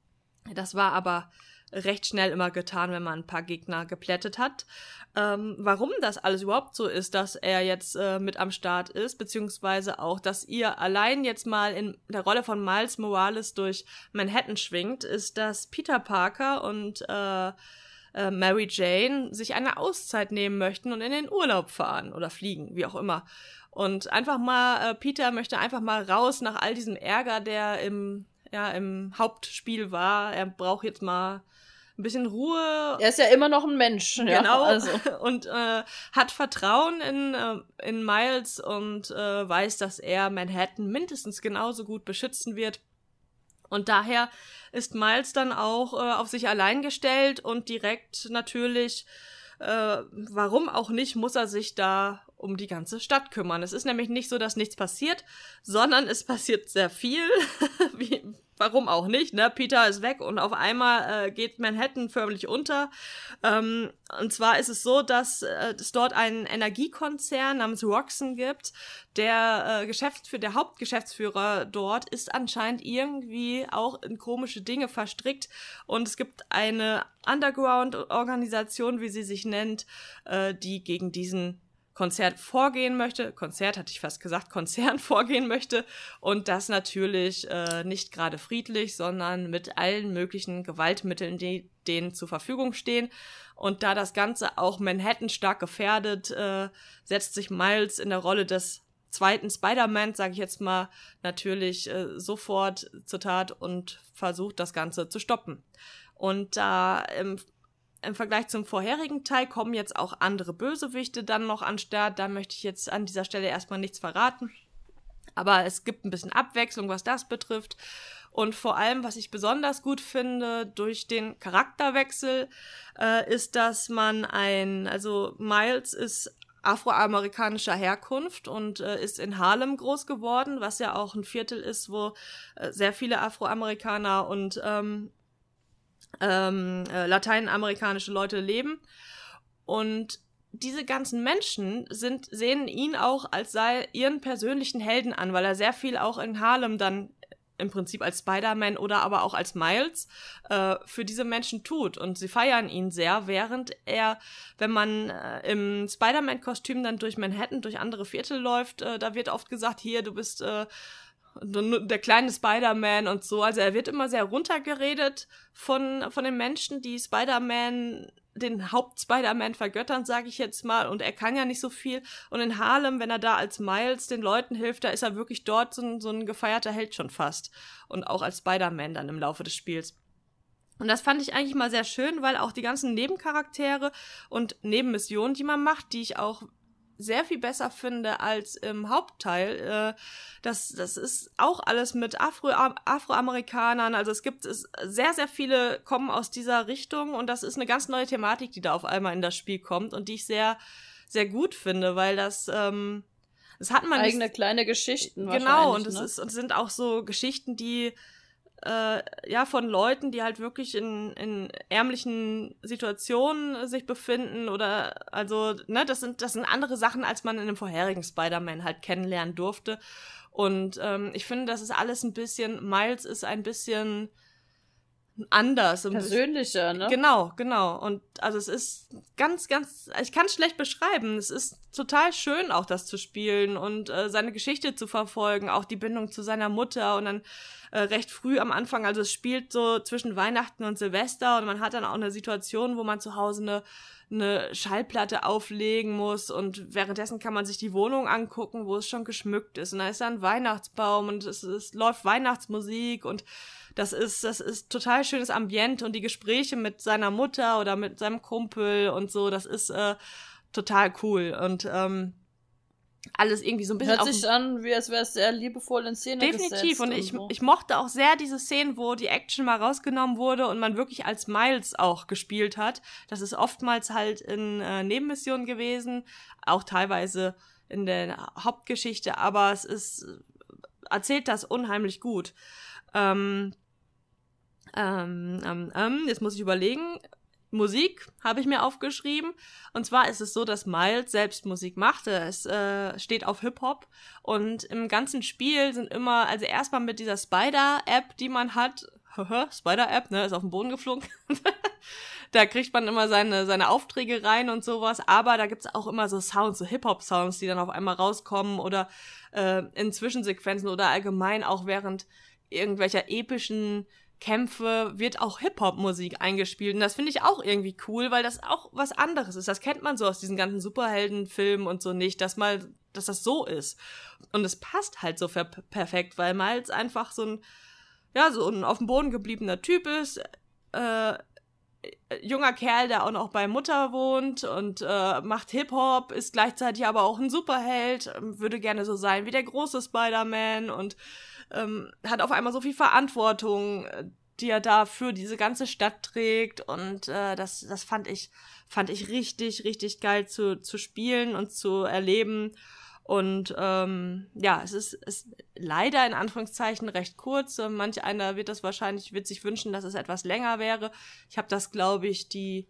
[SPEAKER 2] Das war aber recht schnell immer getan, wenn man ein paar Gegner geplättet hat. Ähm, warum das alles überhaupt so ist, dass er jetzt äh, mit am Start ist, beziehungsweise auch, dass ihr allein jetzt mal in der Rolle von Miles Morales durch Manhattan schwingt, ist, dass Peter Parker und äh, äh, Mary Jane sich eine Auszeit nehmen möchten und in den Urlaub fahren oder fliegen, wie auch immer. Und einfach mal, äh, Peter möchte einfach mal raus nach all diesem Ärger, der im, ja, im Hauptspiel war. Er braucht jetzt mal ein bisschen Ruhe.
[SPEAKER 1] Er ist ja immer noch ein Mensch. Ja,
[SPEAKER 2] Genau,
[SPEAKER 1] also.
[SPEAKER 2] und äh, hat Vertrauen in, äh, in Miles und äh, weiß, dass er Manhattan mindestens genauso gut beschützen wird. Und daher ist Miles dann auch äh, auf sich allein gestellt und direkt natürlich, äh, warum auch nicht, muss er sich da um die ganze Stadt kümmern. Es ist nämlich nicht so, dass nichts passiert, sondern es passiert sehr viel. Wie, warum auch nicht, ne? Peter ist weg und auf einmal äh, geht Manhattan förmlich unter. Ähm, und zwar ist es so, dass äh, es dort einen Energiekonzern namens Roxxon gibt. Der äh, Geschäftsführer, der Hauptgeschäftsführer dort ist anscheinend irgendwie auch in komische Dinge verstrickt. Und es gibt eine Underground-Organisation, wie sie sich nennt, äh, die gegen diesen Konzert vorgehen möchte, Konzert hatte ich fast gesagt, Konzern vorgehen möchte und das natürlich äh, nicht gerade friedlich, sondern mit allen möglichen Gewaltmitteln, die denen zur Verfügung stehen. Und da das Ganze auch Manhattan stark gefährdet, äh, setzt sich Miles in der Rolle des zweiten Spider-Man, sage ich jetzt mal, natürlich äh, sofort zur Tat und versucht das Ganze zu stoppen. Und da im Im Vergleich zum vorherigen Teil kommen jetzt auch andere Bösewichte dann noch an den Start. Da möchte ich jetzt an dieser Stelle erstmal nichts verraten. Aber es gibt ein bisschen Abwechslung, was das betrifft. Und vor allem, was ich besonders gut finde durch den Charakterwechsel, äh, ist, dass man ein, also Miles ist afroamerikanischer Herkunft und äh, ist in Harlem groß geworden, was ja auch ein Viertel ist, wo äh, sehr viele Afroamerikaner und ähm, Ähm, äh, lateinamerikanische Leute leben. Und diese ganzen Menschen sind, sehen ihn auch als sei ihren persönlichen Helden an, weil er sehr viel auch in Harlem dann im Prinzip als Spider-Man oder aber auch als Miles äh, für diese Menschen tut. Und sie feiern ihn sehr, während er, wenn man äh, im Spider-Man-Kostüm dann durch Manhattan, durch andere Viertel läuft, äh, da wird oft gesagt, hier, du bist äh, der kleine Spider-Man und so. Also er wird immer sehr runtergeredet von, von den Menschen, die Spider-Man, den Haupt-Spider-Man vergöttern, sage ich jetzt mal. Und er kann ja nicht so viel. Und in Harlem, wenn er da als Miles den Leuten hilft, da ist er wirklich dort so ein, so ein gefeierter Held schon fast. Und auch als Spider-Man dann im Laufe des Spiels. Und das fand ich eigentlich mal sehr schön, weil auch die ganzen Nebencharaktere und Nebenmissionen, die man macht, die ich auch sehr viel besser finde als im Hauptteil. Äh, das, das ist auch alles mit Afro, Afroamerikanern. Also es gibt es, sehr, sehr viele kommen aus dieser Richtung und das ist eine ganz neue Thematik, die da auf einmal in das Spiel kommt und die ich sehr, sehr gut finde, weil das, ähm, das hat man
[SPEAKER 1] eigene
[SPEAKER 2] nicht,
[SPEAKER 1] kleine Geschichten
[SPEAKER 2] genau, und es
[SPEAKER 1] ne?
[SPEAKER 2] ist, und es sind auch so Geschichten, die Äh, ja, von Leuten, die halt wirklich in, in ärmlichen Situationen sich befinden oder, also, ne, das sind, das sind andere Sachen, als man in dem vorherigen Spider-Man halt kennenlernen durfte. Und ähm, ich finde, das ist alles ein bisschen, Miles ist ein bisschen anders.
[SPEAKER 1] Persönlicher, ne?
[SPEAKER 2] Genau, genau. Und also es ist ganz, ganz, ich kann es schlecht beschreiben. Es ist total schön, auch das zu spielen und äh, seine Geschichte zu verfolgen, auch die Bindung zu seiner Mutter und dann äh, recht früh am Anfang, also es spielt so zwischen Weihnachten und Silvester und man hat dann auch eine Situation, wo man zu Hause eine eine Schallplatte auflegen muss und währenddessen kann man sich die Wohnung angucken, wo es schon geschmückt ist und da ist da ein Weihnachtsbaum und es, es läuft Weihnachtsmusik und das ist, das ist total schönes Ambiente und die Gespräche mit seiner Mutter oder mit seinem Kumpel und so, das ist äh, total cool und ähm, alles irgendwie so ein bisschen.
[SPEAKER 1] Hört sich an, wie als wäre es sehr liebevoll in Szene gesetzt.
[SPEAKER 2] Definitiv. Und, und ich,
[SPEAKER 1] so.
[SPEAKER 2] ich mochte auch sehr diese Szenen, wo die Action mal rausgenommen wurde und man wirklich als Miles auch gespielt hat. Das ist oftmals halt in äh, Nebenmissionen gewesen, auch teilweise in der Hauptgeschichte, aber es ist, erzählt das unheimlich gut. Ähm, ähm, ähm, ähm, jetzt muss ich überlegen. Musik habe ich mir aufgeschrieben. Und zwar ist es so, dass Miles selbst Musik macht. Es äh, steht auf Hip-Hop. Und im ganzen Spiel sind immer, also erstmal mit dieser Spider-App, die man hat, Spider-App, ne, ist auf den Boden geflogen. Da kriegt man immer seine, seine Aufträge rein und sowas. Aber da gibt's auch immer so Sounds, so Hip-Hop-Sounds, die dann auf einmal rauskommen oder äh, in Zwischensequenzen oder allgemein auch während irgendwelcher epischen Kämpfe wird auch Hip-Hop-Musik eingespielt. Und das finde ich auch irgendwie cool, weil das auch was anderes ist. Das kennt man so aus diesen ganzen Superheldenfilmen und so nicht, dass mal, dass das so ist. Und es passt halt so per- perfekt, weil Miles einfach so ein, ja, so ein auf dem Boden gebliebener Typ ist, äh, junger Kerl, der auch noch bei Mutter wohnt und äh, macht Hip-Hop, ist gleichzeitig aber auch ein Superheld, würde gerne so sein wie der große Spider-Man und ähm, hat auf einmal so viel Verantwortung, die er da für diese ganze Stadt trägt und äh, das, das fand ich, fand ich richtig, richtig geil zu, zu spielen und zu erleben. Und ähm, ja, es ist, ist leider in Anführungszeichen recht kurz. Manch einer wird das wahrscheinlich, wird sich wünschen, dass es etwas länger wäre. Ich habe das, glaube ich, die,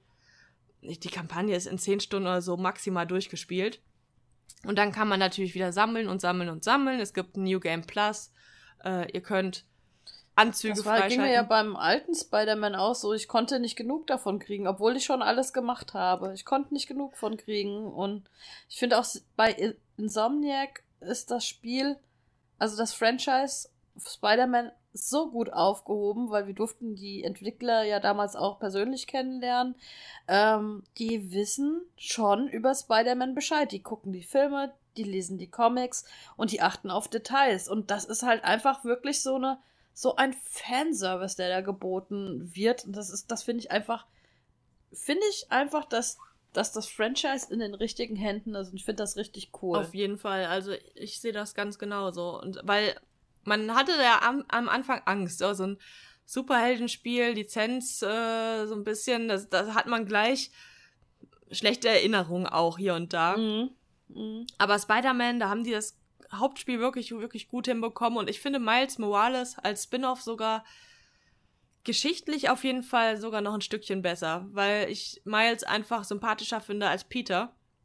[SPEAKER 2] die Kampagne ist in zehn Stunden oder so maximal durchgespielt. Und dann kann man natürlich wieder sammeln und sammeln und sammeln. Es gibt ein New Game Plus. Äh, ihr könnt Anzüge
[SPEAKER 1] das war,
[SPEAKER 2] freischalten.
[SPEAKER 1] ging mir ja beim alten Spider-Man auch so. Ich konnte nicht genug davon kriegen, obwohl ich schon alles gemacht habe. Ich konnte nicht genug von kriegen. Und ich finde auch bei Insomniac ist das Spiel, also das Franchise Spider-Man so gut aufgehoben, weil wir durften die Entwickler ja damals auch persönlich kennenlernen. Ähm, die wissen schon über Spider-Man Bescheid. Die gucken die Filme, die lesen die Comics und die achten auf Details. Und das ist halt einfach wirklich so eine so ein Fanservice, der da geboten wird. Und das ist, das finde ich einfach, finde ich einfach, dass, dass das Franchise in den richtigen Händen ist. Und ich finde das richtig cool.
[SPEAKER 2] Auf jeden Fall. Also ich sehe das ganz genauso. Und weil man hatte ja am, am Anfang Angst, so ein Superheldenspiel, Lizenz, äh, so ein bisschen, das, das hat man gleich schlechte Erinnerungen auch hier und da.
[SPEAKER 1] Mhm. Mhm.
[SPEAKER 2] Aber Spider-Man, da haben die das Hauptspiel wirklich, wirklich gut hinbekommen und ich finde Miles Morales als Spin-off sogar geschichtlich auf jeden Fall sogar noch ein Stückchen besser, weil ich Miles einfach sympathischer finde als Peter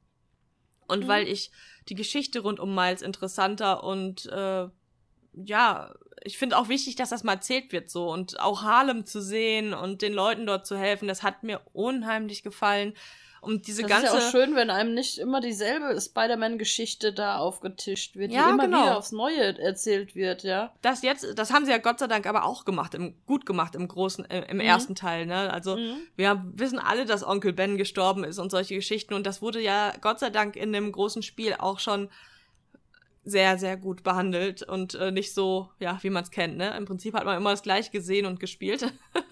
[SPEAKER 2] Und mhm. weil ich die Geschichte rund um Miles interessanter und äh, ja, ich finde auch wichtig, dass das mal erzählt wird so und auch Harlem zu sehen und den Leuten dort zu helfen, das hat mir unheimlich gefallen. Und diese
[SPEAKER 1] das
[SPEAKER 2] ganze...
[SPEAKER 1] ist ja auch schön, wenn einem nicht immer dieselbe Spider-Man-Geschichte da aufgetischt wird,
[SPEAKER 2] ja,
[SPEAKER 1] die immer
[SPEAKER 2] genau.
[SPEAKER 1] wieder aufs Neue erzählt wird, ja.
[SPEAKER 2] Das jetzt, das haben sie ja Gott sei Dank aber auch gemacht, im, gut gemacht im großen, äh, im mhm. ersten Teil, ne? Also mhm. wir wissen alle, dass Onkel Ben gestorben ist und solche Geschichten und das wurde ja Gott sei Dank in dem großen Spiel auch schon sehr, sehr gut behandelt und äh, nicht so, ja, wie man es kennt, ne? Im Prinzip hat man immer das Gleiche gesehen und gespielt.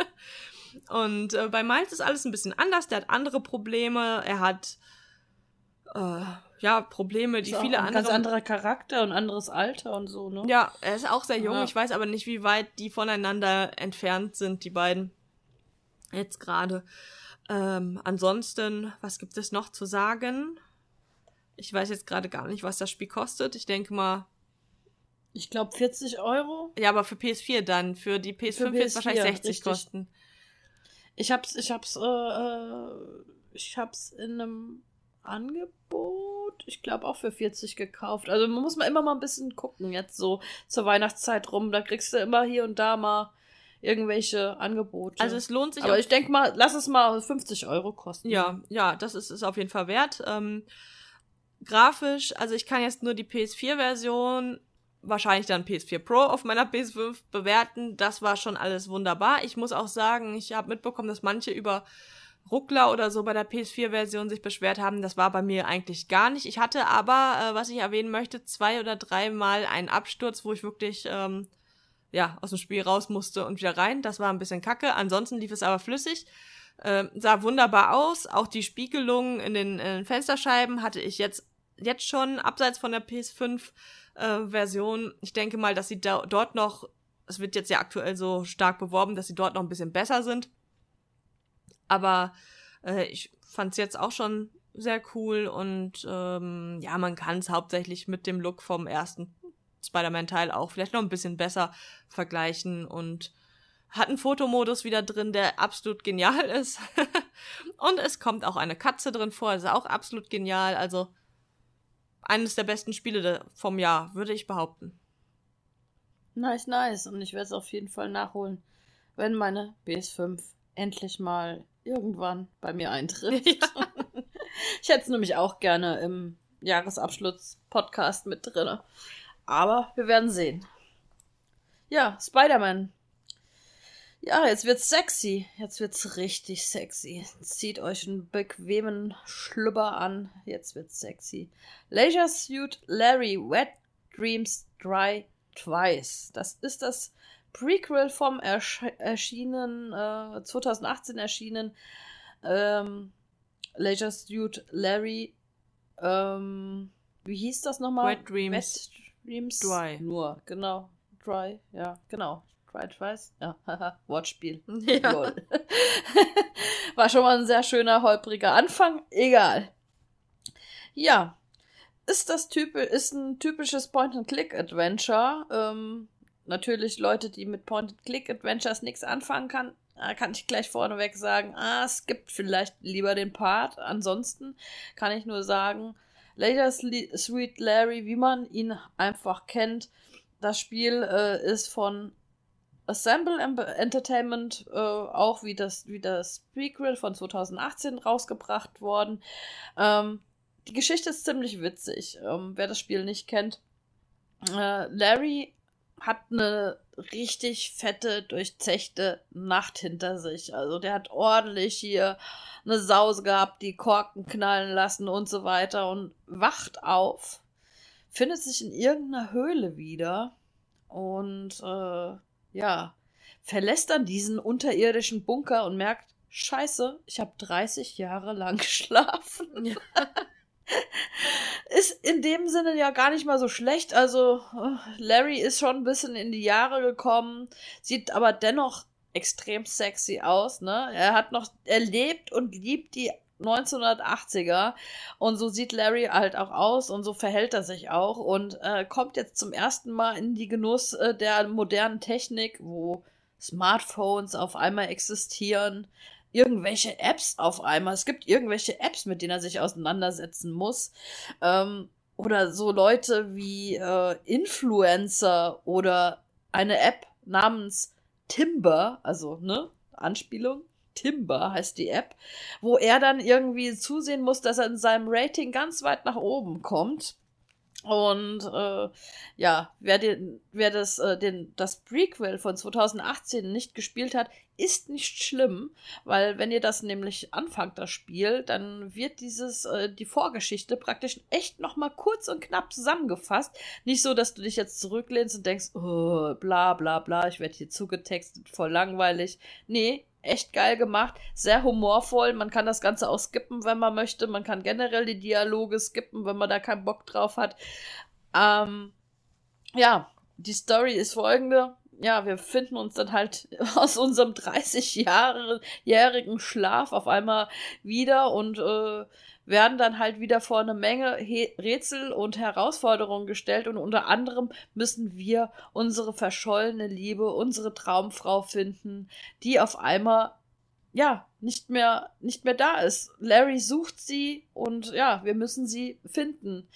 [SPEAKER 2] Und äh, bei Miles ist alles ein bisschen anders. Der hat andere Probleme. Er hat äh, ja Probleme, die
[SPEAKER 1] ist
[SPEAKER 2] viele
[SPEAKER 1] auch ein
[SPEAKER 2] andere.
[SPEAKER 1] Ganz anderer Charakter und anderes Alter und so, ne?
[SPEAKER 2] Ja, er ist auch sehr jung.
[SPEAKER 1] Ja.
[SPEAKER 2] Ich weiß aber nicht, wie weit die voneinander entfernt sind, die beiden. Jetzt gerade. Ähm, ansonsten, was gibt es noch zu sagen? Ich weiß jetzt gerade gar nicht, was das Spiel kostet. Ich denke mal.
[SPEAKER 1] Ich glaube vierzig Euro.
[SPEAKER 2] Ja, aber für P S vier dann. Für die P S fünf wird es wahrscheinlich sechzig richtig. Kosten.
[SPEAKER 1] Ich hab's, ich hab's, äh, ich hab's in einem Angebot, ich glaube auch für vierzig gekauft. Also man muss mal immer mal ein bisschen gucken, jetzt so zur Weihnachtszeit rum. Da kriegst du immer hier und da mal irgendwelche Angebote.
[SPEAKER 2] Also es lohnt sich.
[SPEAKER 1] Aber ich denke mal, lass es mal fünfzig Euro kosten.
[SPEAKER 2] Ja, ja, das ist, ist auf jeden Fall wert. Ähm, grafisch, also ich kann jetzt nur die P S vier Version, wahrscheinlich dann P S vier Pro auf meiner P S fünf bewerten. Das war schon alles wunderbar. Ich muss auch sagen, ich habe mitbekommen, dass manche über Ruckler oder so bei der P S vier Version sich beschwert haben. Das war bei mir eigentlich gar nicht. Ich hatte aber, äh, was ich erwähnen möchte, zwei oder dreimal einen Absturz, wo ich wirklich ähm, ja aus dem Spiel raus musste und wieder rein. Das war ein bisschen kacke. Ansonsten lief es aber flüssig. Äh, sah wunderbar aus. Auch die Spiegelung in den, in den Fensterscheiben hatte ich jetzt, jetzt schon, abseits von der P S fünf Äh, Version. Ich denke mal, dass sie da, dort noch, es wird jetzt ja aktuell so stark beworben, dass sie dort noch ein bisschen besser sind. Aber äh, ich fand es jetzt auch schon sehr cool und ähm, ja, man kann es hauptsächlich mit dem Look vom ersten Spider-Man-Teil auch vielleicht noch ein bisschen besser vergleichen und hat einen Fotomodus wieder drin, der absolut genial ist. Und es kommt auch eine Katze drin vor, das ist auch absolut genial, also eines der besten Spiele vom Jahr, würde ich behaupten.
[SPEAKER 1] Nice, nice. Und ich werde es auf jeden Fall nachholen, wenn meine P S fünf endlich mal irgendwann bei mir eintrifft. Ja. Ich hätte es nämlich auch gerne im Jahresabschluss-Podcast mit drin. Aber wir werden sehen. Ja, Spider-Man. Ja, jetzt wird's sexy. Jetzt wird's richtig sexy. Zieht euch einen bequemen Schlüpper an. Jetzt wird's sexy. Leisure Suit Larry Wet Dreams Dry Twice. Das ist das Prequel vom ersch- erschienen, äh, zwanzig achtzehn erschienen ähm, Leisure Suit Larry ähm, wie hieß das nochmal?
[SPEAKER 2] Wet Dreams.
[SPEAKER 1] Wet Dreams
[SPEAKER 2] Dry.
[SPEAKER 1] Nur, genau. Dry, ja, genau. Dry Twice? Ja, haha, Wortspiel.
[SPEAKER 2] Ja.
[SPEAKER 1] Lol. War schon mal ein sehr schöner, holpriger Anfang. Egal. Ja. Ist das typ- ist ein typisches Point-and-Click-Adventure. Ähm, natürlich Leute, die mit Point-and-Click-Adventures nichts anfangen kann, kann ich gleich vorneweg sagen, ah, es gibt vielleicht lieber den Part. Ansonsten kann ich nur sagen, Leisure Suit Larry, wie man ihn einfach kennt, das Spiel äh, ist von Assemble Entertainment äh, auch wie das, wie das Prequel von zwanzig achtzehn rausgebracht worden. Ähm, die Geschichte ist ziemlich witzig, ähm, wer das Spiel nicht kennt. Äh, Larry hat eine richtig fette, durchzechte Nacht hinter sich. Also der hat ordentlich hier eine Sause gehabt, die Korken knallen lassen und so weiter und wacht auf, findet sich in irgendeiner Höhle wieder und äh, ja, verlässt dann diesen unterirdischen Bunker und merkt, scheiße, ich habe dreißig Jahre lang geschlafen. Ja. Ist in dem Sinne ja gar nicht mal so schlecht. Also Larry ist schon ein bisschen in die Jahre gekommen, sieht aber dennoch extrem sexy aus, ne? Er hat noch, er lebt und liebt die neunzehnhundertachtziger und so sieht Larry halt auch aus und so verhält er sich auch und äh, kommt jetzt zum ersten Mal in die Genuss äh, der modernen Technik, wo Smartphones auf einmal existieren, irgendwelche Apps auf einmal. Es gibt irgendwelche Apps, mit denen er sich auseinandersetzen muss. Ähm, oder so Leute wie äh, Influencer oder eine App namens Timber, also, ne, Anspielung. Timber heißt die App, wo er dann irgendwie zusehen muss, dass er in seinem Rating ganz weit nach oben kommt. Und äh, ja, wer, den, wer das, äh, den, das Prequel von zweitausendachtzehn nicht gespielt hat, ist nicht schlimm, weil wenn ihr das nämlich anfangt, das Spiel, dann wird dieses, äh, die Vorgeschichte praktisch echt nochmal kurz und knapp zusammengefasst. Nicht so, dass du dich jetzt zurücklehnst und denkst, oh, bla bla bla, ich werde hier zugetextet, voll langweilig. Nee, echt geil gemacht, sehr humorvoll, man kann das Ganze auch skippen, wenn man möchte, man kann generell die Dialoge skippen, wenn man da keinen Bock drauf hat. Ähm, ja, die Story ist folgende, ja, wir finden uns dann halt aus unserem dreißig-jährigen Schlaf auf einmal wieder und äh, werden dann halt wieder vor eine Menge He- Rätsel und Herausforderungen gestellt und unter anderem müssen wir unsere verschollene Liebe, unsere Traumfrau finden, die auf einmal, ja, nicht mehr, nicht mehr da ist. Larry sucht sie und ja, wir müssen sie finden.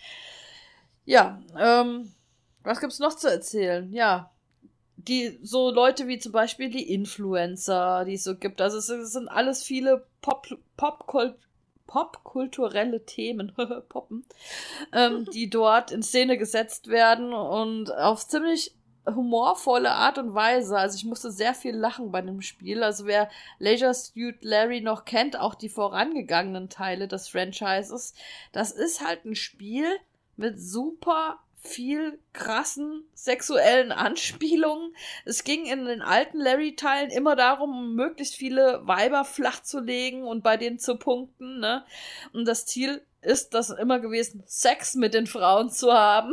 [SPEAKER 1] Ja, ähm, was gibt's noch zu erzählen? Ja, die, so Leute wie zum Beispiel die Influencer, die es so gibt. Also es, es sind alles viele Pop, Popkult popkulturelle Themen, Poppen, ähm, die dort in Szene gesetzt werden und auf ziemlich humorvolle Art und Weise. Also ich musste sehr viel lachen bei dem Spiel. Also wer Leisure Suit Larry noch kennt, auch die vorangegangenen Teile des Franchises, das ist halt ein Spiel mit super viel krassen sexuellen Anspielungen. Es ging in den alten Larry-Teilen immer darum, möglichst viele Weiber flach zu legen und bei denen zu punkten, ne? Und das Ziel ist das immer gewesen, Sex mit den Frauen zu haben.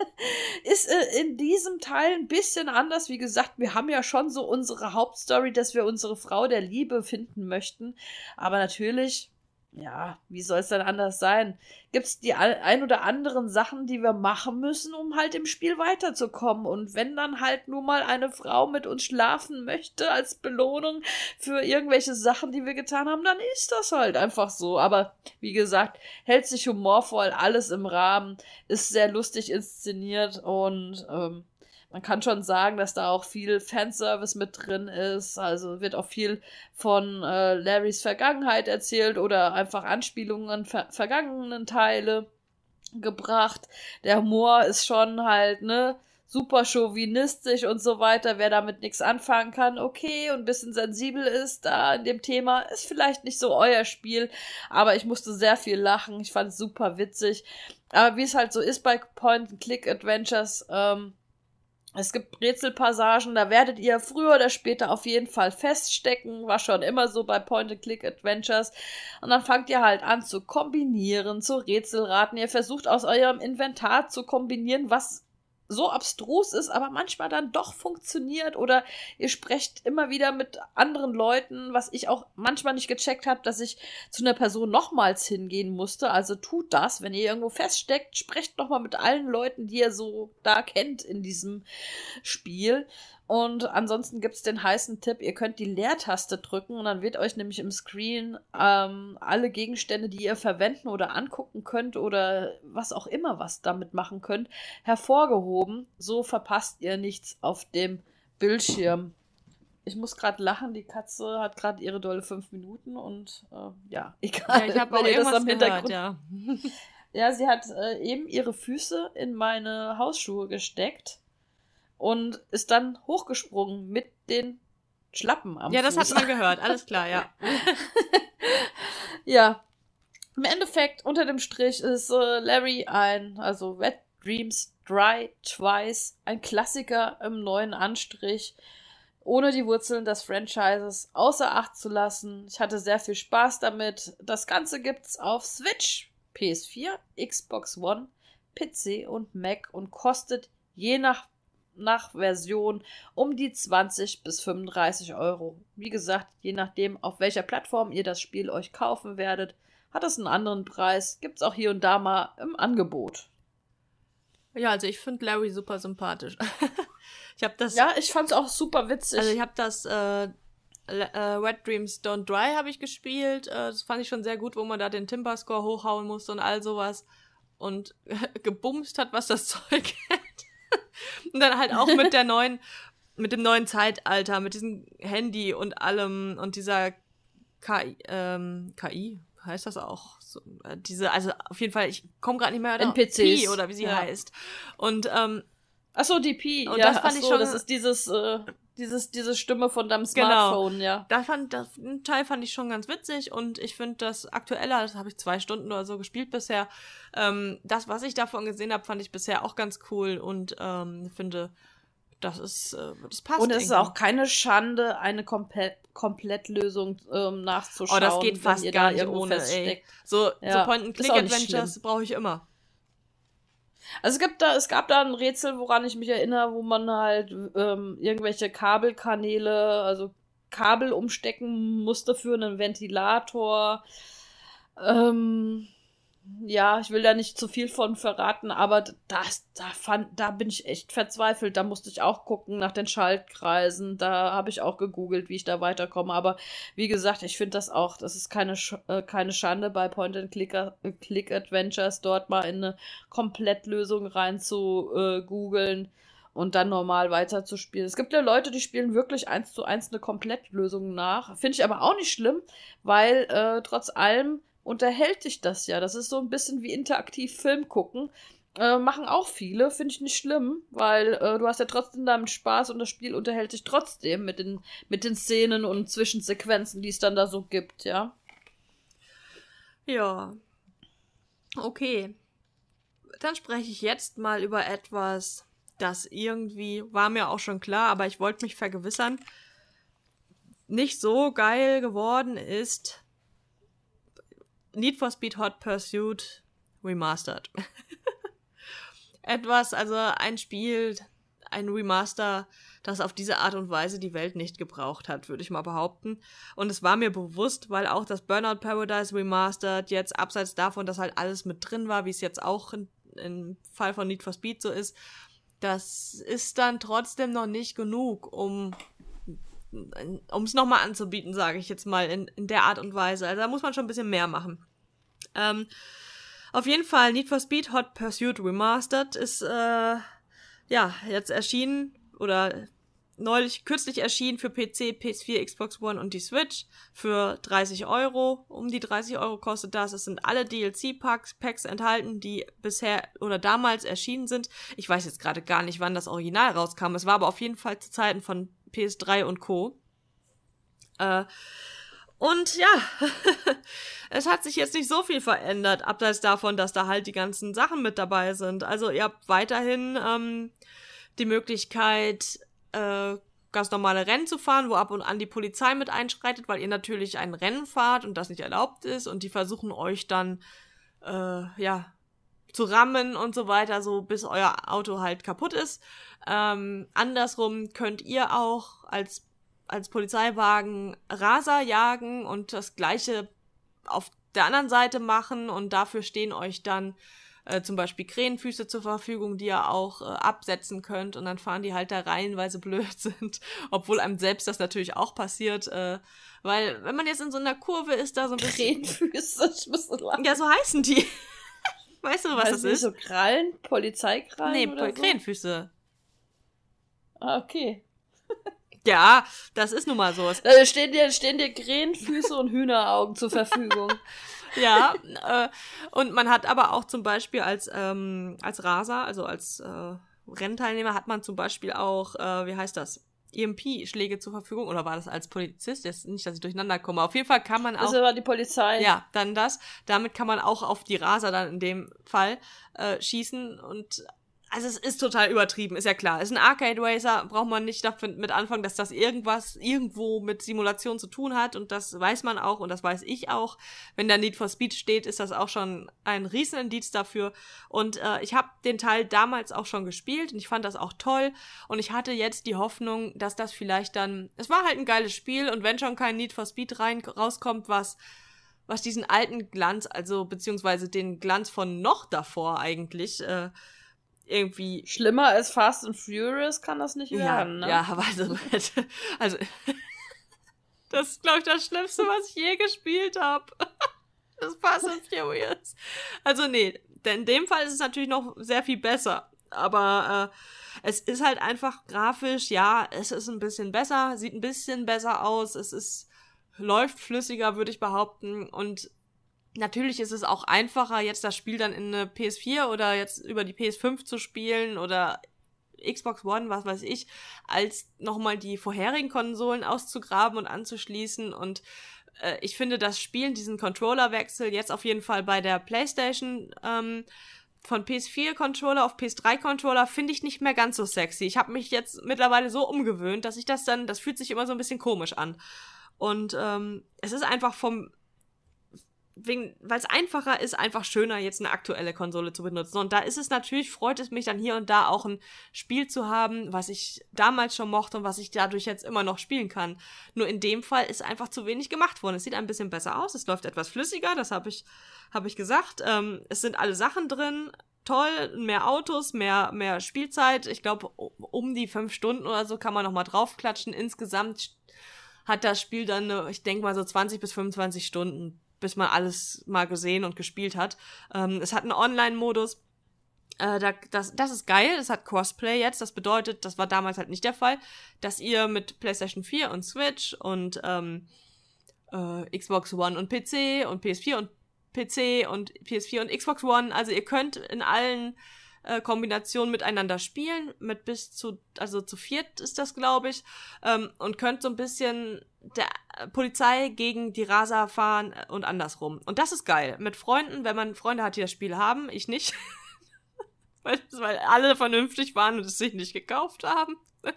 [SPEAKER 1] Ist äh, in diesem Teil ein bisschen anders. Wie gesagt, wir haben ja schon so unsere Hauptstory, dass wir unsere Frau der Liebe finden möchten. Aber natürlich, ja, wie soll es denn anders sein? Gibt es die ein oder anderen Sachen, die wir machen müssen, um halt im Spiel weiterzukommen. Und wenn dann halt nur mal eine Frau mit uns schlafen möchte als Belohnung für irgendwelche Sachen, die wir getan haben, dann ist das halt einfach so. Aber wie gesagt, hält sich humorvoll, alles im Rahmen, ist sehr lustig inszeniert und ähm, man kann schon sagen, dass da auch viel Fanservice mit drin ist. Also wird auch viel von äh, Larrys Vergangenheit erzählt oder einfach Anspielungen an ver vergangenen Teile gebracht. Der Humor ist schon halt, ne, super chauvinistisch und so weiter. Wer damit nichts anfangen kann, okay, und ein bisschen sensibel ist da in dem Thema, ist vielleicht nicht so euer Spiel, aber ich musste sehr viel lachen. Ich fand es super witzig. Aber wie es halt so ist bei Point-and-Click-Adventures, ähm, es gibt Rätselpassagen, da werdet ihr früher oder später auf jeden Fall feststecken, war schon immer so bei Point-and-Click-Adventures. Und dann fangt ihr halt an zu kombinieren, zu Rätselraten. Ihr versucht aus eurem Inventar zu kombinieren, was so abstrus ist, aber manchmal dann doch funktioniert, oder ihr sprecht immer wieder mit anderen Leuten, was ich auch manchmal nicht gecheckt habe, dass ich zu einer Person nochmals hingehen musste. Also tut das, wenn ihr irgendwo feststeckt, sprecht nochmal mit allen Leuten, die ihr so da kennt in diesem Spiel. Und ansonsten gibt's den heißen Tipp, ihr könnt die Leertaste drücken und dann wird euch nämlich im Screen ähm, alle Gegenstände, die ihr verwenden oder angucken könnt oder was auch immer was damit machen könnt, hervorgehoben. So verpasst ihr nichts auf dem Bildschirm. Ich muss gerade lachen, die Katze hat gerade ihre dolle fünf Minuten und äh, ja, egal.
[SPEAKER 2] Ja, ich habe auch irgendwas gehört, ja.
[SPEAKER 1] Ja, sie hat äh, eben ihre Füße in meine Hausschuhe gesteckt und ist dann hochgesprungen mit den Schlappen am Fuß.
[SPEAKER 2] Ja, das hat man gehört, alles klar, ja.
[SPEAKER 1] Ja, im Endeffekt, unter dem Strich ist äh, Larry ein, also Wet Dreams Dry Twice, ein Klassiker im neuen Anstrich, ohne die Wurzeln des Franchises außer Acht zu lassen. Ich hatte sehr viel Spaß damit. Das Ganze gibt's auf Switch, P S vier, Xbox One, P C und Mac und kostet je nach nach Version um die zwanzig bis fünfunddreißig Euro. Wie gesagt, je nachdem, auf welcher Plattform ihr das Spiel euch kaufen werdet, hat es einen anderen Preis. Gibt's auch hier und da mal im Angebot.
[SPEAKER 2] Ja, also ich finde Larry super sympathisch. ich habe das.
[SPEAKER 1] Ja, ich fand's auch super witzig.
[SPEAKER 2] Also ich habe das äh, L- äh, Wet Dreams Don't Dry habe ich gespielt. Äh, das fand ich schon sehr gut, wo man da den Timber-Score hochhauen musste und all sowas. Und gebumst hat, was das Zeug hält. Und dann halt auch mit der neuen, mit dem neuen Zeitalter, mit diesem Handy und allem und dieser K I, ähm, K I, heißt das auch? So, äh, diese, also auf jeden Fall, ich komme gerade nicht mehr
[SPEAKER 1] N P Cs.
[SPEAKER 2] Pi oder wie sie
[SPEAKER 1] ja.
[SPEAKER 2] heißt. Und, ähm,
[SPEAKER 1] Achso, die Pi,
[SPEAKER 2] und
[SPEAKER 1] ja,
[SPEAKER 2] das fand
[SPEAKER 1] achso,
[SPEAKER 2] ich schon,
[SPEAKER 1] das ist dieses, äh, dieses, diese Stimme von deinem
[SPEAKER 2] genau,
[SPEAKER 1] Smartphone, ja.
[SPEAKER 2] Das fand, das, den Teil fand ich schon ganz witzig und ich finde das aktueller, das habe ich zwei Stunden oder so gespielt bisher, ähm, das, was ich davon gesehen habe, fand ich bisher auch ganz cool und ähm, finde, das ist, äh, das passt.
[SPEAKER 1] Und es
[SPEAKER 2] irgendwie.
[SPEAKER 1] ist auch keine Schande, eine Komplett Komplettlösung ähm, nachzuschauen.
[SPEAKER 2] Oh, das geht fast
[SPEAKER 1] wenn ihr
[SPEAKER 2] gar
[SPEAKER 1] da
[SPEAKER 2] nicht
[SPEAKER 1] irgendwo
[SPEAKER 2] ohne,
[SPEAKER 1] feststeckt.
[SPEAKER 2] ey. So,
[SPEAKER 1] Ja,
[SPEAKER 2] so Point-and-Click-Adventures brauche ich immer.
[SPEAKER 1] Also es gibt da, es gab da ein Rätsel, woran ich mich erinnere, wo man halt ähm, irgendwelche Kabelkanäle, also Kabel umstecken musste für einen Ventilator. Ähm, ja, ich will da nicht zu viel von verraten, aber das, da fand, da bin ich echt verzweifelt. Da musste ich auch gucken nach den Schaltkreisen. Da habe ich auch gegoogelt, wie ich da weiterkomme. Aber wie gesagt, ich finde das auch, das ist keine, Sch äh, keine Schande bei Point-and-Click-Adventures, dort mal in eine Komplettlösung rein zu äh, googeln und dann normal weiterzuspielen. Es gibt ja Leute, die spielen wirklich eins zu eins eine Komplettlösung nach. Finde ich aber auch nicht schlimm, weil äh, trotz allem unterhält dich das ja. Das ist so ein bisschen wie interaktiv Film gucken. Äh, machen auch viele, finde ich nicht schlimm, weil äh, du hast ja trotzdem damit Spaß und das Spiel unterhält dich trotzdem mit den, mit den Szenen und Zwischensequenzen, die es dann da so gibt, ja.
[SPEAKER 2] Ja. Okay. Dann spreche ich jetzt mal über etwas, das irgendwie, war mir auch schon klar, aber ich wollte mich vergewissern, nicht so geil geworden ist. Need for Speed Hot Pursuit Remastered. Etwas, also ein Spiel, ein Remaster, das auf diese Art und Weise die Welt nicht gebraucht hat, würde ich mal behaupten. Und es war mir bewusst, weil auch das Burnout Paradise Remastered jetzt abseits davon, dass halt alles mit drin war, wie es jetzt auch in, im Fall von Need for Speed so ist, das ist dann trotzdem noch nicht genug, um um es nochmal anzubieten, sage ich jetzt mal, in, in der Art und Weise. Also da muss man schon ein bisschen mehr machen. Ähm, auf jeden Fall, Need for Speed Hot Pursuit Remastered ist, äh, ja, jetzt erschienen, oder neulich, kürzlich erschienen für P C, P S vier, Xbox One und die Switch für dreißig Euro. Um die dreißig Euro kostet das. Es sind alle D L C-Packs Packs enthalten, die bisher oder damals erschienen sind. Ich weiß jetzt gerade gar nicht, wann das Original rauskam. Es war aber auf jeden Fall zu Zeiten von P S drei und Co. Äh, und ja, es hat sich jetzt nicht so viel verändert, abseits davon, dass da halt die ganzen Sachen mit dabei sind. Also ihr habt weiterhin ähm, die Möglichkeit, äh, ganz normale Rennen zu fahren, wo ab und an die Polizei mit einschreitet, weil ihr natürlich ein Rennen fahrt und das nicht erlaubt ist und die versuchen euch dann, äh, ja, zu rammen und so weiter, so bis euer Auto halt kaputt ist. Ähm, andersrum könnt ihr auch als, als Polizeiwagen Raser jagen und das Gleiche auf der anderen Seite machen und dafür stehen euch dann äh, zum Beispiel Krähenfüße zur Verfügung, die ihr auch äh, absetzen könnt und dann fahren die halt da rein, weil sie blöd sind, obwohl einem selbst das natürlich auch passiert, äh, weil wenn man jetzt in so einer Kurve ist, da so ein bisschen...
[SPEAKER 1] Krähenfüße, ich muss so lachen.
[SPEAKER 2] Ja, so heißen die. Weißt du, was
[SPEAKER 1] Weiß
[SPEAKER 2] das
[SPEAKER 1] nicht,
[SPEAKER 2] ist?
[SPEAKER 1] so Krallen? Polizeikrallen
[SPEAKER 2] Nee,
[SPEAKER 1] oder so?
[SPEAKER 2] Krähenfüße.
[SPEAKER 1] Ah, okay.
[SPEAKER 2] Ja, das ist nun mal so.
[SPEAKER 1] Da stehen dir, stehen dir Krähenfüße und Hühneraugen zur Verfügung.
[SPEAKER 2] Ja, äh, und man hat aber auch zum Beispiel als, ähm, als Raser, also als äh, Rennteilnehmer, hat man zum Beispiel auch, äh, wie heißt das, E M P-Schläge zur Verfügung. Oder war das als Polizist? Jetzt nicht, dass ich durcheinander komme. Auf jeden Fall kann man auch...
[SPEAKER 1] Das war die Polizei.
[SPEAKER 2] Ja, dann das. Damit kann man auch auf die Raser dann in dem Fall äh, schießen und also es ist total übertrieben, ist ja klar. Es ist ein Arcade Racer, braucht man nicht damit anfangen, dass das irgendwas irgendwo mit Simulation zu tun hat und das weiß man auch und das weiß ich auch. Wenn da Need for Speed steht, ist das auch schon ein Riesenindiz dafür und äh, ich habe den Teil damals auch schon gespielt und ich fand das auch toll und ich hatte jetzt die Hoffnung, dass das vielleicht dann, es war halt ein geiles Spiel und wenn schon kein Need for Speed rein rauskommt, was was diesen alten Glanz, also beziehungsweise den Glanz von noch davor eigentlich, äh, irgendwie...
[SPEAKER 1] Schlimmer als Fast and Furious kann das nicht
[SPEAKER 2] Ja,
[SPEAKER 1] werden, ne?
[SPEAKER 2] ja, aber also, also Das ist, glaube ich, das Schlimmste, was ich je gespielt habe. Das Fast and Furious. Also nee, denn in dem Fall ist es natürlich noch sehr viel besser. Aber äh, es ist halt einfach grafisch, ja, es ist ein bisschen besser, sieht ein bisschen besser aus, es ist läuft flüssiger, würde ich behaupten. Und natürlich ist es auch einfacher, jetzt das Spiel dann in eine P S vier oder jetzt über die P S fünf zu spielen oder Xbox One, was weiß ich, als nochmal die vorherigen Konsolen auszugraben und anzuschließen. Und äh, ich finde das Spielen, diesen Controllerwechsel jetzt auf jeden Fall bei der PlayStation ähm, von P S vier Controller auf P S drei Controller finde ich nicht mehr ganz so sexy. Ich habe mich jetzt mittlerweile so umgewöhnt, dass ich das dann, das fühlt sich immer so ein bisschen komisch an. Und ähm, es ist einfach vom wegen, weil es einfacher ist, einfach schöner, jetzt eine aktuelle Konsole zu benutzen. Und da ist es natürlich, freut es mich dann hier und da auch ein Spiel zu haben, was ich damals schon mochte und was ich dadurch jetzt immer noch spielen kann. Nur in dem Fall ist einfach zu wenig gemacht worden. Es sieht ein bisschen besser aus, es läuft etwas flüssiger, das habe ich, hab ich gesagt. Ähm, es sind alle Sachen drin, toll, mehr Autos, mehr, mehr Spielzeit. Ich glaube, um die fünf Stunden oder so kann man noch mal draufklatschen. Insgesamt hat das Spiel dann, ich denke mal so zwanzig bis fünfundzwanzig Stunden, bis man alles mal gesehen und gespielt hat. Ähm, es hat einen Online-Modus. Äh, da, das, das ist geil. Es hat Crossplay jetzt. Das bedeutet, das war damals halt nicht der Fall, dass ihr mit PlayStation vier und Switch und ähm, äh, Xbox One und P C und P S vier und P C und P S vier und Xbox One, also ihr könnt in allen äh, Kombinationen miteinander spielen, mit bis zu, also zu viert ist das, glaube ich, ähm, und könnt so ein bisschen der Polizei gegen die Raser fahren und andersrum. Und das ist geil. Mit Freunden, wenn man Freunde hat, die das Spiel haben, ich nicht, weil, weil alle vernünftig waren und es sich nicht gekauft haben.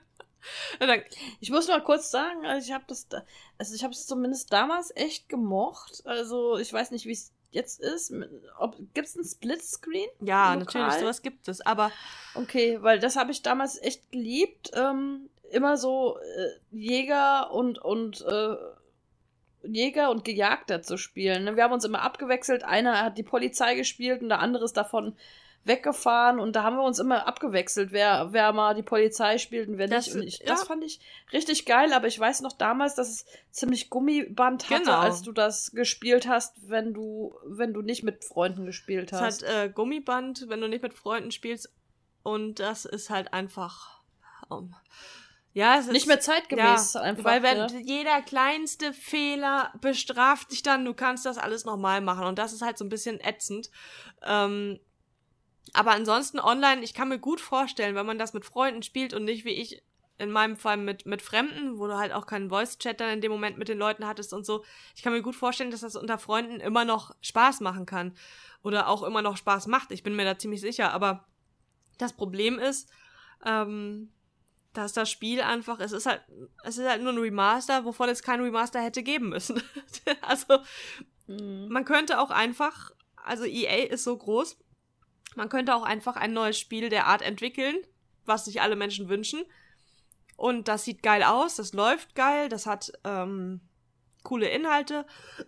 [SPEAKER 1] Ich muss mal kurz sagen, also ich habe das, also ich habe es zumindest damals echt gemocht. Also ich weiß nicht, wie es jetzt ist. Gibt es einen Splitscreen?
[SPEAKER 2] Ja, natürlich, sowas gibt es, aber
[SPEAKER 1] okay, weil das habe ich damals echt geliebt. Ähm, immer so äh, Jäger und und äh, Jäger und Gejagter zu spielen. Ne? Wir haben uns immer abgewechselt. Einer hat die Polizei gespielt und der andere ist davon weggefahren und da haben wir uns immer abgewechselt, wer, wer mal die Polizei spielt und wer
[SPEAKER 2] das,
[SPEAKER 1] nicht. Und ich,
[SPEAKER 2] ja.
[SPEAKER 1] Das fand ich richtig geil, aber ich weiß noch damals, dass es ziemlich Gummiband hatte,
[SPEAKER 2] genau.
[SPEAKER 1] als du das gespielt hast, wenn du, wenn du nicht mit Freunden gespielt hast.
[SPEAKER 2] Es hat äh, Gummiband, wenn du nicht mit Freunden spielst, und das ist halt einfach um, ja, es ist
[SPEAKER 1] nicht mehr zeitgemäß,
[SPEAKER 2] ja,
[SPEAKER 1] einfach.
[SPEAKER 2] Weil wenn
[SPEAKER 1] ja.
[SPEAKER 2] jeder kleinste Fehler bestraft dich dann, du kannst das alles nochmal machen und das ist halt so ein bisschen ätzend. Ähm, Aber ansonsten online, ich kann mir gut vorstellen, wenn man das mit Freunden spielt und nicht wie ich in meinem Fall mit mit Fremden, wo du halt auch keinen Voice-Chat dann in dem Moment mit den Leuten hattest und so. Ich kann mir gut vorstellen, dass das unter Freunden immer noch Spaß machen kann oder auch immer noch Spaß macht. Ich bin mir da ziemlich sicher. Aber das Problem ist, ähm, dass das Spiel einfach, es ist halt, es ist halt nur ein Remaster, wovon es kein Remaster hätte geben müssen. Also mhm. man könnte auch einfach, also E A ist so groß, man könnte auch einfach ein neues Spiel der Art entwickeln, was sich alle Menschen wünschen. Und das sieht geil aus, das läuft geil, das hat ähm, coole Inhalte.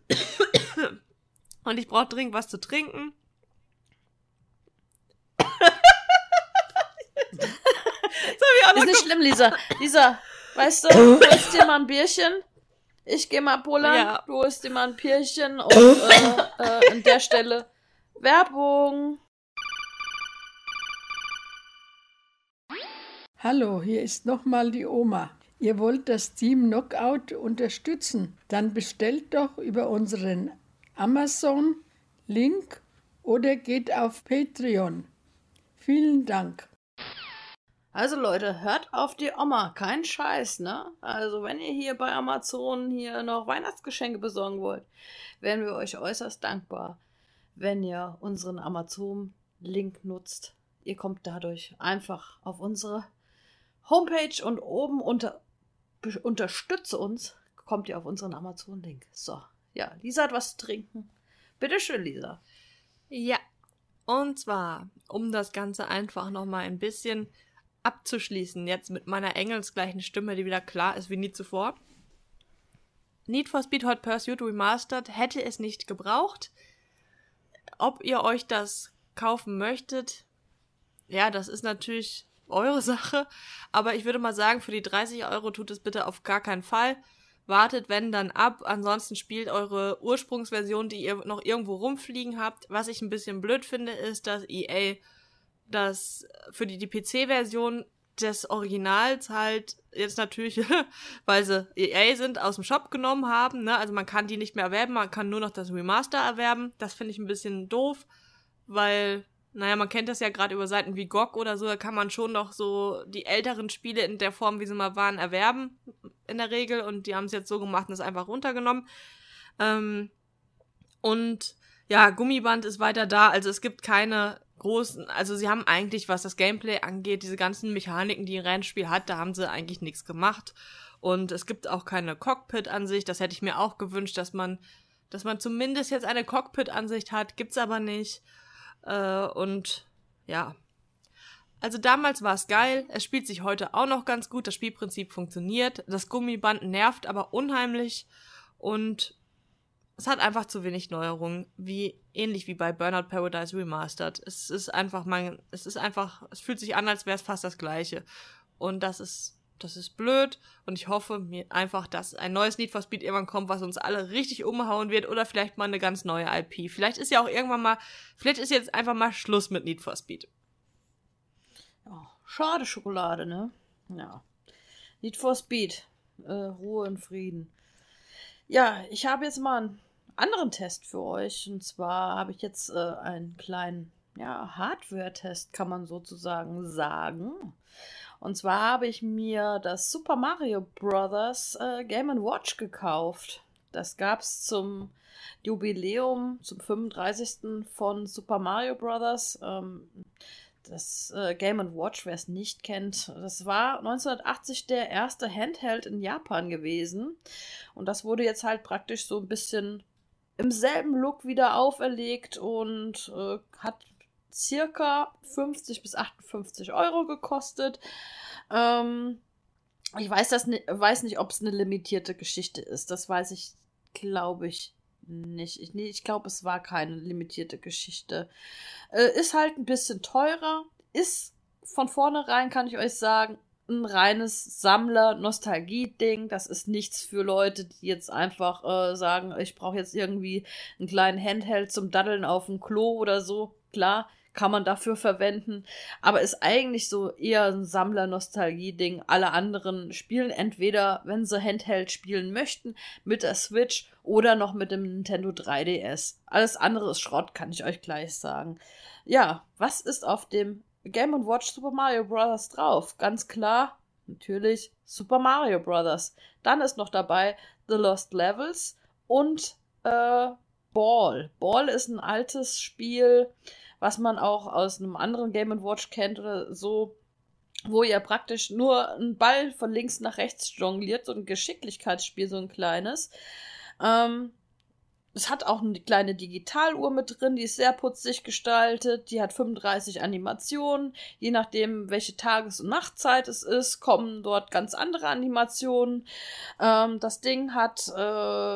[SPEAKER 2] Und ich brauche dringend was zu trinken.
[SPEAKER 1] Das ist nicht schlimm, Lisa. Lisa, weißt du, du holst dir mal ein Bierchen. Ich geh mal pullern. Ja. Du holst dir mal ein Bierchen. Und äh, äh, an der Stelle Werbung.
[SPEAKER 3] Hallo, hier ist nochmal die Oma. Ihr wollt das Team Knockout unterstützen? Dann bestellt doch über unseren Amazon-Link oder geht auf Patreon. Vielen Dank.
[SPEAKER 1] Also Leute, hört auf die Oma, kein Scheiß, ne? Also wenn ihr hier bei Amazon hier noch Weihnachtsgeschenke besorgen wollt, wären wir euch äußerst dankbar, wenn ihr unseren Amazon-Link nutzt. Ihr kommt dadurch einfach auf unsere Homepage und oben unter Unterstütze uns, kommt ihr auf unseren Amazon-Link. So, ja, Lisa hat was zu trinken. Bitteschön, Lisa.
[SPEAKER 2] Ja, und zwar, um das Ganze einfach nochmal ein bisschen abzuschließen, jetzt mit meiner engelsgleichen Stimme, die wieder klar ist wie nie zuvor. Need for Speed Hot Pursuit Remastered hätte es nicht gebraucht. Ob ihr euch das kaufen möchtet, ja, das ist natürlich eure Sache, aber ich würde mal sagen, für die dreißig Euro tut es bitte auf gar keinen Fall, wartet, wenn, dann ab. Ansonsten spielt eure Ursprungsversion, die ihr noch irgendwo rumfliegen habt. Was ich ein bisschen blöd finde, ist, dass E A das für die, die P C-Version des Originals halt jetzt natürlich, weil sie E A sind, aus dem Shop genommen haben, ne? Also man kann die nicht mehr erwerben, man kann nur noch das Remaster erwerben. Das finde ich ein bisschen doof, weil, naja, man kennt das ja gerade über Seiten wie G O G oder so, da kann man schon noch so die älteren Spiele in der Form, wie sie mal waren, erwerben, in der Regel. Und die haben es jetzt so gemacht und es einfach runtergenommen. Ähm, und ja, Gummiband ist weiter da, also es gibt keine großen, also sie haben eigentlich, was das Gameplay angeht, diese ganzen Mechaniken, die ein Rennspiel hat, da haben sie eigentlich nichts gemacht. Und es gibt auch keine Cockpit-Ansicht, das hätte ich mir auch gewünscht, dass man, dass man zumindest jetzt eine Cockpit-Ansicht hat, gibt's aber nicht. Äh, und ja, also damals war es geil, es spielt sich heute auch noch ganz gut, das Spielprinzip funktioniert, das Gummiband nervt aber unheimlich und es hat einfach zu wenig Neuerungen, wie ähnlich wie bei Burnout Paradise Remastered. Es ist einfach, man, es ist einfach, es fühlt sich an, als wäre es fast das Gleiche. Und das ist, das ist blöd. Und ich hoffe mir einfach, dass ein neues Need for Speed irgendwann kommt, was uns alle richtig umhauen wird, oder vielleicht mal eine ganz neue I P. Vielleicht ist ja auch irgendwann mal, vielleicht ist jetzt einfach mal Schluss mit Need for Speed.
[SPEAKER 1] Oh, schade Schokolade, ne? Ja. Need for Speed. Äh, Ruhe und Frieden. Ja, ich habe jetzt mal einen anderen Test für euch. Und zwar habe ich jetzt äh, einen kleinen, ja, Hardware-Test, kann man sozusagen sagen. Und zwar habe ich mir das Super Mario Bros. Äh, Game and Watch gekauft. Das gab es zum Jubiläum, zum fünfunddreißigsten von Super Mario Bros. Ähm, Das äh, Game and Watch, wer es nicht kennt, das war neunzehnhundertachtzig der erste Handheld in Japan gewesen. Und das wurde jetzt halt praktisch so ein bisschen im selben Look wieder auferlegt und äh, hat circa fünfzig bis achtundfünfzig Euro gekostet. Ähm, ich weiß, das ni- weiß nicht, ob es eine limitierte Geschichte ist. Das weiß ich, glaube ich, nicht. Ich, nee, ich glaube, es war keine limitierte Geschichte. Äh, ist halt ein bisschen teurer. Ist von vornherein, kann ich euch sagen, ein reines Sammler-Nostalgie-Ding. Das ist nichts für Leute, die jetzt einfach äh, sagen, ich brauche jetzt irgendwie einen kleinen Handheld zum Daddeln auf dem Klo oder so. Klar, kann man dafür verwenden. Aber ist eigentlich so eher ein Sammler-Nostalgie-Ding. Alle anderen spielen entweder, wenn sie Handheld spielen möchten, mit der Switch oder noch mit dem Nintendo drei D S. Alles andere ist Schrott, kann ich euch gleich sagen. Ja, was ist auf dem Game and Watch Super Mario Bros. Drauf? Ganz klar, natürlich Super Mario Bros. Dann ist noch dabei The Lost Levels und äh, Ball. Ball ist ein altes Spiel, was man auch aus einem anderen Game and Watch kennt oder so, wo ihr praktisch nur einen Ball von links nach rechts jongliert, so ein Geschicklichkeitsspiel, so ein kleines. Ähm, es hat auch eine kleine Digitaluhr mit drin, die ist sehr putzig gestaltet, die hat fünfunddreißig Animationen, je nachdem, welche Tages- und Nachtzeit es ist, kommen dort ganz andere Animationen. Ähm, das Ding hat, äh,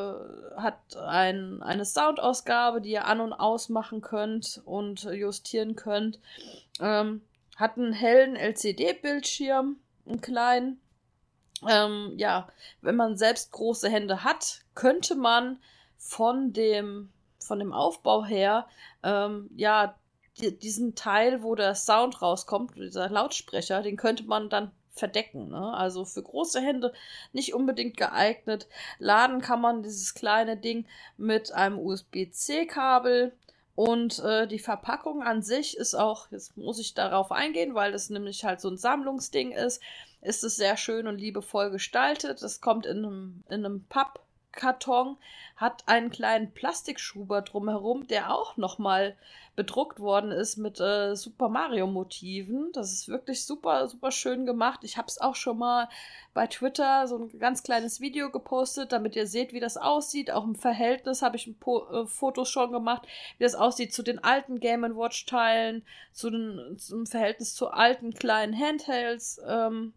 [SPEAKER 1] hat ein, eine Soundausgabe, die ihr an- und ausmachen könnt und justieren könnt. Ähm, hat einen hellen L C D-Bildschirm, einen kleinen. Ähm, ja, wenn man selbst große Hände hat, könnte man von dem, von dem Aufbau her, ähm, ja, die, diesen Teil, wo der Sound rauskommt, dieser Lautsprecher, den könnte man dann verdecken, ne? Also für große Hände nicht unbedingt geeignet. Laden kann man dieses kleine Ding mit einem U S B C Kabel. Und äh, die Verpackung an sich ist auch, jetzt muss ich darauf eingehen, weil das nämlich halt so ein Sammlungsding ist, ist es sehr schön und liebevoll gestaltet. Es kommt in einem, in einem Pappkarton, hat einen kleinen Plastikschuber drumherum, der auch nochmal bedruckt worden ist mit äh, Super Mario Motiven. Das ist wirklich super, super schön gemacht. Ich habe es auch schon mal bei Twitter so ein ganz kleines Video gepostet, damit ihr seht, wie das aussieht. Auch im Verhältnis habe ich ein po- äh, Fotos schon gemacht, wie das aussieht zu den alten Game and Watch Teilen, zu den, zum Verhältnis zu alten kleinen Handhelds. Ähm,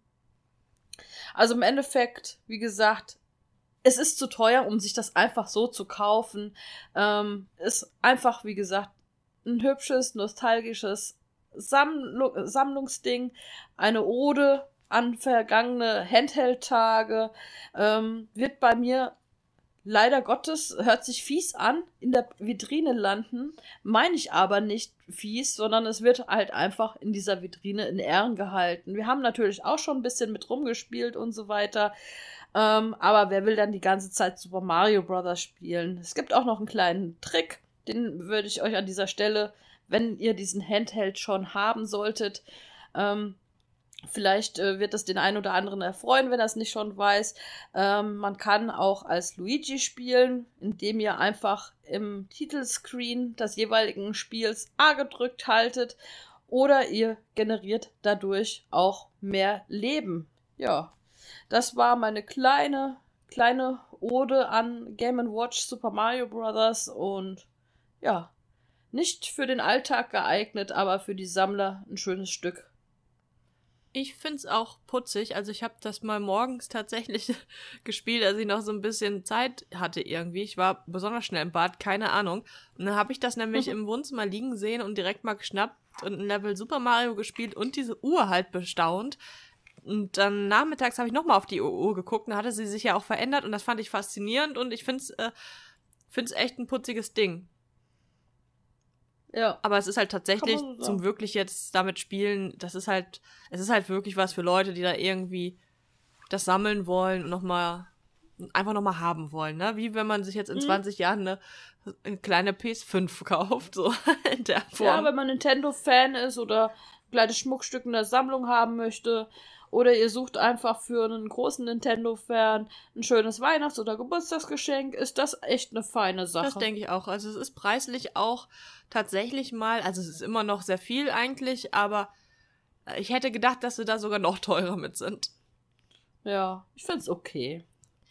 [SPEAKER 1] also im Endeffekt, wie gesagt, es ist zu teuer, um sich das einfach so zu kaufen. Ähm, ist einfach, wie gesagt, ein hübsches, nostalgisches Sammlu- Sammlungsding, eine Ode an vergangene Handheld-Tage, ähm, wird bei mir leider Gottes, hört sich fies an, in der Vitrine landen, meine ich aber nicht fies, sondern es wird halt einfach in dieser Vitrine in Ehren gehalten. Wir haben natürlich auch schon ein bisschen mit rumgespielt und so weiter, ähm, aber wer will dann die ganze Zeit Super Mario Bros. Spielen? Es gibt auch noch einen kleinen Trick, den würde ich euch an dieser Stelle, wenn ihr diesen Handheld schon haben solltet, ähm, vielleicht äh, wird das den einen oder anderen erfreuen, wenn er es nicht schon weiß. Ähm, man kann auch als Luigi spielen, indem ihr einfach im Titelscreen des jeweiligen Spiels A gedrückt haltet oder ihr generiert dadurch auch mehr Leben. Ja, das war meine kleine, kleine Ode an Game and Watch Super Mario Bros. Und ja, nicht für den Alltag geeignet, aber für die Sammler ein schönes Stück.
[SPEAKER 2] Ich find's auch putzig. Also ich habe das mal morgens tatsächlich gespielt, als ich noch so ein bisschen Zeit hatte irgendwie. Ich war besonders schnell im Bad, keine Ahnung. Und dann habe ich das nämlich im Wohnzimmer liegen sehen und direkt mal geschnappt und ein Level Super Mario gespielt und diese Uhr halt bestaunt. Und dann nachmittags habe ich nochmal auf die Uhr geguckt und da hatte sie sich ja auch verändert und das fand ich faszinierend und ich find's, äh, find's echt ein putziges Ding.
[SPEAKER 1] Ja.
[SPEAKER 2] Aber es ist halt tatsächlich
[SPEAKER 1] so
[SPEAKER 2] zum wirklich jetzt damit spielen, das ist halt, es ist halt wirklich was für Leute, die da irgendwie das sammeln wollen und nochmal, einfach nochmal haben wollen, ne? Wie wenn man sich jetzt in mhm. zwanzig Jahren eine, eine kleine P S fünf kauft, so in der Form.
[SPEAKER 1] Ja, wenn man Nintendo-Fan ist oder ein kleines Schmuckstück in der Sammlung haben möchte. Oder ihr sucht einfach für einen großen Nintendo-Fan ein schönes Weihnachts- oder Geburtstagsgeschenk, ist das echt eine feine Sache.
[SPEAKER 2] Das denke ich auch. Also es ist preislich auch tatsächlich mal, also es ist immer noch sehr viel eigentlich, aber ich hätte gedacht, dass sie da sogar noch teurer mit sind.
[SPEAKER 1] Ja, ich find's okay.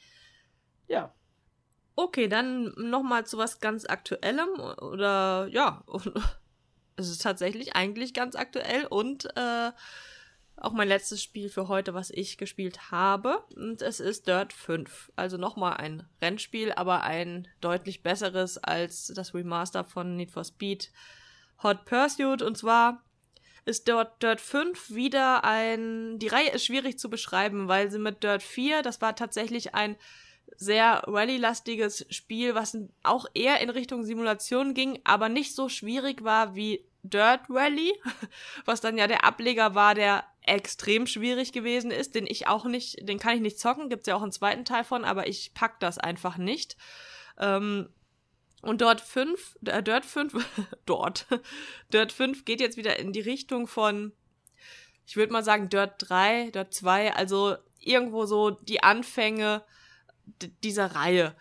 [SPEAKER 1] Ja.
[SPEAKER 2] Okay, dann nochmal zu was ganz Aktuellem oder ja, es ist tatsächlich eigentlich ganz aktuell und äh, auch mein letztes Spiel für heute, was ich gespielt habe. Und es ist Dirt fünf. Also nochmal ein Rennspiel, aber ein deutlich besseres als das Remaster von Need for Speed Hot Pursuit. Und zwar ist dort Dirt fünf wieder ein... Die Reihe ist schwierig zu beschreiben, weil sie mit Dirt vier, das war tatsächlich ein sehr rally-lastiges Spiel, was auch eher in Richtung Simulation ging, aber nicht so schwierig war wie Dirt Rally, was dann ja der Ableger war, der extrem schwierig gewesen ist, den ich auch nicht, den kann ich nicht zocken, gibt's ja auch einen zweiten Teil von, aber ich pack das einfach nicht. Ähm, und dort fünf, äh, Dirt fünf, dort, Dirt fünf geht jetzt wieder in die Richtung von, ich würde mal sagen Dirt drei, Dirt zwei, also irgendwo so die Anfänge d- dieser Reihe.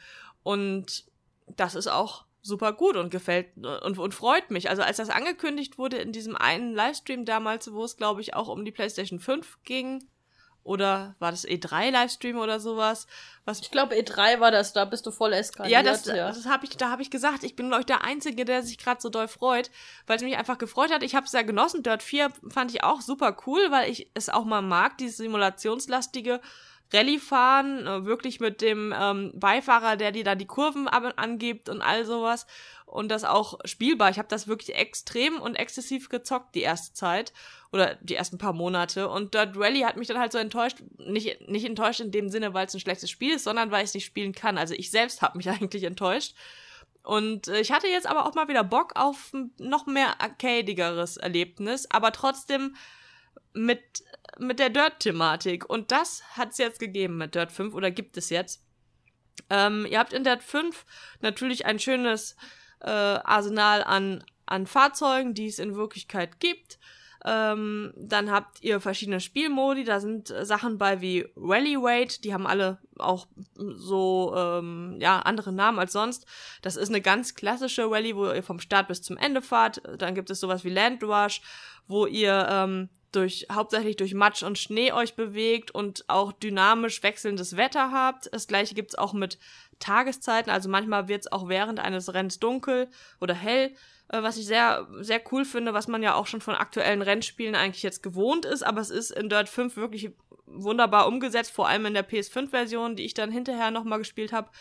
[SPEAKER 2] Und das ist auch super gut und gefällt und, und freut mich. Also als das angekündigt wurde in diesem einen Livestream damals, wo es, glaube ich, auch um die PlayStation fünf ging, oder war das E drei Livestream oder sowas? Was
[SPEAKER 1] ich glaube, E drei war das, da bist du voll eskaliert.
[SPEAKER 2] Ja, das, ja. das hab ich, da habe ich gesagt, ich bin, glaube ich, der Einzige, der sich gerade so doll freut, weil es mich einfach gefreut hat. Ich habe es ja genossen. Dirt vier fand ich auch super cool, weil ich es auch mal mag, dieses simulationslastige Rallye-Fahren, äh, wirklich mit dem ähm, Beifahrer, der dir da die Kurven ab- angibt und all sowas und das auch spielbar. Ich habe das wirklich extrem und exzessiv gezockt die erste Zeit oder die ersten paar Monate und Dirt Rally hat mich dann halt so enttäuscht, nicht, nicht enttäuscht in dem Sinne, weil es ein schlechtes Spiel ist, sondern weil ich es nicht spielen kann. Also ich selbst habe mich eigentlich enttäuscht und äh, ich hatte jetzt aber auch mal wieder Bock auf noch mehr arcadigeres Erlebnis, aber trotzdem mit mit der Dirt-Thematik. Und das hat es jetzt gegeben mit Dirt fünf oder gibt es jetzt. Ähm, ihr habt in Dirt fünf natürlich ein schönes äh, Arsenal an, an Fahrzeugen, die es in Wirklichkeit gibt. Ähm, dann habt ihr verschiedene Spielmodi, da sind äh, Sachen bei wie Rallyweight, die haben alle auch so ähm, ja andere Namen als sonst. Das ist eine ganz klassische Rallye, wo ihr vom Start bis zum Ende fahrt. Dann gibt es sowas wie Land Rush, wo ihr ähm, durch hauptsächlich durch Matsch und Schnee euch bewegt und auch dynamisch wechselndes Wetter habt. Das gleiche gibt's auch mit Tageszeiten, also manchmal wird's auch während eines Rennens dunkel oder hell, äh, was ich sehr sehr cool finde, was man ja auch schon von aktuellen Rennspielen eigentlich jetzt gewohnt ist, aber es ist in Dirt fünf wirklich wunderbar umgesetzt, vor allem in der P S fünf Version, die ich dann hinterher nochmal gespielt habe.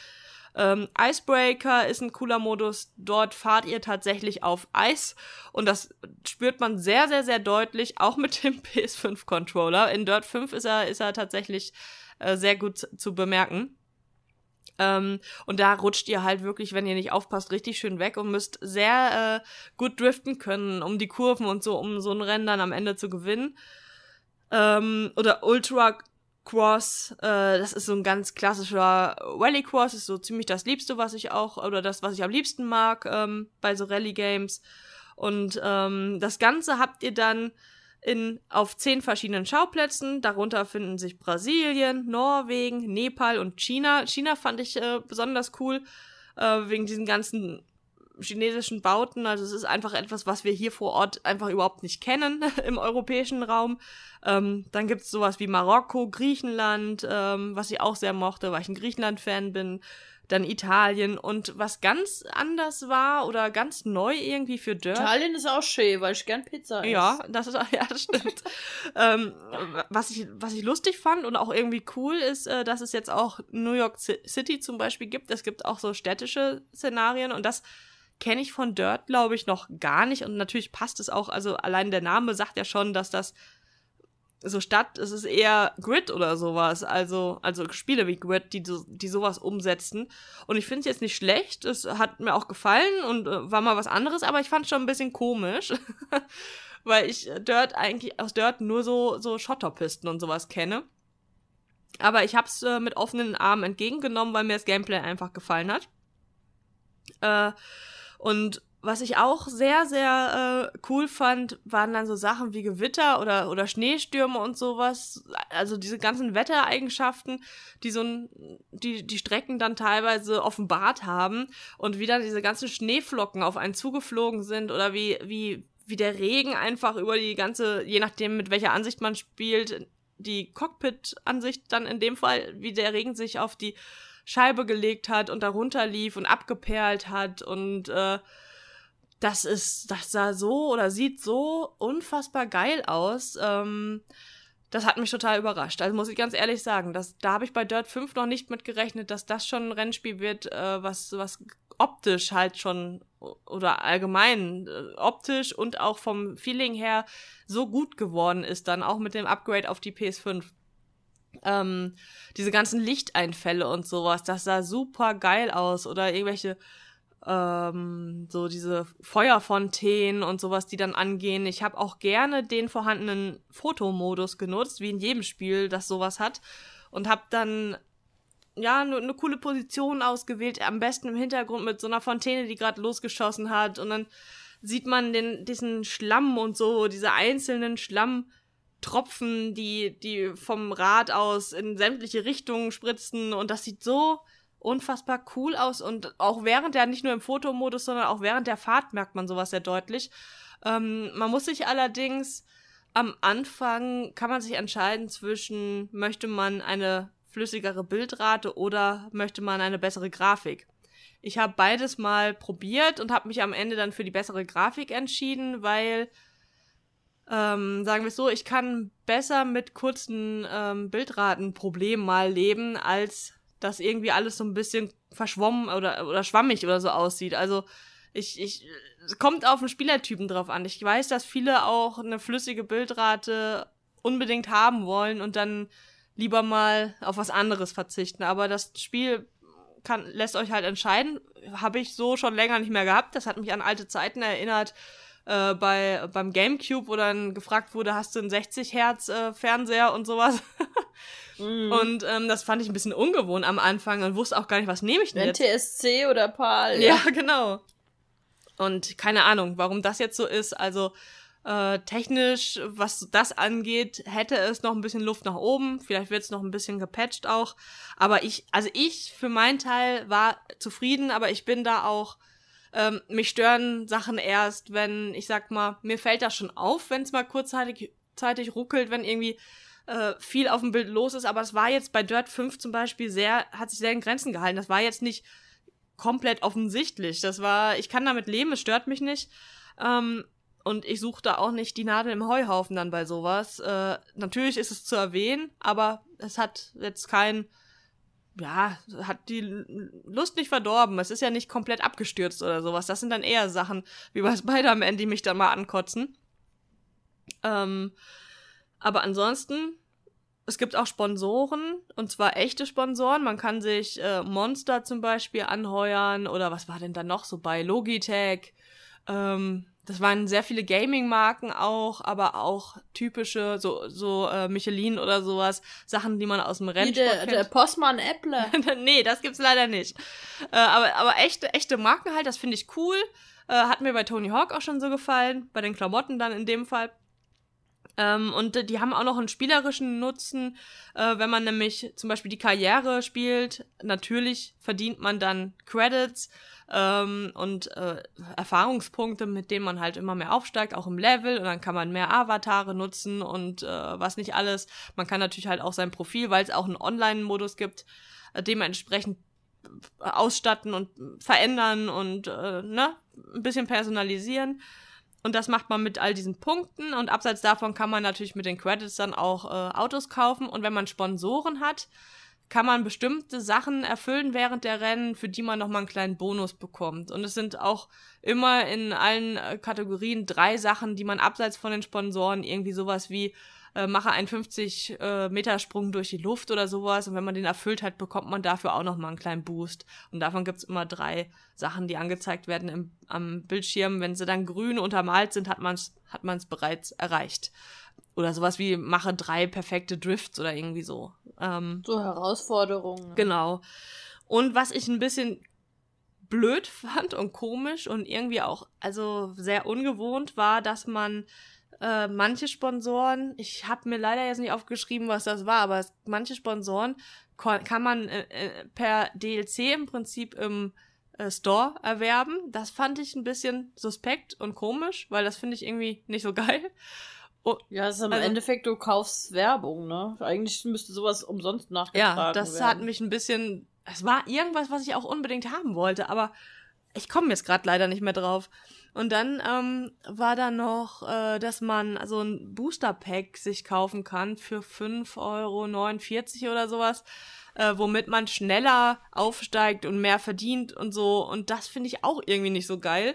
[SPEAKER 2] Ähm, Icebreaker ist ein cooler Modus. Dort fahrt ihr tatsächlich auf Eis. Und das spürt man sehr, sehr, sehr deutlich, auch mit dem P S fünf Controller. In Dirt fünf ist er, ist er tatsächlich äh, sehr gut zu, zu bemerken. Ähm, und da rutscht ihr halt wirklich, wenn ihr nicht aufpasst, richtig schön weg und müsst sehr äh, gut driften können, um die Kurven und so, um so ein Rennen dann am Ende zu gewinnen. Ähm, oder Ultra Cross, äh, das ist so ein ganz klassischer Rally Cross, ist so ziemlich das Liebste, was ich auch, oder das, was ich am liebsten mag ähm, bei so Rally Games. Und ähm, das Ganze habt ihr dann in auf zehn verschiedenen Schauplätzen. Darunter finden sich Brasilien, Norwegen, Nepal und China. China fand ich äh, besonders cool, äh, wegen diesen ganzen chinesischen Bauten. Also es ist einfach etwas, was wir hier vor Ort einfach überhaupt nicht kennen im europäischen Raum. Ähm, dann gibt es sowas wie Marokko, Griechenland, ähm, was ich auch sehr mochte, weil ich ein Griechenland-Fan bin. Dann Italien und was ganz anders war oder ganz neu irgendwie für Dirt.
[SPEAKER 1] Italien ist auch schön, weil ich gern Pizza esse.
[SPEAKER 2] Ja, das ist, ja, das stimmt. ähm, was ich, was ich lustig fand und auch irgendwie cool ist, äh, dass es jetzt auch New York City zum Beispiel gibt. Es gibt auch so städtische Szenarien und das kenne ich von Dirt, glaube ich, noch gar nicht und natürlich passt es auch, also allein der Name sagt ja schon, dass das so Stadt, es ist eher Grid oder sowas, also also Spiele wie Grid, die so, die sowas umsetzen. Und ich finde es jetzt nicht schlecht, es hat mir auch gefallen und äh, war mal was anderes, aber ich fand es schon ein bisschen komisch, weil ich Dirt eigentlich aus Dirt nur so so Schotterpisten und sowas kenne. Aber ich habe es äh, mit offenen Armen entgegengenommen, weil mir das Gameplay einfach gefallen hat. Äh, und was ich auch sehr, sehr äh, cool fand, waren dann so Sachen wie Gewitter oder, oder Schneestürme und sowas. Also diese ganzen Wettereigenschaften, die so ein, die, die Strecken dann teilweise offenbart haben und wie dann diese ganzen Schneeflocken auf einen zugeflogen sind oder wie, wie, wie der Regen einfach über die ganze, je nachdem mit welcher Ansicht man spielt, die Cockpit-Ansicht dann in dem Fall, wie der Regen sich auf die Scheibe gelegt hat und darunter lief und abgeperlt hat und äh, das ist, das sah so oder sieht so unfassbar geil aus. Ähm, das hat mich total überrascht. Also muss ich ganz ehrlich sagen, das, da habe ich bei Dirt fünf noch nicht mit gerechnet, dass das schon ein Rennspiel wird, äh, was, was optisch halt schon oder allgemein äh, optisch und auch vom Feeling her so gut geworden ist, dann auch mit dem Upgrade auf die P S fünf. Ähm, diese ganzen Lichteinfälle und sowas, das sah super geil aus. Oder irgendwelche ähm, so diese Feuerfontänen und sowas, die dann angehen. Ich habe auch gerne den vorhandenen Fotomodus genutzt, wie in jedem Spiel, das sowas hat. Und habe dann ja eine ne coole Position ausgewählt, am besten im Hintergrund mit so einer Fontäne, die gerade losgeschossen hat. Und dann sieht man den diesen Schlamm und so, diese einzelnen Schlammtropfen, die, die vom Rad aus in sämtliche Richtungen spritzen. Und das sieht so unfassbar cool aus und auch während der, nicht nur im Fotomodus, sondern auch während der Fahrt merkt man sowas sehr deutlich. Ähm, man muss sich allerdings am Anfang, kann man sich entscheiden zwischen, möchte man eine flüssigere Bildrate oder möchte man eine bessere Grafik. Ich habe beides mal probiert und habe mich am Ende dann für die bessere Grafik entschieden, weil, ähm, sagen wir es so, ich kann besser mit kurzen ähm, Bildratenproblemen mal leben, als dass irgendwie alles so ein bisschen verschwommen oder oder schwammig oder so aussieht. Also ich, ich, es kommt auf den Spielertypen drauf an. Ich weiß, dass viele auch eine flüssige Bildrate unbedingt haben wollen und dann lieber mal auf was anderes verzichten. Aber das Spiel kann, lässt euch halt entscheiden. Habe ich so schon länger nicht mehr gehabt. Das hat mich an alte Zeiten erinnert, äh, bei beim Gamecube, wo dann gefragt wurde, hast du einen sechzig Hertz äh, Fernseher und sowas. Mm. Und ähm, das fand ich ein bisschen ungewohnt am Anfang und wusste auch gar nicht, was nehme ich denn jetzt.
[SPEAKER 1] N T S C oder PAL.
[SPEAKER 2] Ja, ja, genau. Und keine Ahnung, warum das jetzt so ist. Also äh, technisch, was das angeht, hätte es noch ein bisschen Luft nach oben. Vielleicht wird es noch ein bisschen gepatcht auch. Aber ich, also ich für meinen Teil war zufrieden, aber ich bin da auch, ähm, mich stören Sachen erst, wenn, ich sag mal, mir fällt das schon auf, wenn es mal kurzzeitig zeitig ruckelt, wenn irgendwie viel auf dem Bild los ist, aber es war jetzt bei Dirt fünf zum Beispiel sehr, hat sich sehr in Grenzen gehalten. Das war jetzt nicht komplett offensichtlich. Das war, ich kann damit leben, es stört mich nicht. Ähm, und ich suche da auch nicht die Nadel im Heuhaufen dann bei sowas. Äh, natürlich ist es zu erwähnen, aber es hat jetzt keinen ja, hat die Lust nicht verdorben. Es ist ja nicht komplett abgestürzt oder sowas. Das sind dann eher Sachen wie bei Spider-Man, die mich dann mal ankotzen. Ähm, aber ansonsten, es gibt auch Sponsoren, und zwar echte Sponsoren. Man kann sich äh, Monster zum Beispiel anheuern oder was war denn da noch so bei? Logitech, ähm, das waren sehr viele Gaming-Marken auch, aber auch typische, so so äh, Michelin oder sowas, Sachen, die man aus dem Rennsport
[SPEAKER 1] der,
[SPEAKER 2] kennt.
[SPEAKER 1] der Postmann Äppler.
[SPEAKER 2] Nee, das gibt's leider nicht. Äh, aber aber echte echte Marken halt, das finde ich cool. Äh, hat mir bei Tony Hawk auch schon so gefallen, bei den Klamotten dann in dem Fall. Ähm, und die haben auch noch einen spielerischen Nutzen, äh, wenn man nämlich zum Beispiel die Karriere spielt. Natürlich verdient man dann Credits ähm, und äh, Erfahrungspunkte, mit denen man halt immer mehr aufsteigt, auch im Level. Und dann kann man mehr Avatare nutzen und äh, was nicht alles. Man kann natürlich halt auch sein Profil, weil es auch einen Online-Modus gibt, äh, dementsprechend ausstatten und verändern und äh, ne, ein bisschen personalisieren. Und das macht man mit all diesen Punkten. Und abseits davon kann man natürlich mit den Credits dann auch äh, Autos kaufen. Und wenn man Sponsoren hat, kann man bestimmte Sachen erfüllen während der Rennen, für die man nochmal einen kleinen Bonus bekommt. Und es sind auch immer in allen äh, Kategorien drei Sachen, die man abseits von den Sponsoren irgendwie sowas wie äh, mache einen fünfzig Meter Sprung durch die Luft oder sowas. Und wenn man den erfüllt hat, bekommt man dafür auch nochmal einen kleinen Boost. Und davon gibt's immer drei Sachen, die angezeigt werden im, am Bildschirm. Wenn sie dann grün untermalt sind, hat man's, hat man's bereits erreicht. Oder sowas wie mache drei perfekte Drifts oder irgendwie so. Ähm,
[SPEAKER 1] so Herausforderungen.
[SPEAKER 2] Genau. Und was ich ein bisschen blöd fand und komisch und irgendwie auch also sehr ungewohnt war, dass man äh, manche Sponsoren, ich habe mir leider jetzt nicht aufgeschrieben, was das war, aber es, manche Sponsoren kon- kann man äh, äh, per D L C im Prinzip im äh, Store erwerben. Das fand ich ein bisschen suspekt und komisch, weil das finde ich irgendwie nicht so geil. Oh,
[SPEAKER 1] ja, es ist im
[SPEAKER 2] also,
[SPEAKER 1] Endeffekt, du kaufst Werbung, ne? Eigentlich müsste sowas umsonst nachgetragen
[SPEAKER 2] ja, das
[SPEAKER 1] werden.
[SPEAKER 2] hat mich ein bisschen, es war irgendwas, was ich auch unbedingt haben wollte, aber ich komme jetzt gerade leider nicht mehr drauf. Und dann ähm, war da noch, äh, dass man so ein Booster-Pack sich kaufen kann für fünf Euro neunundvierzig oder sowas, äh, womit man schneller aufsteigt und mehr verdient und so. Und das finde ich auch irgendwie nicht so geil.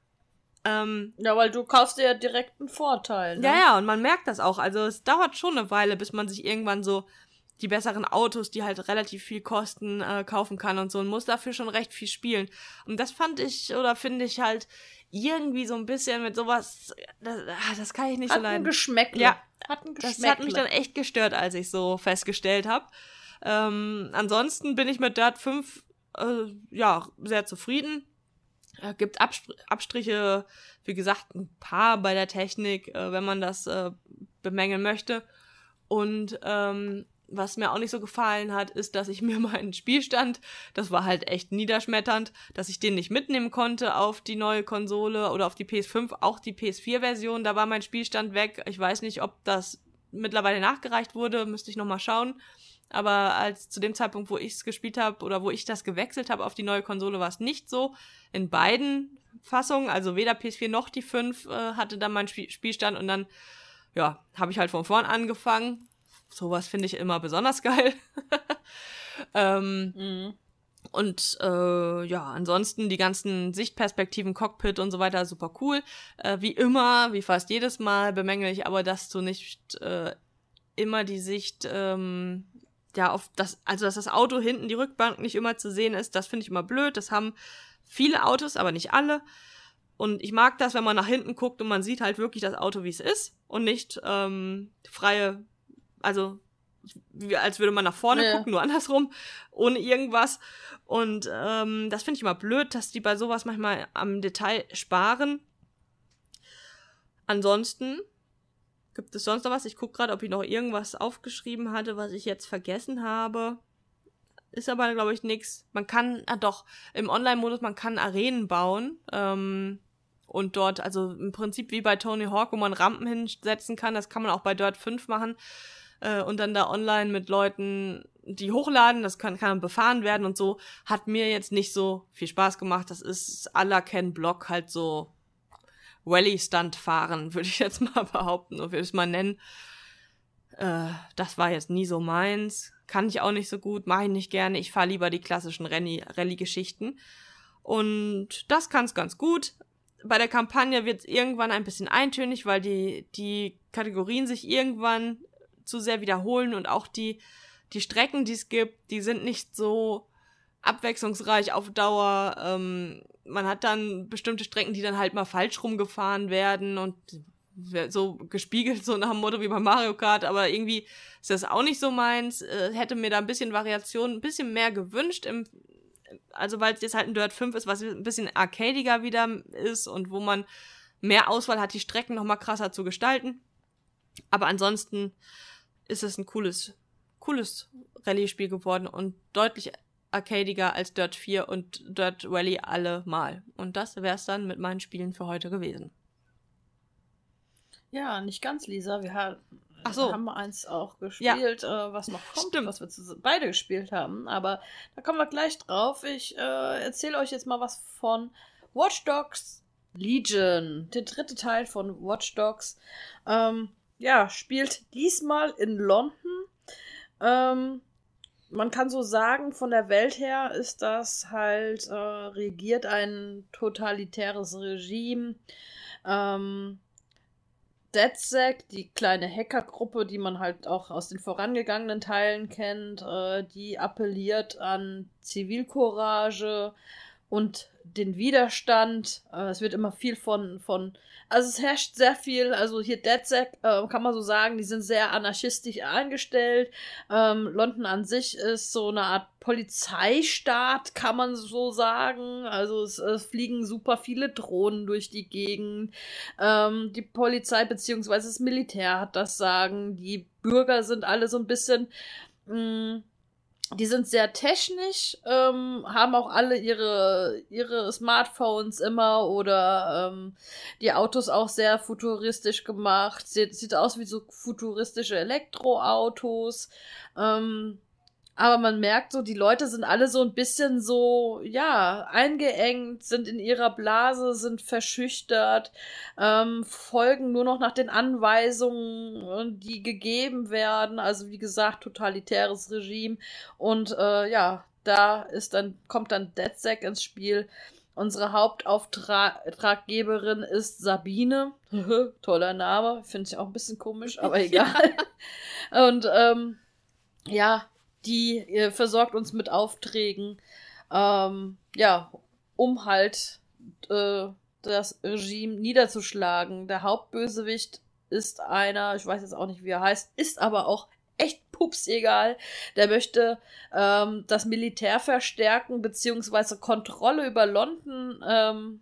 [SPEAKER 2] Ähm,
[SPEAKER 1] ja, weil du kaufst dir ja direkt einen Vorteil, ne?
[SPEAKER 2] Ja, ja, und man merkt das auch. Also es dauert schon eine Weile, bis man sich irgendwann so die besseren Autos, die halt relativ viel kosten, äh, kaufen kann und so und muss dafür schon recht viel spielen. Und das fand ich oder finde ich halt irgendwie so ein bisschen mit sowas, das, das kann ich nicht
[SPEAKER 1] hat
[SPEAKER 2] so leiden.
[SPEAKER 1] Hat ein Geschmäckle.
[SPEAKER 2] Ja,
[SPEAKER 1] hat ein
[SPEAKER 2] das hat mich dann echt gestört, als ich so festgestellt habe. Ähm, ansonsten bin ich mit Dirt fünf äh, ja sehr zufrieden. Äh, gibt Abspr- Abstriche, wie gesagt, ein paar bei der Technik, äh, wenn man das äh, bemängeln möchte. Und ähm, was mir auch nicht so gefallen hat, ist, dass ich mir meinen Spielstand, das war halt echt niederschmetternd, dass ich den nicht mitnehmen konnte auf die neue Konsole oder auf die P S fünf, auch die P S vier Version, da war mein Spielstand weg. Ich weiß nicht, ob das mittlerweile nachgereicht wurde, müsste ich nochmal schauen. Aber als zu dem Zeitpunkt, wo ich es gespielt habe oder wo ich das gewechselt habe auf die neue Konsole, war es nicht so. In beiden Fassungen, also weder P S vier noch die fünf, äh, hatte dann mein Spiel- Spielstand und dann, ja, habe ich halt von vorn angefangen. Sowas finde ich immer besonders geil. ähm,
[SPEAKER 1] Mhm.
[SPEAKER 2] Und äh, ja, ansonsten die ganzen Sichtperspektiven, Cockpit und so weiter, super cool. Äh, wie immer, wie fast jedes Mal bemängel ich aber, dass du nicht äh, immer die Sicht, ähm, ja, auf das, also dass das Auto hinten, die Rückbank nicht immer zu sehen ist, das finde ich immer blöd. Das haben viele Autos, aber nicht alle. Und ich mag das, wenn man nach hinten guckt und man sieht halt wirklich das Auto, wie es ist und nicht ähm, freie, also wie, als würde man nach vorne
[SPEAKER 1] Ja.
[SPEAKER 2] gucken, nur andersrum, ohne irgendwas. Und ähm, das finde ich immer blöd, dass die bei sowas manchmal am Detail sparen. Ansonsten gibt es sonst noch was? Ich gucke gerade, ob ich noch irgendwas aufgeschrieben hatte, was ich jetzt vergessen habe. Ist aber, glaube ich, nix. Man kann, ah doch, im Online-Modus, man kann Arenen bauen. Ähm, und dort, also im Prinzip wie bei Tony Hawk, wo man Rampen hinsetzen kann, das kann man auch bei Dirt fünf machen. Äh, und dann da online mit Leuten, die hochladen, das kann, kann befahren werden und so. Hat mir jetzt nicht so viel Spaß gemacht. Das ist à la Ken Block halt so Rallye-Stunt fahren, würde ich jetzt mal behaupten, oder würde ich es mal nennen. Äh, das war jetzt nie so meins. Kann ich auch nicht so gut, mache ich nicht gerne. Ich fahre lieber die klassischen Rallye-Geschichten. Und das kann's ganz gut. Bei der Kampagne wird's irgendwann ein bisschen eintönig, weil die, die Kategorien sich irgendwann zu sehr wiederholen und auch die, die Strecken, die es gibt, die sind nicht so abwechslungsreich auf Dauer. Ähm, man hat dann bestimmte Strecken, die dann halt mal falsch rumgefahren werden und so gespiegelt, so nach dem Motto wie bei Mario Kart, aber irgendwie ist das auch nicht so meins. Äh, hätte mir da ein bisschen Variation, ein bisschen mehr gewünscht, im, also weil es jetzt halt ein Dirt fünf ist, was ein bisschen arcadiger wieder ist und wo man mehr Auswahl hat, die Strecken noch mal krasser zu gestalten. Aber ansonsten ist es ein cooles, cooles Rallye-Spiel geworden und deutlich arcadiger als Dirt vier und Dirt Rally allemal. Und das wär's dann mit meinen Spielen für heute gewesen.
[SPEAKER 1] Ja, nicht ganz, Lisa. Wir ha-
[SPEAKER 2] Ach so.
[SPEAKER 1] haben eins auch gespielt, ja. äh, was noch kommt, Stimmt. was wir zu- beide gespielt haben. Aber da kommen wir gleich drauf. Ich äh, erzähle euch jetzt mal was von Watch Dogs Legion. Der dritte Teil von Watch Dogs. Ähm, ja, spielt diesmal in London. Ähm, man kann so sagen, von der Welt her ist das halt, äh, regiert ein totalitäres Regime. Ähm, DedSec, die kleine Hackergruppe, die man halt auch aus den vorangegangenen Teilen kennt, äh, die appelliert an Zivilcourage und den Widerstand. Äh, es wird immer viel von, von, also es herrscht sehr viel, also hier DedSec, äh, kann man so sagen, die sind sehr anarchistisch eingestellt. Ähm, London an sich ist so eine Art Polizeistaat, kann man so sagen. Also es, es fliegen super viele Drohnen durch die Gegend. Ähm, die Polizei beziehungsweise das Militär hat das Sagen. Die Bürger sind alle so ein bisschen, mh, die sind sehr technisch, ähm, haben auch alle ihre, ihre Smartphones immer oder ähm, die Autos auch sehr futuristisch gemacht. Sieht, sieht aus wie so futuristische Elektroautos. Ähm, aber man merkt so, die Leute sind alle so ein bisschen so, ja, eingeengt, sind in ihrer Blase, sind verschüchtert, ähm, folgen nur noch nach den Anweisungen, die gegeben werden. Also wie gesagt, totalitäres Regime. Und äh, ja, da ist dann, kommt dann DedSec ins Spiel. Unsere Hauptauftraggeberin ist Sabine. Toller Name, finde ich auch ein bisschen komisch, aber egal. Und ähm, ja, die äh, versorgt uns mit Aufträgen, ähm, ja, um halt äh, das Regime niederzuschlagen. Der Hauptbösewicht ist einer, ich weiß jetzt auch nicht, wie er heißt, ist aber auch echt pups egal. Der möchte ähm, das Militär verstärken, beziehungsweise Kontrolle über London ähm,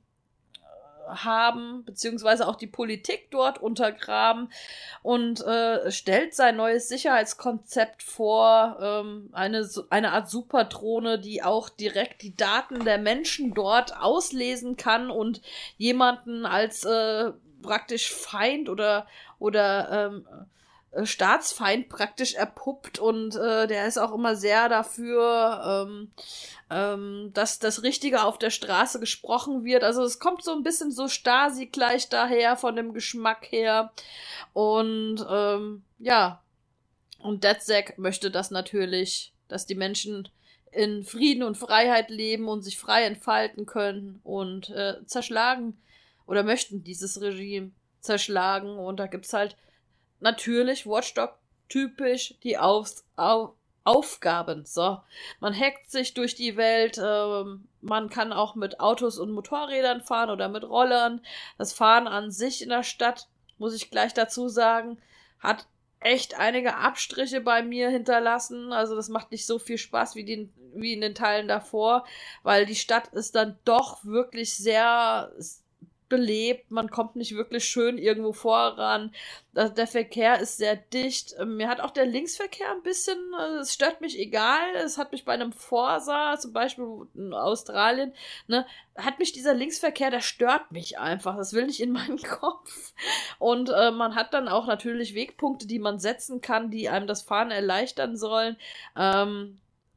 [SPEAKER 1] haben, beziehungsweise auch die Politik dort untergraben und äh, stellt sein neues Sicherheitskonzept vor, ähm, eine, eine Art Superdrohne, die auch direkt die Daten der Menschen dort auslesen kann und jemanden als äh, praktisch Feind oder, oder ähm, Staatsfeind praktisch erpuppt und äh, der ist auch immer sehr dafür, ähm, ähm, dass das Richtige auf der Straße gesprochen wird. Also es kommt so ein bisschen so Stasi gleich daher von dem Geschmack her und ähm, ja, und DedSec möchte das natürlich, dass die Menschen in Frieden und Freiheit leben und sich frei entfalten können und äh, zerschlagen oder möchten dieses Regime zerschlagen und da gibt's halt natürlich, Watchdog typisch, die Auf, Auf, Aufgaben. So, man hackt sich durch die Welt, ähm, man kann auch mit Autos und Motorrädern fahren oder mit Rollern. Das Fahren an sich in der Stadt, muss ich gleich dazu sagen, hat echt einige Abstriche bei mir hinterlassen. Also das macht nicht so viel Spaß wie, den, wie in den Teilen davor, weil die Stadt ist dann doch wirklich sehr belebt, man kommt nicht wirklich schön irgendwo voran, der Verkehr ist sehr dicht, mir hat auch der Linksverkehr ein bisschen, es stört mich egal, es hat mich bei einem Forsa, zum Beispiel in Australien, ne, hat mich dieser Linksverkehr, der stört mich einfach, das will nicht in meinen Kopf und äh, man hat dann auch natürlich Wegpunkte, die man setzen kann, die einem das Fahren erleichtern sollen, ähm,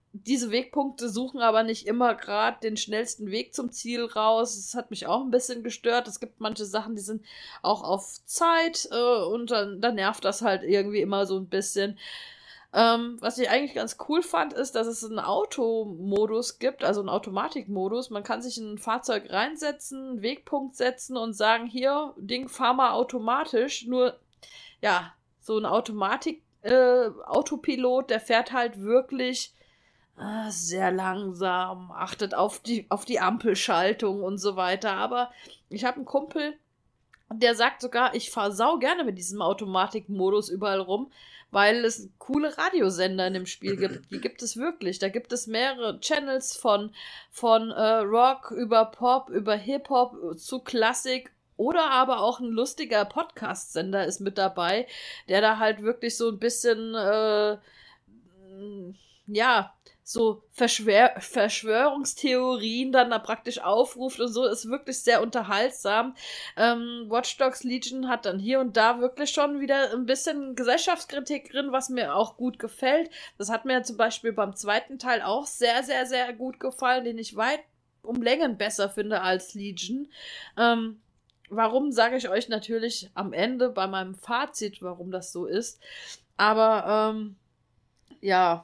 [SPEAKER 1] diese Wegpunkte suchen aber nicht immer gerade den schnellsten Weg zum Ziel raus. Das hat mich auch ein bisschen gestört. Es gibt manche Sachen, die sind auch auf Zeit äh, und dann, dann nervt das halt irgendwie immer so ein bisschen. Ähm, was ich eigentlich ganz cool fand, ist, dass es einen Automodus gibt, also einen Automatikmodus. Man kann sich in ein Fahrzeug reinsetzen, einen Wegpunkt setzen und sagen, hier, Ding, fahr mal automatisch. Nur, ja, so ein Automatik, äh, Autopilot, der fährt halt wirklich äh, sehr langsam, achtet auf die, auf die Ampelschaltung und so weiter. Aber ich habe einen Kumpel, der sagt sogar, ich fahre sau gerne mit diesem Automatikmodus überall rum, weil es coole Radiosender in dem Spiel gibt. Die gibt es wirklich. Da gibt es mehrere Channels von, von äh, Rock über Pop, über Hip-Hop zu Klassik. Oder aber auch ein lustiger Podcast-Sender ist mit dabei, der da halt wirklich so ein bisschen, äh, ja, so Verschwör Verschwörungstheorien dann da praktisch aufruft und so, ist wirklich sehr unterhaltsam. Ähm, Watch Dogs Legion hat dann hier und da wirklich schon wieder ein bisschen Gesellschaftskritik drin, was mir auch gut gefällt. Das hat mir zum Beispiel beim zweiten Teil auch sehr, sehr, sehr gut gefallen, den ich weit um Längen besser finde als Legion. Ähm, warum, sage ich euch natürlich am Ende bei meinem Fazit, warum das so ist. Aber, ähm, ja,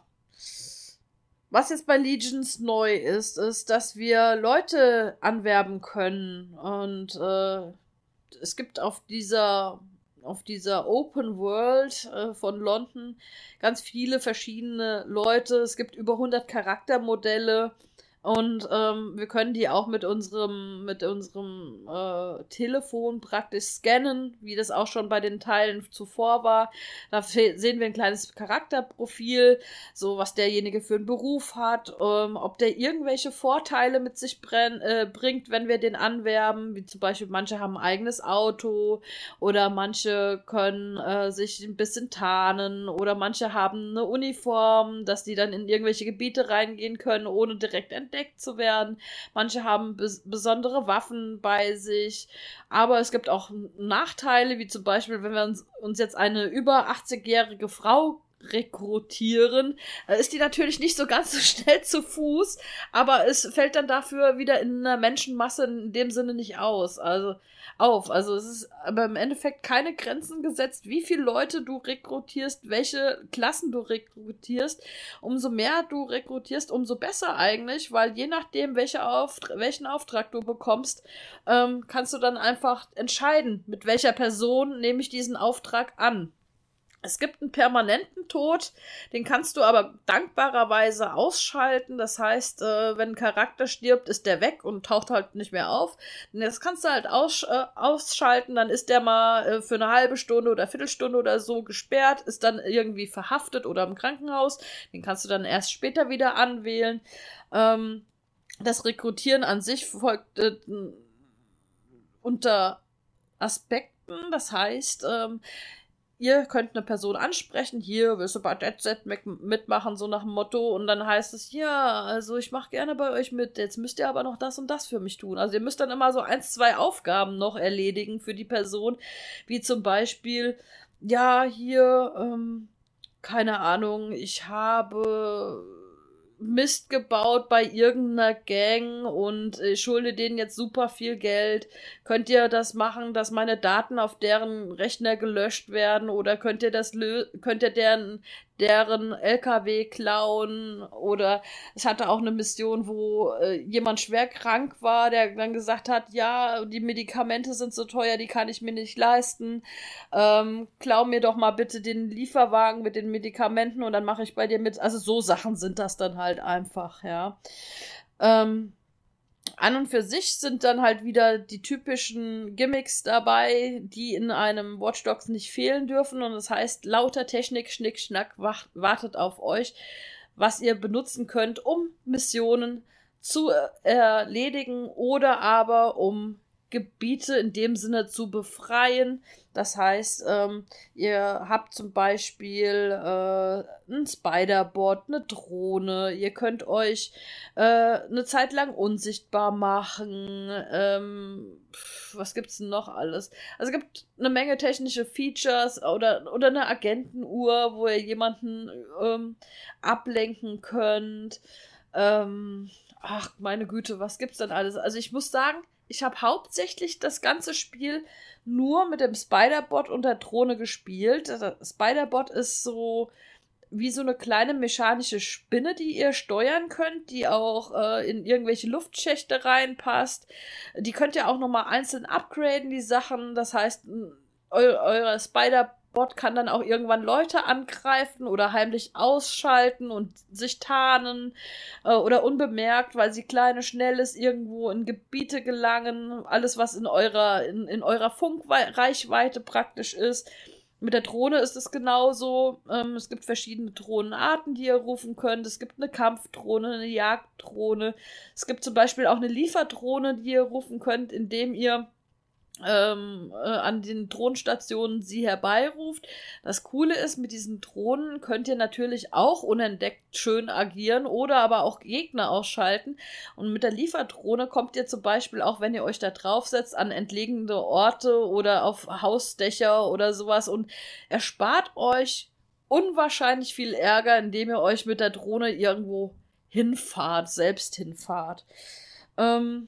[SPEAKER 1] was jetzt bei Legions neu ist, ist, dass wir Leute anwerben können. Und äh, es gibt auf dieser, auf dieser Open World äh, von London ganz viele verschiedene Leute. Es gibt über hundert Charaktermodelle. Und ähm, wir können die auch mit unserem, mit unserem äh, Telefon praktisch scannen, wie das auch schon bei den Teilen zuvor war. Da sehen wir ein kleines Charakterprofil, so was derjenige für einen Beruf hat, ähm, ob der irgendwelche Vorteile mit sich brenn, äh, bringt, wenn wir den anwerben, wie zum Beispiel manche haben ein eigenes Auto oder manche können äh, sich ein bisschen tarnen oder manche haben eine Uniform, dass die dann in irgendwelche Gebiete reingehen können, ohne direkt entdeckt zu werden. Manche haben bes besondere Waffen bei sich, aber es gibt auch Nachteile, wie zum Beispiel, wenn wir uns, uns jetzt eine über achtzigjährige Frau rekrutieren, ist die natürlich nicht so ganz so schnell zu Fuß, aber es fällt dann dafür wieder in einer Menschenmasse in dem Sinne nicht aus, also auf. Also es ist aber im Endeffekt keine Grenzen gesetzt, wie viele Leute du rekrutierst, welche Klassen du rekrutierst. Umso mehr du rekrutierst, umso besser eigentlich, weil je nachdem, welche Auftra- welchen Auftrag du bekommst, ähm, kannst du dann einfach entscheiden, mit welcher Person nehme ich diesen Auftrag an. Es gibt einen permanenten Tod, den kannst du aber dankbarerweise ausschalten. Das heißt, äh, wenn ein Charakter stirbt, ist der weg und taucht halt nicht mehr auf. Das kannst du halt aus, äh, ausschalten, dann ist der mal äh, für eine halbe Stunde oder Viertelstunde oder so gesperrt, ist dann irgendwie verhaftet oder im Krankenhaus. Den kannst du dann erst später wieder anwählen. Ähm, das Rekrutieren an sich folgt äh, unter Aspekten. Das heißt, ähm, ihr könnt eine Person ansprechen, hier, willst du bei Dead Set mitmachen, so nach dem Motto, und dann heißt es, ja, also ich mache gerne bei euch mit, jetzt müsst ihr aber noch das und das für mich tun. Also ihr müsst dann immer so eins, zwei Aufgaben noch erledigen für die Person, wie zum Beispiel, ja, hier, ähm, keine Ahnung, ich habe Mist gebaut bei irgendeiner Gang und ich schulde denen jetzt super viel Geld. Könnt ihr das machen, dass meine Daten auf deren Rechner gelöscht werden, oder könnt ihr das lö könnt ihr deren deren L K W klauen? Oder es hatte auch eine Mission, wo äh, jemand schwer krank war, der dann gesagt hat, ja, die Medikamente sind so teuer, die kann ich mir nicht leisten. Ähm, klau mir doch mal bitte den Lieferwagen mit den Medikamenten und dann mache ich bei dir mit. Also so Sachen sind das dann halt einfach, ja. Ähm, An und für sich sind dann halt wieder die typischen Gimmicks dabei, die in einem Watch Dogs nicht fehlen dürfen. Und das heißt, lauter Technik, Schnick, Schnack wartet auf euch, was ihr benutzen könnt, um Missionen zu erledigen oder aber um Gebiete in dem Sinne zu befreien. Das heißt, ähm, ihr habt zum Beispiel äh, ein Spider-Bot, eine Drohne, ihr könnt euch äh, eine Zeit lang unsichtbar machen. Ähm, was gibt's denn noch alles? Also es gibt eine Menge technische Features oder, oder eine Agentenuhr, wo ihr jemanden ähm, ablenken könnt. Ähm, ach, meine Güte, was gibt's denn alles? Also ich muss sagen, ich habe hauptsächlich das ganze Spiel nur mit dem Spider-Bot und der Drohne gespielt. Der Spider-Bot ist so wie so eine kleine mechanische Spinne, die ihr steuern könnt, die auch äh, in irgendwelche Luftschächte reinpasst. Die könnt ihr auch nochmal einzeln upgraden, die Sachen. Das heißt, eu euer Spider-Bot kann dann auch irgendwann Leute angreifen oder heimlich ausschalten und sich tarnen äh, oder unbemerkt, weil sie klein und schnell ist, irgendwo in Gebiete gelangen. Alles, was in eurer, in, in eurer Funkreichweite praktisch ist. Mit der Drohne ist es genauso. Ähm, es gibt verschiedene Drohnenarten, die ihr rufen könnt. Es gibt eine Kampfdrohne, eine Jagddrohne. Es gibt zum Beispiel auch eine Lieferdrohne, die ihr rufen könnt, indem ihr ähm, äh, an den Drohnenstationen sie herbeiruft. Das Coole ist, mit diesen Drohnen könnt ihr natürlich auch unentdeckt schön agieren oder aber auch Gegner ausschalten. Und mit der Lieferdrohne kommt ihr zum Beispiel auch, wenn ihr euch da draufsetzt, an entlegene Orte oder auf Hausdächer oder sowas und erspart euch unwahrscheinlich viel Ärger, indem ihr euch mit der Drohne irgendwo hinfahrt, selbst hinfahrt. Ähm,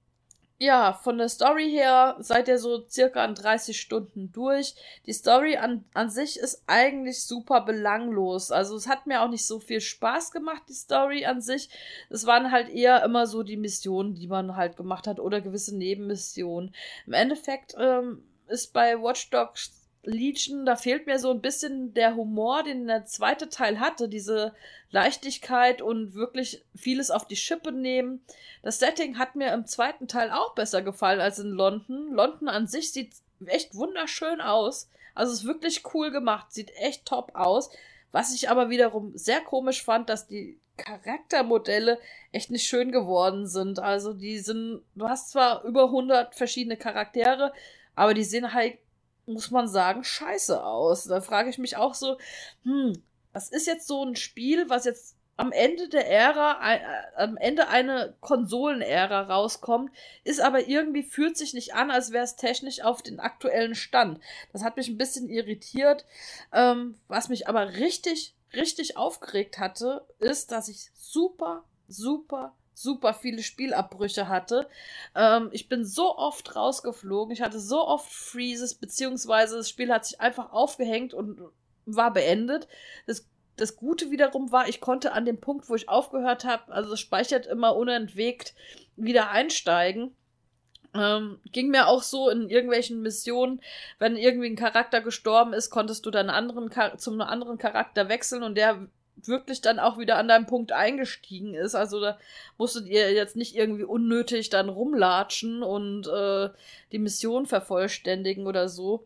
[SPEAKER 1] Ja, von der Story her seid ihr so circa in dreißig Stunden durch. Die Story an, an sich ist eigentlich super belanglos. Also es hat mir auch nicht so viel Spaß gemacht, die Story an sich. Es waren halt eher immer so die Missionen, die man halt gemacht hat oder gewisse Nebenmissionen. Im Endeffekt ähm, ist bei Watch Dogs Legion, da fehlt mir so ein bisschen der Humor, den der zweite Teil hatte, diese Leichtigkeit und wirklich vieles auf die Schippe nehmen. Das Setting hat mir im zweiten Teil auch besser gefallen als in London. London an sich sieht echt wunderschön aus. Also ist wirklich cool gemacht, sieht echt top aus. Was ich aber wiederum sehr komisch fand, dass die Charaktermodelle echt nicht schön geworden sind. Also die sind, du hast zwar über hundert verschiedene Charaktere, aber die sehen halt, muss man sagen, scheiße aus. Da frage ich mich auch so, hm, das ist jetzt so ein Spiel, was jetzt am Ende der Ära, äh, am Ende eine Konsolenära rauskommt, ist aber irgendwie, fühlt sich nicht an, als wäre es technisch auf den aktuellen Stand. Das hat mich ein bisschen irritiert. Ähm, was mich aber richtig, richtig aufgeregt hatte, ist, dass ich super, super, super viele Spielabbrüche hatte. Ähm, ich bin so oft rausgeflogen, ich hatte so oft Freezes, beziehungsweise das Spiel hat sich einfach aufgehängt und war beendet. Das, das Gute wiederum war, ich konnte an dem Punkt, wo ich aufgehört habe, also es speichert immer unentwegt, wieder einsteigen. Ähm, ging mir auch so in irgendwelchen Missionen, wenn irgendwie ein Charakter gestorben ist, konntest du dann anderen Char- zum anderen Charakter wechseln und der wirklich dann auch wieder an deinem Punkt eingestiegen ist. Also da musstet ihr jetzt nicht irgendwie unnötig dann rumlatschen und äh, die Mission vervollständigen oder so.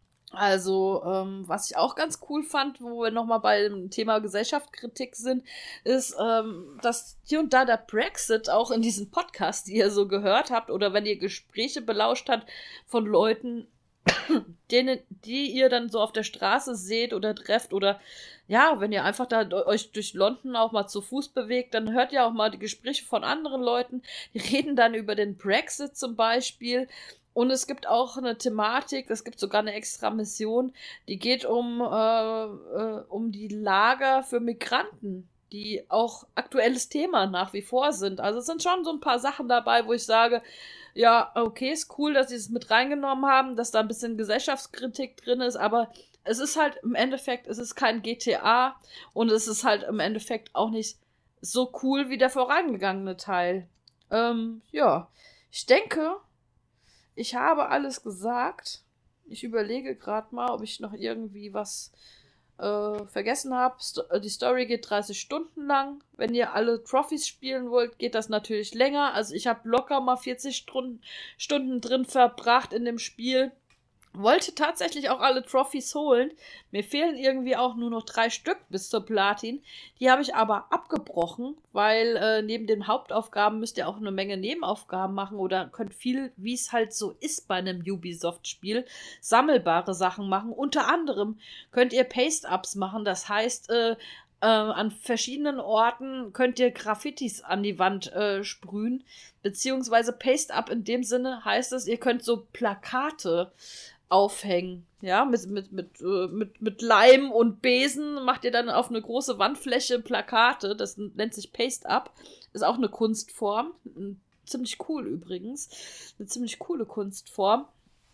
[SPEAKER 1] Also, ähm, was ich auch ganz cool fand, wo wir nochmal beim Thema Gesellschaftskritik sind, ist, ähm, dass hier und da der Brexit auch in diesem Podcast, die ihr so gehört habt, oder wenn ihr Gespräche belauscht habt von Leuten, denen, die ihr dann so auf der Straße seht oder trefft oder ja, wenn ihr einfach da euch durch London auch mal zu Fuß bewegt, dann hört ihr auch mal die Gespräche von anderen Leuten, die reden dann über den Brexit zum Beispiel. Und es gibt auch eine Thematik, es gibt sogar eine extra Mission, die geht um, äh, äh, um die Lager für Migranten, die auch aktuelles Thema nach wie vor sind. Also es sind schon so ein paar Sachen dabei, wo ich sage, ja, okay, ist cool, dass sie es mit reingenommen haben, dass da ein bisschen Gesellschaftskritik drin ist, aber es ist halt im Endeffekt, es ist kein G T A und es ist halt im Endeffekt auch nicht so cool wie der vorangegangene Teil. Ähm, ja, ich denke, ich habe alles gesagt. Ich überlege gerade mal, ob ich noch irgendwie was äh, vergessen habe. Sto- die Story geht dreißig Stunden lang. Wenn ihr alle Trophies spielen wollt, geht das natürlich länger. Also ich habe locker mal vierzig Stunden, Stunden drin verbracht in dem Spiel. wollte tatsächlich auch alle Trophys holen. Mir fehlen irgendwie auch nur noch drei Stück bis zur Platin. Die habe ich aber abgebrochen, weil äh, neben den Hauptaufgaben müsst ihr auch eine Menge Nebenaufgaben machen oder könnt viel, wie es halt so ist bei einem Ubisoft-Spiel, sammelbare Sachen machen. Unter anderem könnt ihr Paste-Ups machen. Das heißt, äh, äh, an verschiedenen Orten könnt ihr Graffitis an die Wand äh, sprühen. Beziehungsweise Paste-Up in dem Sinne heißt es, ihr könnt so Plakate aufhängen, ja, mit, mit, mit, äh, mit, mit Leim und Besen macht ihr dann auf eine große Wandfläche Plakate, das nennt sich Paste-Up, ist auch eine Kunstform, ziemlich cool übrigens, eine ziemlich coole Kunstform,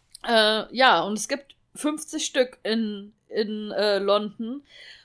[SPEAKER 1] äh, ja, und es gibt fünfzig Stück in, in äh, London.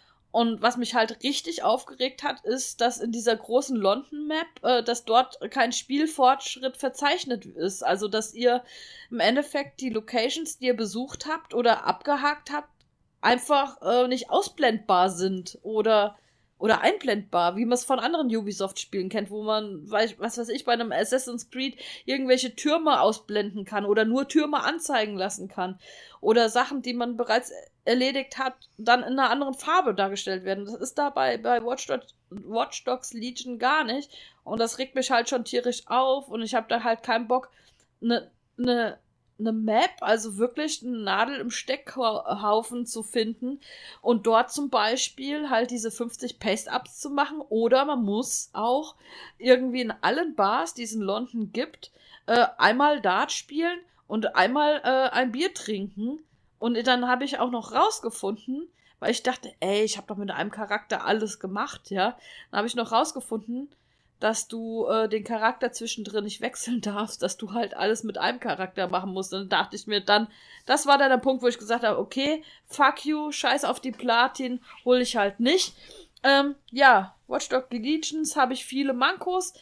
[SPEAKER 1] Und was mich halt richtig aufgeregt hat, ist, dass in dieser großen London-Map, äh, dass dort kein Spielfortschritt verzeichnet ist. Also, dass ihr im Endeffekt die Locations, die ihr besucht habt oder abgehakt habt, einfach äh, nicht ausblendbar sind oder, oder einblendbar, wie man es von anderen Ubisoft-Spielen kennt, wo man, weiß, was weiß ich, bei einem Assassin's Creed irgendwelche Türme ausblenden kann oder nur Türme anzeigen lassen kann. Oder Sachen, die man bereits erledigt hat, dann in einer anderen Farbe dargestellt werden. Das ist da bei, bei Watch Dogs, Watch Dogs Legion gar nicht. Und das regt mich halt schon tierisch auf. Und ich habe da halt keinen Bock, eine ne, ne Map, also wirklich eine Nadel im Steckhaufen zu finden und dort zum Beispiel halt diese fünfzig Paste-Ups zu machen. Oder man muss auch irgendwie in allen Bars, die es in London gibt, äh, einmal Dart spielen und einmal äh, ein Bier trinken. Und dann habe ich auch noch rausgefunden, weil ich dachte, ey, ich habe doch mit einem Charakter alles gemacht, ja. Dann habe ich noch rausgefunden, dass du äh, den Charakter zwischendrin nicht wechseln darfst, dass du halt alles mit einem Charakter machen musst. Und dann dachte ich mir dann, das war dann der Punkt, wo ich gesagt habe, okay, fuck you, scheiß auf die Platin, hol ich halt nicht. Ähm, ja, Watch Dogs Legions habe ich viele Mankos,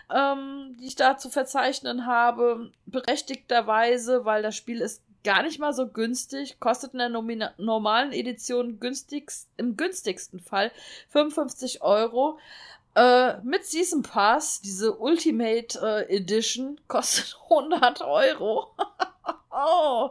[SPEAKER 1] ähm, die ich da zu verzeichnen habe, berechtigterweise, weil das Spiel ist gar nicht mal so günstig, kostet in der Nomina- normalen Edition günstigst, im günstigsten Fall fünfundfünfzig Euro. Äh, mit Season Pass, diese Ultimate äh, Edition, kostet hundert Euro. Oh.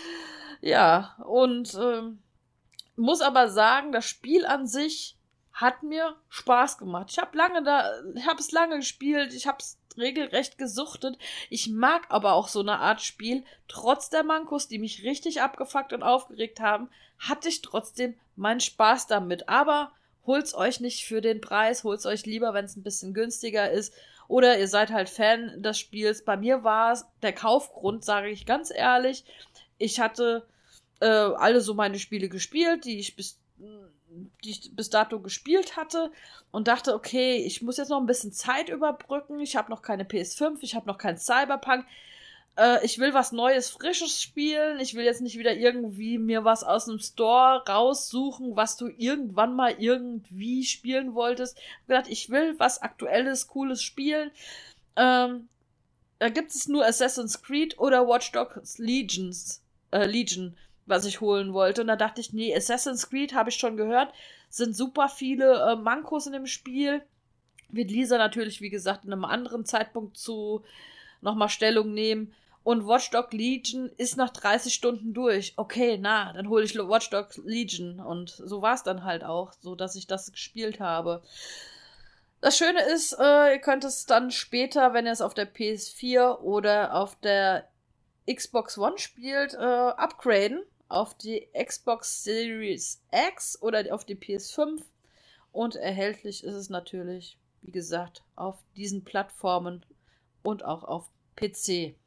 [SPEAKER 1] Ja, und ähm, muss aber sagen, das Spiel an sich hat mir Spaß gemacht. Ich habe lange da, ich habe es lange gespielt, ich habe es regelrecht gesuchtet. Ich mag aber auch so eine Art Spiel. Trotz der Mankos, die mich richtig abgefuckt und aufgeregt haben, hatte ich trotzdem meinen Spaß damit. Aber holt's euch nicht für den Preis, holt's euch lieber, wenn es ein bisschen günstiger ist. Oder ihr seid halt Fan des Spiels. Bei mir war es der Kaufgrund, sage ich ganz ehrlich. Ich hatte äh, alle so meine Spiele gespielt, die ich bis die ich bis dato gespielt hatte und dachte, okay, ich muss jetzt noch ein bisschen Zeit überbrücken. Ich habe noch keine P S fünf, ich habe noch kein Cyberpunk. Äh, ich will was Neues, Frisches spielen. Ich will jetzt nicht wieder irgendwie mir was aus dem Store raussuchen, was du irgendwann mal irgendwie spielen wolltest. Ich habe gedacht, ich will was Aktuelles, Cooles spielen. Ähm, da gibt es nur Assassin's Creed oder Watch Dogs Legions, äh, Legion, was ich holen wollte. Und da dachte ich, nee, Assassin's Creed habe ich schon gehört. Sind super viele äh, Mankos in dem Spiel. Wird Lisa natürlich, wie gesagt, in einem anderen Zeitpunkt zu nochmal Stellung nehmen. Und Watch Dogs Legion ist nach dreißig Stunden durch. Okay, na, dann hole ich Watch Dogs Legion. Und so war es dann halt auch, so dass ich das gespielt habe. Das Schöne ist, äh, ihr könnt es dann später, wenn ihr es auf der P S vier oder auf der Xbox One spielt, äh, upgraden auf die Xbox Series X oder auf die P S fünf. Und erhältlich ist es natürlich, wie gesagt, auf diesen Plattformen und auch auf P C.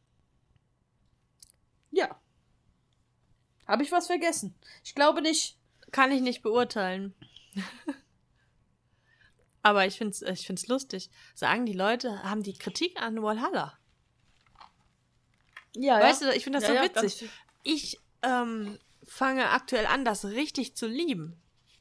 [SPEAKER 1] Ja. Habe ich was vergessen? Ich glaube nicht.
[SPEAKER 2] Kann ich nicht beurteilen. Aber ich find's, ich find's lustig. Sagen die Leute, haben die Kritik an Valhalla.
[SPEAKER 1] Ja,
[SPEAKER 2] weißt
[SPEAKER 1] ja.
[SPEAKER 2] du, ich finde das
[SPEAKER 1] ja,
[SPEAKER 2] so
[SPEAKER 1] ja,
[SPEAKER 2] witzig. Ich ähm, fange aktuell an, das richtig zu lieben.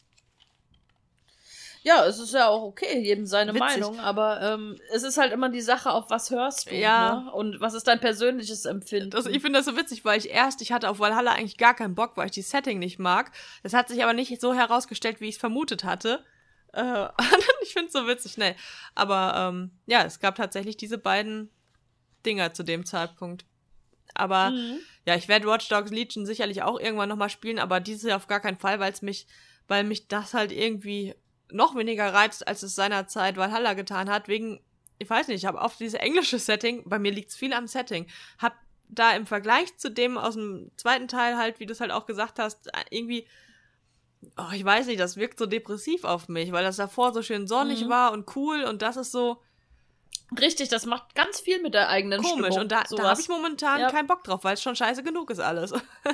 [SPEAKER 1] Ja, es ist ja auch okay, jedem seine
[SPEAKER 2] Witzig.
[SPEAKER 1] Meinung, aber ähm, es ist halt immer die Sache, auf was hörst du,
[SPEAKER 2] Ja.
[SPEAKER 1] ne? Und was ist dein persönliches Empfinden?
[SPEAKER 2] Also ich finde das so witzig, weil ich erst, ich hatte auf Valhalla eigentlich gar keinen Bock, weil ich die Setting nicht mag. Das hat sich aber nicht so herausgestellt, wie ich es vermutet hatte. Äh, ich finde es so witzig, ne. Aber ähm, ja, es gab tatsächlich diese beiden Dinger zu dem Zeitpunkt. Aber
[SPEAKER 1] Mhm.
[SPEAKER 2] ja, ich werde Watch Dogs Legion sicherlich auch irgendwann nochmal spielen, aber dieses Jahr auf gar keinen Fall, weil es mich, weil mich das halt irgendwie noch weniger reizt, als es seinerzeit Valhalla getan hat, wegen, ich weiß nicht, ich habe oft dieses englische Setting, bei mir liegt's viel am Setting, hab da im Vergleich zu dem aus dem zweiten Teil halt, wie du es halt auch gesagt hast, irgendwie, oh, ich weiß nicht, das wirkt so depressiv auf mich, weil das davor so schön sonnig
[SPEAKER 1] Mhm.
[SPEAKER 2] war und cool und das ist so
[SPEAKER 1] Richtig, das macht ganz viel mit der eigenen
[SPEAKER 2] komisch
[SPEAKER 1] Stimmung.
[SPEAKER 2] und da, da habe ich momentan
[SPEAKER 1] Ja.
[SPEAKER 2] keinen Bock drauf, weil es schon scheiße genug ist alles.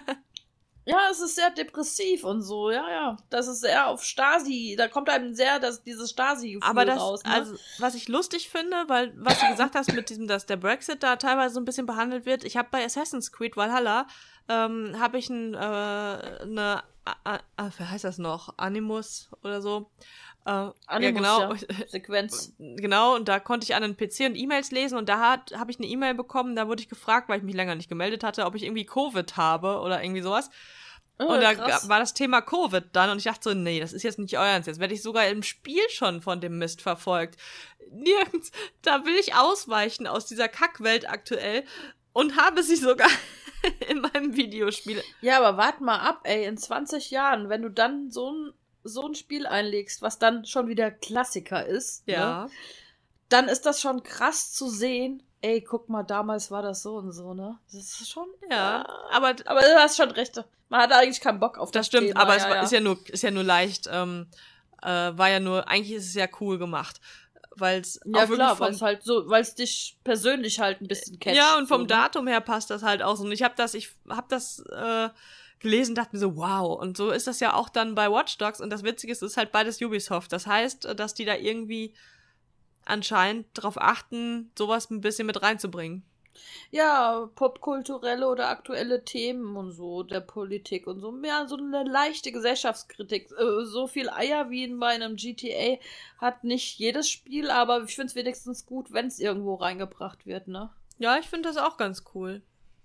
[SPEAKER 1] Ja, es ist sehr depressiv und so, ja, ja. Das ist sehr auf Stasi, da kommt einem sehr das, dieses Stasi-Gefühl
[SPEAKER 2] Aber das,
[SPEAKER 1] raus, ne?
[SPEAKER 2] also, was ich lustig finde, weil, was du gesagt hast mit diesem, dass der Brexit da teilweise so ein bisschen behandelt wird, ich habe bei Assassin's Creed Valhalla, ähm, habe ich ein, äh, eine, äh, äh, wie heißt das noch, Animus oder so, äh,
[SPEAKER 1] Animus,
[SPEAKER 2] ja, genau,
[SPEAKER 1] ja. Sequenz.
[SPEAKER 2] genau, und da konnte ich an einen P C und E-Mails lesen und da hat habe ich eine E-Mail bekommen, da wurde ich gefragt, weil ich mich länger nicht gemeldet hatte, ob ich irgendwie Covid habe oder irgendwie sowas.
[SPEAKER 1] Oh,
[SPEAKER 2] Und da
[SPEAKER 1] krass.
[SPEAKER 2] war das Thema Covid dann und ich dachte so, nee, das ist jetzt nicht euer Ernst. Jetzt werde ich sogar im Spiel schon von dem Mist verfolgt. Nirgends, da will ich ausweichen aus dieser Kackwelt aktuell und habe sie sogar in meinem Videospiel.
[SPEAKER 1] Ja, aber warte mal ab, ey, in zwanzig Jahren, wenn du dann so ein, so ein Spiel einlegst, was dann schon wieder Klassiker ist,
[SPEAKER 2] Ja.
[SPEAKER 1] ne, dann ist das schon krass zu sehen. Ey, guck mal, damals war das so und so, ne? Das ist schon.
[SPEAKER 2] Ja, aber
[SPEAKER 1] Aber du hast schon recht. Man hat eigentlich keinen Bock auf das,
[SPEAKER 2] das stimmt,
[SPEAKER 1] Thema.
[SPEAKER 2] aber
[SPEAKER 1] ja,
[SPEAKER 2] es war,
[SPEAKER 1] ja.
[SPEAKER 2] ist ja nur, ist ja nur leicht, ähm, äh, war ja nur, eigentlich ist es ja cool gemacht. Weil es
[SPEAKER 1] Ja,
[SPEAKER 2] auch wirklich
[SPEAKER 1] klar,
[SPEAKER 2] vom,
[SPEAKER 1] weil es halt so, weil es dich persönlich halt ein bisschen catcht.
[SPEAKER 2] ja, und vom
[SPEAKER 1] so, ne?
[SPEAKER 2] Datum her passt das halt auch so. Und ich habe das, ich habe das äh, gelesen, dachte mir so, wow. Und so ist das ja auch dann bei Watch Dogs. Und das Witzige ist, es ist halt beides Ubisoft. Das heißt, dass die da irgendwie anscheinend drauf achten, sowas ein bisschen mit reinzubringen.
[SPEAKER 1] Ja, popkulturelle oder aktuelle Themen und so, der Politik und so. Ja, so eine leichte Gesellschaftskritik. Äh, So viel Eier wie in bei einem G T A hat nicht jedes Spiel, aber ich finde es wenigstens gut, wenn es irgendwo reingebracht wird, ne?
[SPEAKER 2] Ja, ich finde das auch ganz cool.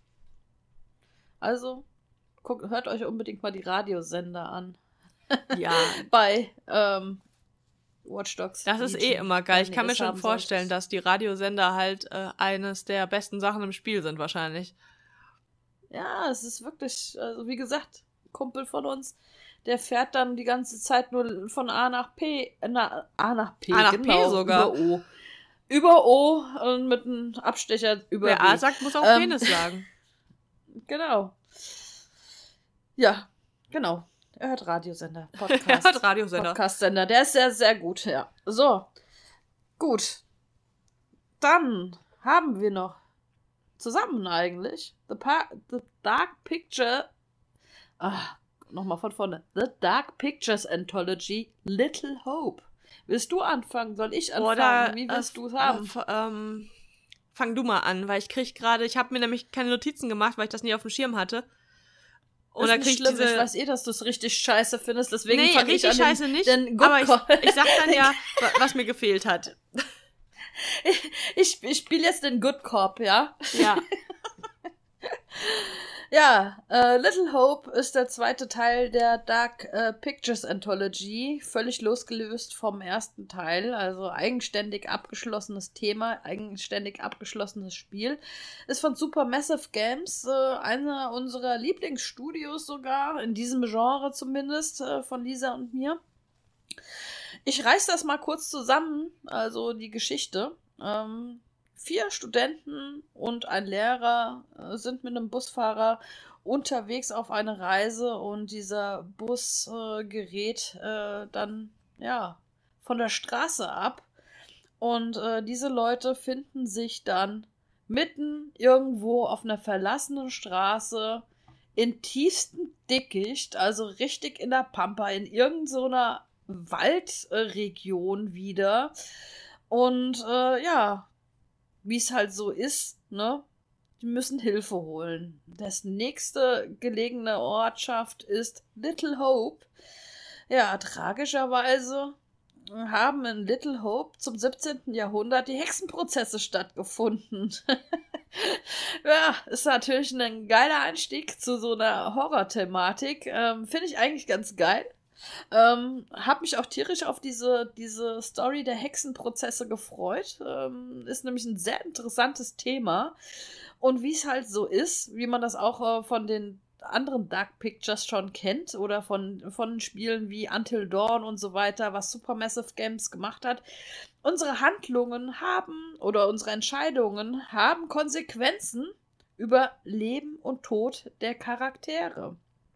[SPEAKER 1] Also, guckt, hört euch unbedingt mal die Radiosender an.
[SPEAKER 2] Ja,
[SPEAKER 1] Bei ähm, Watch Dogs.
[SPEAKER 2] das ist eh
[SPEAKER 1] Legion,
[SPEAKER 2] immer geil. Ich
[SPEAKER 1] wenn
[SPEAKER 2] kann
[SPEAKER 1] ihr
[SPEAKER 2] mir
[SPEAKER 1] es
[SPEAKER 2] schon
[SPEAKER 1] haben
[SPEAKER 2] vorstellen,
[SPEAKER 1] solltet.
[SPEAKER 2] dass die Radiosender halt äh, eines der besten Sachen im Spiel sind wahrscheinlich.
[SPEAKER 1] Ja, es ist wirklich, also wie gesagt, Kumpel von uns, der fährt dann die ganze Zeit nur von A nach P, äh, na, A nach P,
[SPEAKER 2] A nach P
[SPEAKER 1] genau,
[SPEAKER 2] sogar.
[SPEAKER 1] über O. Über O und mit einem Abstecher über
[SPEAKER 2] Wer
[SPEAKER 1] B.
[SPEAKER 2] A sagt, muss auch
[SPEAKER 1] Ähm,
[SPEAKER 2] Penis sagen.
[SPEAKER 1] Genau. Ja, genau. Er hört Radiosender,
[SPEAKER 2] Er
[SPEAKER 1] Podcast.
[SPEAKER 2] hat Radiosender.
[SPEAKER 1] Podcast-Sender, der ist sehr, sehr gut, ja. So, gut. Dann haben wir noch zusammen eigentlich The, pa The Dark Picture. Ah, nochmal von vorne. The Dark Pictures Anthology Little Hope. Willst du anfangen? Soll ich anfangen?
[SPEAKER 2] Oder
[SPEAKER 1] Wie willst
[SPEAKER 2] äh,
[SPEAKER 1] du es haben?
[SPEAKER 2] Äh, f- ähm, fang du mal an, weil ich krieg gerade, ich habe mir nämlich keine Notizen gemacht, weil ich das nie auf dem Schirm hatte. Und
[SPEAKER 1] ist
[SPEAKER 2] dann
[SPEAKER 1] nicht
[SPEAKER 2] krieg ich
[SPEAKER 1] schlimm.
[SPEAKER 2] diese.
[SPEAKER 1] Ich weiß eh, dass du es richtig scheiße findest, deswegen
[SPEAKER 2] Nee,
[SPEAKER 1] fange ich
[SPEAKER 2] richtig
[SPEAKER 1] an. den-
[SPEAKER 2] scheiße nicht.
[SPEAKER 1] Den Good
[SPEAKER 2] aber
[SPEAKER 1] Cop.
[SPEAKER 2] ich, ich sag dann ja, wa- was mir gefehlt hat.
[SPEAKER 1] Ich, ich spiele jetzt den Good Cop, ja?
[SPEAKER 2] Ja.
[SPEAKER 1] Ja, äh, Little Hope ist der zweite Teil der Dark äh, Pictures Anthology, völlig losgelöst vom ersten Teil, also eigenständig abgeschlossenes Thema, eigenständig abgeschlossenes Spiel. Ist von Supermassive Games, äh, einer unserer Lieblingsstudios sogar, in diesem Genre zumindest, äh, von Lisa und mir. Ich reiß das mal kurz zusammen, also die Geschichte. Ähm, vier Studenten und ein Lehrer äh, sind mit einem Busfahrer unterwegs auf eine Reise und dieser Bus äh, gerät äh, dann, ja, von der Straße ab und äh, diese Leute finden sich dann mitten irgendwo auf einer verlassenen Straße in tiefstem Dickicht, also richtig in der Pampa, in irgendeiner Waldregion wieder. Und äh, ja, wie es halt so ist, ne? Die müssen Hilfe holen. Das nächste gelegene Ortschaft ist Little Hope. Ja, tragischerweise haben in Little Hope zum siebzehnten Jahrhundert die Hexenprozesse stattgefunden. Ja, ist natürlich ein geiler Einstieg zu so einer Horror-Thematik. Ähm, Finde ich eigentlich ganz geil. Ähm, hab mich auch tierisch auf diese, diese Story der Hexenprozesse gefreut. Ähm, ist nämlich ein sehr interessantes Thema. Und wie es halt so ist, wie man das auch äh, von den anderen Dark Pictures schon kennt oder von, von Spielen wie Until Dawn und so weiter, was Supermassive Games gemacht hat. Unsere Handlungen haben oder unsere Entscheidungen haben Konsequenzen über Leben und Tod der Charaktere.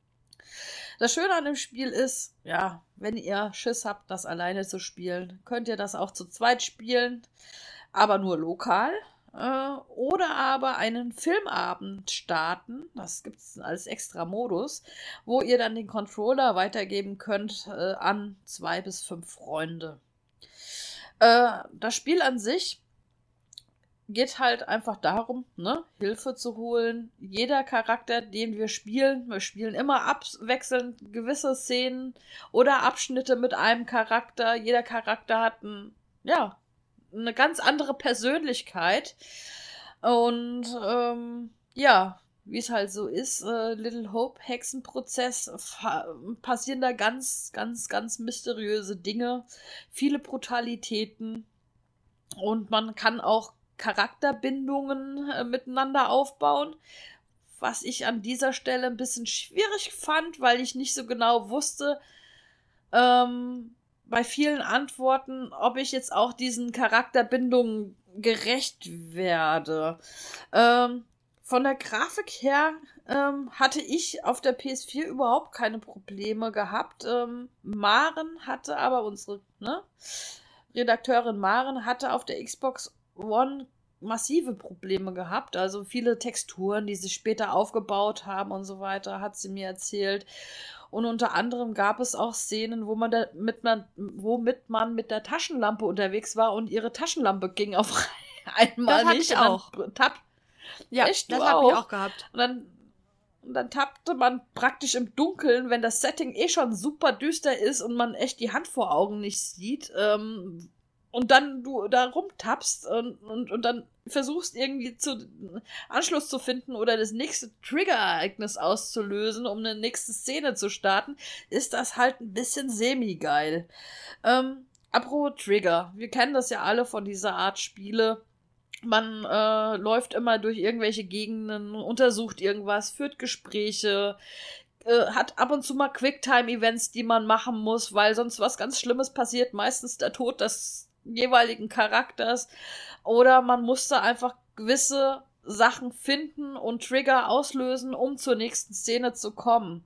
[SPEAKER 1] Das Schöne an dem Spiel ist, ja, wenn ihr Schiss habt, das alleine zu spielen, könnt ihr das auch zu zweit spielen, aber nur lokal. Oder aber einen Filmabend starten, das gibt es als extra Modus, wo ihr dann den Controller weitergeben könnt äh, an zwei bis fünf Freunde. Äh, das Spiel an sich geht halt einfach darum, ne, Hilfe zu holen. Jeder Charakter, den wir spielen, wir spielen immer abwechselnd gewisse Szenen oder Abschnitte mit einem Charakter. Jeder Charakter hat ein, ja, eine ganz andere Persönlichkeit. Und ähm, ja, wie es halt so ist, äh, Little Hope Hexenprozess, passieren da ganz, ganz, ganz mysteriöse Dinge, viele Brutalitäten und man kann auch Charakterbindungen äh, miteinander aufbauen, was ich an dieser Stelle ein bisschen schwierig fand, weil ich nicht so genau wusste, ähm, bei vielen Antworten, ob ich jetzt auch diesen Charakterbindungen gerecht werde. Ähm, von der Grafik her ähm, hatte ich auf der P S vier überhaupt keine Probleme gehabt. Ähm, Maren hatte aber, unsere ne, Redakteurin Maren hatte auf der Xbox One massive Probleme gehabt. Also viele Texturen, die sich später aufgebaut haben und so weiter, hat sie mir erzählt. Und unter anderem gab es auch Szenen, wo man da mit man, womit man mit der Taschenlampe unterwegs war und ihre Taschenlampe ging auf einmal
[SPEAKER 2] das hatte
[SPEAKER 1] nicht.
[SPEAKER 2] Ich auch.
[SPEAKER 1] Tapp,
[SPEAKER 2] ja,
[SPEAKER 1] echt,
[SPEAKER 2] das
[SPEAKER 1] habe
[SPEAKER 2] ich auch gehabt.
[SPEAKER 1] Und dann, und dann tappte man praktisch im Dunkeln, wenn das Setting eh schon super düster ist und man echt die Hand vor Augen nicht sieht. Ähm, und dann du da rumtappst und, und, und dann versuchst irgendwie zu Anschluss zu finden oder das nächste Trigger-Ereignis auszulösen, um eine nächste Szene zu starten, ist das halt ein bisschen semi-geil. Ähm, apropos Trigger, wir kennen das ja alle von dieser Art Spiele. Man äh, läuft immer durch irgendwelche Gegenden, untersucht irgendwas, führt Gespräche, äh, hat ab und zu mal Quicktime-Events, die man machen muss, weil sonst was ganz Schlimmes passiert, meistens der Tod des jeweiligen Charakters, oder man musste einfach gewisse Sachen finden und Trigger auslösen, um zur nächsten Szene zu kommen.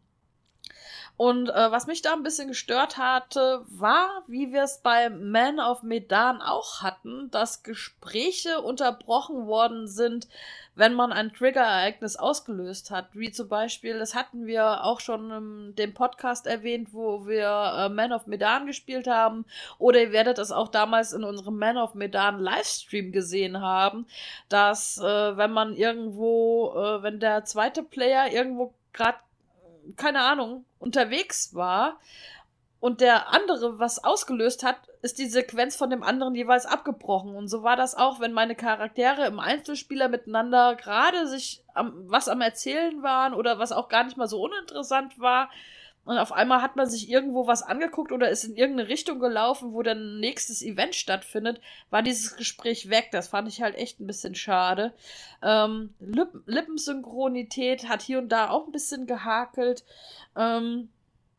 [SPEAKER 1] Und äh, was mich da ein bisschen gestört hatte, war, wie wir es bei Man of Medan auch hatten, dass Gespräche unterbrochen worden sind, wenn man ein Trigger-Ereignis ausgelöst hat. Wie zum Beispiel, das hatten wir auch schon in dem Podcast erwähnt, wo wir äh, Man of Medan gespielt haben. Oder ihr werdet es auch damals in unserem Man of Medan Livestream gesehen haben, dass äh, wenn man irgendwo, äh, wenn der zweite Player irgendwo gerade keine Ahnung, unterwegs war und der andere was ausgelöst hat, ist die Sequenz von dem anderen jeweils abgebrochen. Und so war das auch, wenn meine Charaktere im Einzelspieler miteinander gerade sich am, was am Erzählen waren oder was auch gar nicht mal so uninteressant war. Und auf einmal hat man sich irgendwo was angeguckt oder ist in irgendeine Richtung gelaufen, wo dann ein nächstes Event stattfindet, war dieses Gespräch weg. Das fand ich halt echt ein bisschen schade. Ähm, Lippen- Lippensynchronität hat hier und da auch ein bisschen gehakelt. Ähm,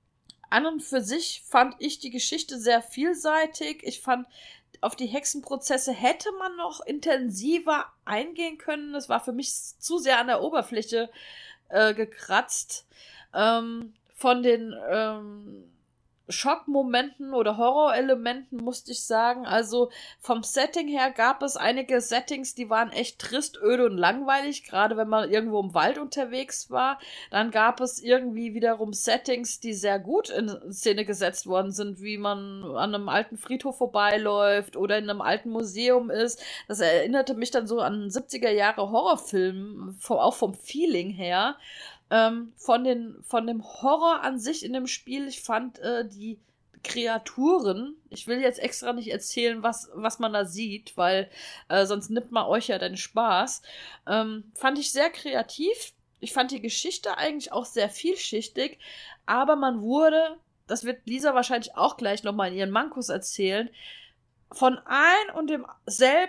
[SPEAKER 1] an und für sich fand ich die Geschichte sehr vielseitig. Ich fand, auf die Hexenprozesse hätte man noch intensiver eingehen können. Es war für mich zu sehr an der Oberfläche äh, gekratzt. Ähm, Von den ähm, Schockmomenten oder Horrorelementen musste ich sagen, also vom Setting her gab es einige Settings, die waren echt trist, öde und langweilig, gerade wenn man irgendwo im Wald unterwegs war. Dann gab es irgendwie wiederum Settings, die sehr gut in Szene gesetzt worden sind, wie man an einem alten Friedhof vorbeiläuft oder in einem alten Museum ist. Das erinnerte mich dann so an einen siebziger Jahre Horrorfilm, auch vom Feeling her. Ähm, von, den, von dem Horror an sich in dem Spiel, ich fand äh, die Kreaturen, ich will jetzt extra nicht erzählen, was, was man da sieht, weil äh, sonst nimmt man euch ja den Spaß, ähm, fand ich sehr kreativ. Ich fand die Geschichte eigentlich auch sehr vielschichtig, aber man wurde, das wird Lisa wahrscheinlich auch gleich nochmal in ihren Mankos erzählen, von ein und demselben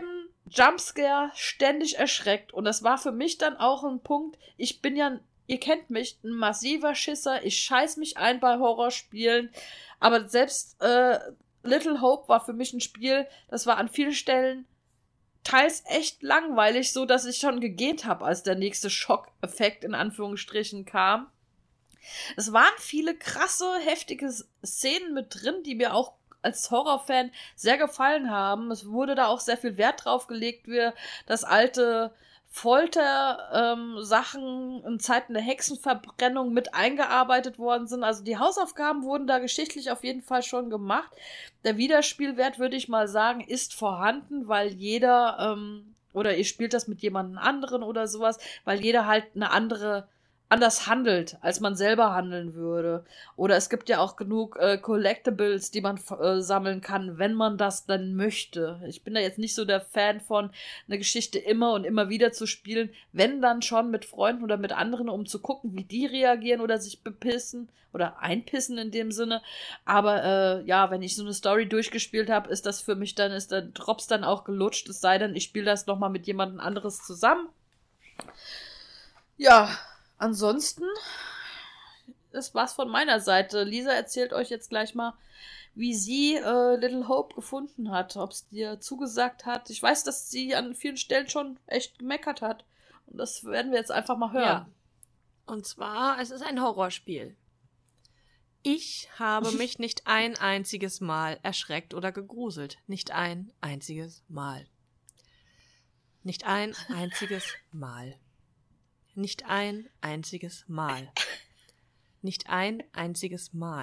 [SPEAKER 1] Jumpscare, ständig erschreckt. Und das war für mich dann auch ein Punkt, ich bin ja, ihr kennt mich, ein massiver Schisser, ich scheiß mich ein bei Horrorspielen, aber selbst äh, Little Hope war für mich ein Spiel, das war an vielen Stellen teils echt langweilig, so dass ich schon gegähnt habe, als der nächste Schockeffekt in Anführungsstrichen kam. Es waren viele krasse, heftige Szenen mit drin, die mir auch als Horrorfan sehr gefallen haben. Es wurde da auch sehr viel Wert drauf gelegt, wie das alte Folter-Sachen ähm, in Zeiten der Hexenverbrennung mit eingearbeitet worden sind. Also die Hausaufgaben wurden da geschichtlich auf jeden Fall schon gemacht. Der Wiederspielwert, würde ich mal sagen, ist vorhanden, weil jeder, ähm, oder ihr spielt das mit jemandem anderen oder sowas, weil jeder halt eine andere anders handelt, als man selber handeln würde. Oder es gibt ja auch genug äh, Collectibles, die man äh, sammeln kann, wenn man das dann möchte. Ich bin da jetzt nicht so der Fan von, eine Geschichte immer und immer wieder zu spielen, wenn dann schon mit Freunden oder mit anderen, um zu gucken, wie die reagieren oder sich bepissen oder einpissen in dem Sinne. Aber äh, ja, wenn ich so eine Story durchgespielt habe, ist das für mich dann, ist der Drops dann auch gelutscht, es sei denn, ich spiele das nochmal mit jemandem anderes zusammen. Ja, ansonsten, das war's von meiner Seite. Lisa erzählt euch jetzt gleich mal, wie sie äh, Little Hope gefunden hat, ob es dir zugesagt hat. Ich weiß, dass sie an vielen Stellen schon echt gemeckert hat. Und das werden wir jetzt einfach mal hören.
[SPEAKER 2] Ja. Und zwar, es ist ein Horrorspiel. Ich habe mich nicht ein einziges Mal erschreckt oder gegruselt. Nicht ein einziges Mal. Nicht ein einziges Mal. Nicht ein einziges Mal. Nicht ein einziges Mal.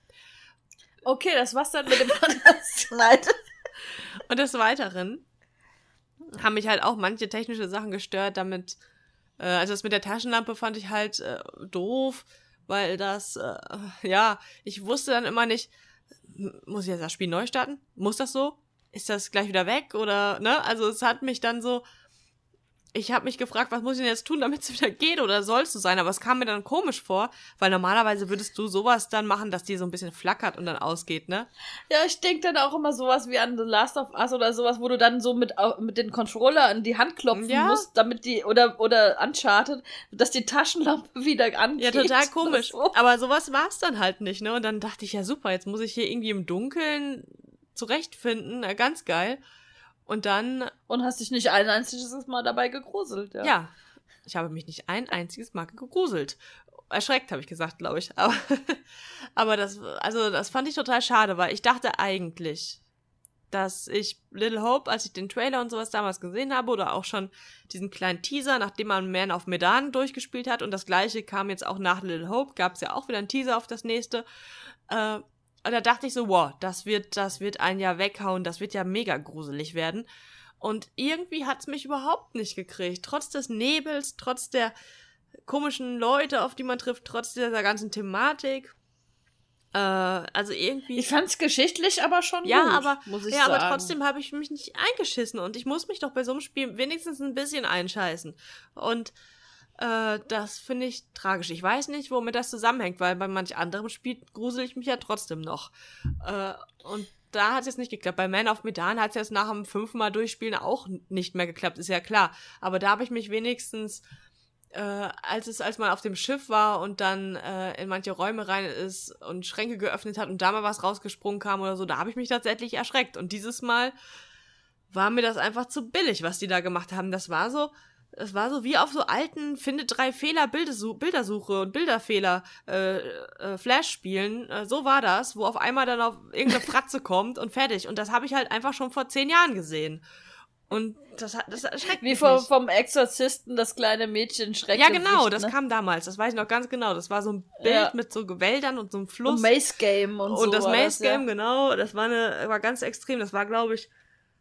[SPEAKER 1] Okay, das war's dann mit dem Podcast.
[SPEAKER 2] Und des Weiteren haben mich halt auch manche technische Sachen gestört, damit, äh, also das mit der Taschenlampe fand ich halt äh, doof, weil das, äh, ja, ich wusste dann immer nicht, muss ich jetzt das Spiel neu starten? Muss das so? Ist das gleich wieder weg? Oder, ne? Also es hat mich dann so, ich habe mich gefragt, was muss ich denn jetzt tun, damit es wieder geht, oder soll es so sein? Aber es kam mir dann komisch vor, weil normalerweise würdest du sowas dann machen, dass die so ein bisschen flackert und dann ausgeht, ne?
[SPEAKER 1] Ja, ich denke dann auch immer sowas wie an The Last of Us oder sowas, wo du dann so mit, mit den Controller in die Hand klopfen ja. musst, damit die, oder, oder Uncharted, dass die Taschenlampe wieder angeht.
[SPEAKER 2] Ja, total komisch. So. Aber sowas war es dann halt nicht, ne? Und dann dachte ich, ja super, jetzt muss ich hier irgendwie im Dunkeln zurechtfinden, na, ganz geil. Und dann...
[SPEAKER 1] Und hast dich nicht ein einziges Mal dabei gegruselt, ja?
[SPEAKER 2] Ja, ich habe mich nicht ein einziges Mal gegruselt. Erschreckt, habe ich gesagt, glaube ich. Aber, aber das, also das fand ich total schade, weil ich dachte eigentlich, dass ich Little Hope, als ich den Trailer und sowas damals gesehen habe, oder auch schon diesen kleinen Teaser, nachdem man Man of Medan durchgespielt hat, und das gleiche kam jetzt auch nach Little Hope, gab es ja auch wieder einen Teaser auf das nächste, äh, und da dachte ich so, wow, das wird, das wird ein Jahr weghauen, das wird ja mega gruselig werden. Und irgendwie hat's mich überhaupt nicht gekriegt. Trotz des Nebels, trotz der komischen Leute, auf die man trifft, trotz dieser ganzen Thematik. Äh, also irgendwie...
[SPEAKER 1] Ich fand's geschichtlich aber schon
[SPEAKER 2] ja,
[SPEAKER 1] gut,
[SPEAKER 2] aber,
[SPEAKER 1] muss ich
[SPEAKER 2] ja,
[SPEAKER 1] sagen.
[SPEAKER 2] aber trotzdem habe ich mich nicht eingeschissen. Und ich muss mich doch bei so einem Spiel wenigstens ein bisschen einscheißen. Und Äh, das finde ich tragisch. Ich weiß nicht, womit das zusammenhängt, weil bei manch anderem Spiel grusel ich mich ja trotzdem noch. Äh, und da hat es jetzt nicht geklappt. Bei Man of Medan hat es jetzt nach dem fünften Mal Durchspielen auch nicht mehr geklappt, ist ja klar. Aber da habe ich mich wenigstens, äh, als es, als man auf dem Schiff war und dann äh, in manche Räume rein ist und Schränke geöffnet hat und da mal was rausgesprungen kam oder so, da habe ich mich tatsächlich erschreckt. Und dieses Mal war mir das einfach zu billig, was die da gemacht haben. Das war so, Es war so wie auf so alten Finde drei Fehler Bildersu- Bildersuche und Bilderfehler äh, äh, Flash-Spielen. Äh, so war das, wo auf einmal dann auf irgendeine Fratze kommt und fertig. Und das habe ich halt einfach schon vor zehn Jahren gesehen. Und das, das erschreckt
[SPEAKER 1] wie
[SPEAKER 2] mich
[SPEAKER 1] vom,
[SPEAKER 2] nicht.
[SPEAKER 1] vom Exorzisten, das kleine Mädchen schreckt.
[SPEAKER 2] Ja, genau,
[SPEAKER 1] Wicht,
[SPEAKER 2] das
[SPEAKER 1] ne?
[SPEAKER 2] kam damals. Das weiß ich noch ganz genau. Das war so ein Bild
[SPEAKER 1] Ja.
[SPEAKER 2] mit so Gewäldern und so einem Fluss.
[SPEAKER 1] Und Maze Game und, so.
[SPEAKER 2] Und das
[SPEAKER 1] war
[SPEAKER 2] Maze Game,
[SPEAKER 1] ja.
[SPEAKER 2] genau. Das war, eine, war ganz extrem. Das war, glaube ich,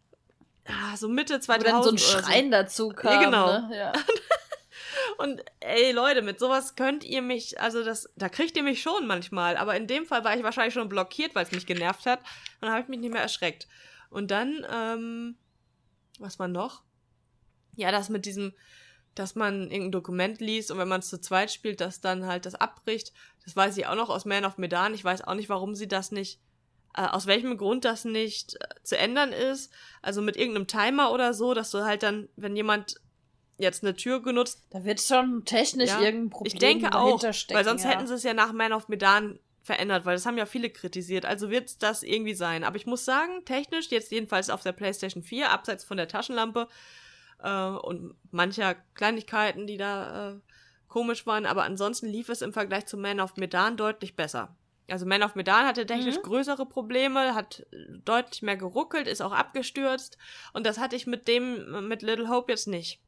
[SPEAKER 2] ah, so Mitte
[SPEAKER 1] Wo
[SPEAKER 2] zweitausend
[SPEAKER 1] dann so ein
[SPEAKER 2] oder
[SPEAKER 1] Schrein
[SPEAKER 2] so.
[SPEAKER 1] dazu kam.
[SPEAKER 2] Ja, genau.
[SPEAKER 1] Ne? Ja.
[SPEAKER 2] Und ey, Leute, mit sowas könnt ihr mich, also das, da kriegt ihr mich schon manchmal, aber in dem Fall war ich wahrscheinlich schon blockiert, weil es mich genervt hat. Und dann habe ich mich nicht mehr erschreckt. Und dann, ähm, was war noch? Ja, das mit diesem, dass man irgendein Dokument liest und wenn man es zu zweit spielt, dass dann halt das abbricht. Das weiß ich auch noch aus Man of Medan. Ich weiß auch nicht, warum sie das nicht, äh, aus welchem Grund das nicht äh, zu ändern ist. Also mit irgendeinem Timer oder so, dass du halt dann, wenn jemand jetzt eine Tür genutzt.
[SPEAKER 1] Da wird schon technisch
[SPEAKER 2] ja,
[SPEAKER 1] irgendein Problem
[SPEAKER 2] ich denke auch,
[SPEAKER 1] stecken,
[SPEAKER 2] weil sonst
[SPEAKER 1] ja.
[SPEAKER 2] hätten sie es ja nach Man of Medan verändert, weil das haben ja viele kritisiert. Also wird es das irgendwie sein. Aber ich muss sagen, technisch, jetzt jedenfalls auf der PlayStation vier, abseits von der Taschenlampe äh, und mancher Kleinigkeiten, die da äh, komisch waren, aber ansonsten lief es im Vergleich zu Man of Medan deutlich besser. Also Man of Medan hatte technisch mhm. größere Probleme, hat deutlich mehr geruckelt, ist auch abgestürzt und das hatte ich mit dem, mit Little Hope jetzt nicht.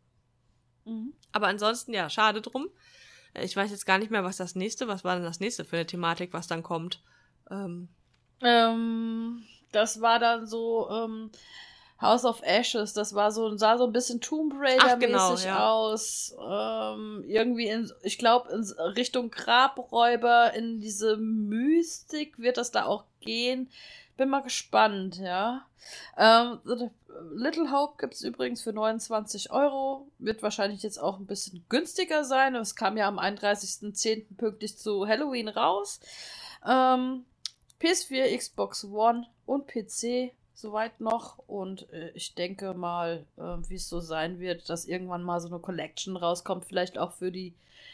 [SPEAKER 2] Mhm. Aber ansonsten, ja, schade drum. Ich weiß jetzt gar nicht mehr, was das nächste, was war denn das nächste für eine Thematik, was dann kommt? Ähm,
[SPEAKER 1] ähm, das war dann so ähm, House of Ashes, das war so, sah so ein bisschen Tomb Raider-mäßig
[SPEAKER 2] genau, ja.
[SPEAKER 1] aus. Ähm, irgendwie, in, ich glaube, in Richtung Grabräuber, in diese Mystik wird das da auch gehen. Bin mal gespannt, ja. Ähm, Little Hope gibt es übrigens für neunundzwanzig Euro. Wird wahrscheinlich jetzt auch ein bisschen günstiger sein. Es kam ja am einunddreißigsten zehnten pünktlich zu Halloween raus. Ähm, P S vier, Xbox One und P C soweit noch. Und äh, ich denke mal, äh, wie es so sein wird, dass irgendwann mal so eine Collection rauskommt. Vielleicht auch für die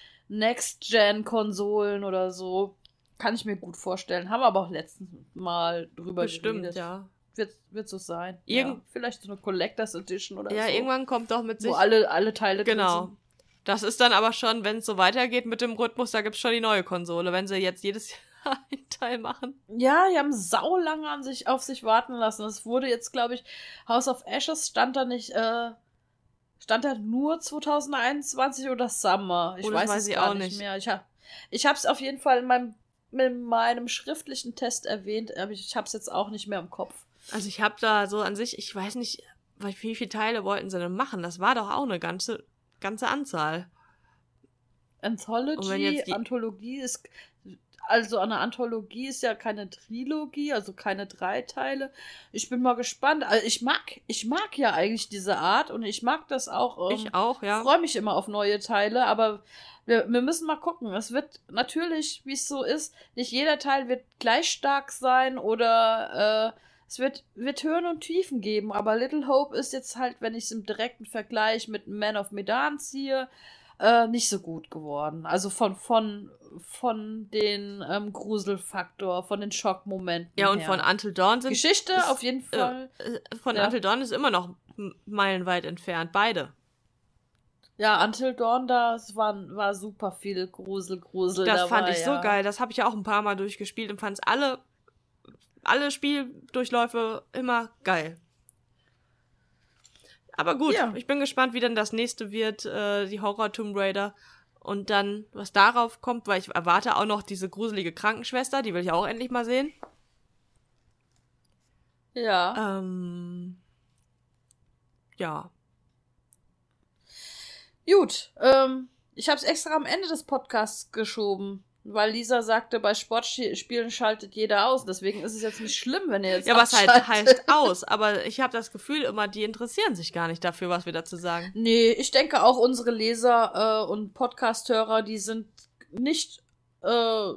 [SPEAKER 1] Next-Gen-Konsolen oder so. Kann ich mir gut vorstellen. Haben wir aber auch letztens mal drüber
[SPEAKER 2] Bestimmt,
[SPEAKER 1] geredet.
[SPEAKER 2] ja.
[SPEAKER 1] Wird, wird so sein.
[SPEAKER 2] Irgend-
[SPEAKER 1] ja, vielleicht so eine Collectors Edition oder
[SPEAKER 2] Ja,
[SPEAKER 1] so.
[SPEAKER 2] irgendwann kommt doch mit sich...
[SPEAKER 1] Wo alle, alle Teile
[SPEAKER 2] Genau.
[SPEAKER 1] drin sind.
[SPEAKER 2] Das ist dann aber schon, wenn es so weitergeht mit dem Rhythmus, da gibt's schon die neue Konsole, wenn sie jetzt jedes Jahr einen Teil machen.
[SPEAKER 1] Ja, die haben saulange an sich, auf sich warten lassen. Es wurde jetzt, glaube ich, House of Ashes stand da nicht, äh, stand da nur zwanzig einundzwanzig oder Summer? Ich
[SPEAKER 2] Oh, das
[SPEAKER 1] weiß,
[SPEAKER 2] weiß
[SPEAKER 1] es
[SPEAKER 2] ich
[SPEAKER 1] gar
[SPEAKER 2] auch
[SPEAKER 1] nicht
[SPEAKER 2] nicht.
[SPEAKER 1] mehr. Ich habe ich hab's auf jeden Fall in meinem, in meinem schriftlichen Test erwähnt, aber ich hab's jetzt auch nicht mehr im Kopf.
[SPEAKER 2] Also ich habe da so an sich, ich weiß nicht, wie viele Teile wollten sie denn machen? Das war doch auch eine ganze, ganze Anzahl. Und wenn
[SPEAKER 1] Anthology,
[SPEAKER 2] jetzt die-
[SPEAKER 1] Anthologie ist, also eine Anthologie ist ja keine Trilogie, also keine drei Teile. Ich bin mal gespannt. Also ich mag, ich mag ja eigentlich diese Art und ich mag das auch. Ähm,
[SPEAKER 2] Ich auch, ja.
[SPEAKER 1] freue mich immer auf neue Teile, aber wir, wir müssen mal gucken. Es wird natürlich, wie es so ist, nicht jeder Teil wird gleich stark sein oder äh, es wird, wird Höhen und Tiefen geben, aber Little Hope ist jetzt halt, wenn ich es im direkten Vergleich mit Man of Medan ziehe, äh, nicht so gut geworden. Also von, von, von den ähm, Gruselfaktor, von den Schockmomenten
[SPEAKER 2] Ja, und
[SPEAKER 1] her.
[SPEAKER 2] von Until Dawn sind...
[SPEAKER 1] Geschichte
[SPEAKER 2] ist,
[SPEAKER 1] auf jeden Fall.
[SPEAKER 2] Äh, von
[SPEAKER 1] Ja.
[SPEAKER 2] Until Dawn ist immer noch m- meilenweit entfernt, beide.
[SPEAKER 1] Ja, Until Dawn, da war, war super viel Grusel, Grusel
[SPEAKER 2] Das
[SPEAKER 1] dabei,
[SPEAKER 2] fand ich so
[SPEAKER 1] ja.
[SPEAKER 2] geil. Das habe ich ja auch ein paar Mal durchgespielt und fand es alle, alle Spieldurchläufe immer geil. Aber gut,
[SPEAKER 1] Ja.
[SPEAKER 2] ich bin gespannt, wie denn das nächste wird, äh, die Horror Tomb Raider. Und dann, was darauf kommt, weil ich erwarte auch noch diese gruselige Krankenschwester, die will ich auch endlich mal sehen.
[SPEAKER 1] Ja.
[SPEAKER 2] Ähm, ja.
[SPEAKER 1] Gut, ähm, ich habe es extra am Ende des Podcasts geschoben, weil Lisa sagte, bei Sportspielen schaltet jeder aus. Deswegen ist es jetzt nicht schlimm, wenn ihr jetzt
[SPEAKER 2] Ja, was halt
[SPEAKER 1] abschaltet.
[SPEAKER 2] heißt aus. Aber ich habe das Gefühl immer, die interessieren sich gar nicht dafür, was wir dazu sagen.
[SPEAKER 1] Nee, ich denke auch unsere Leser äh, und Podcast-Hörer, die sind nicht äh,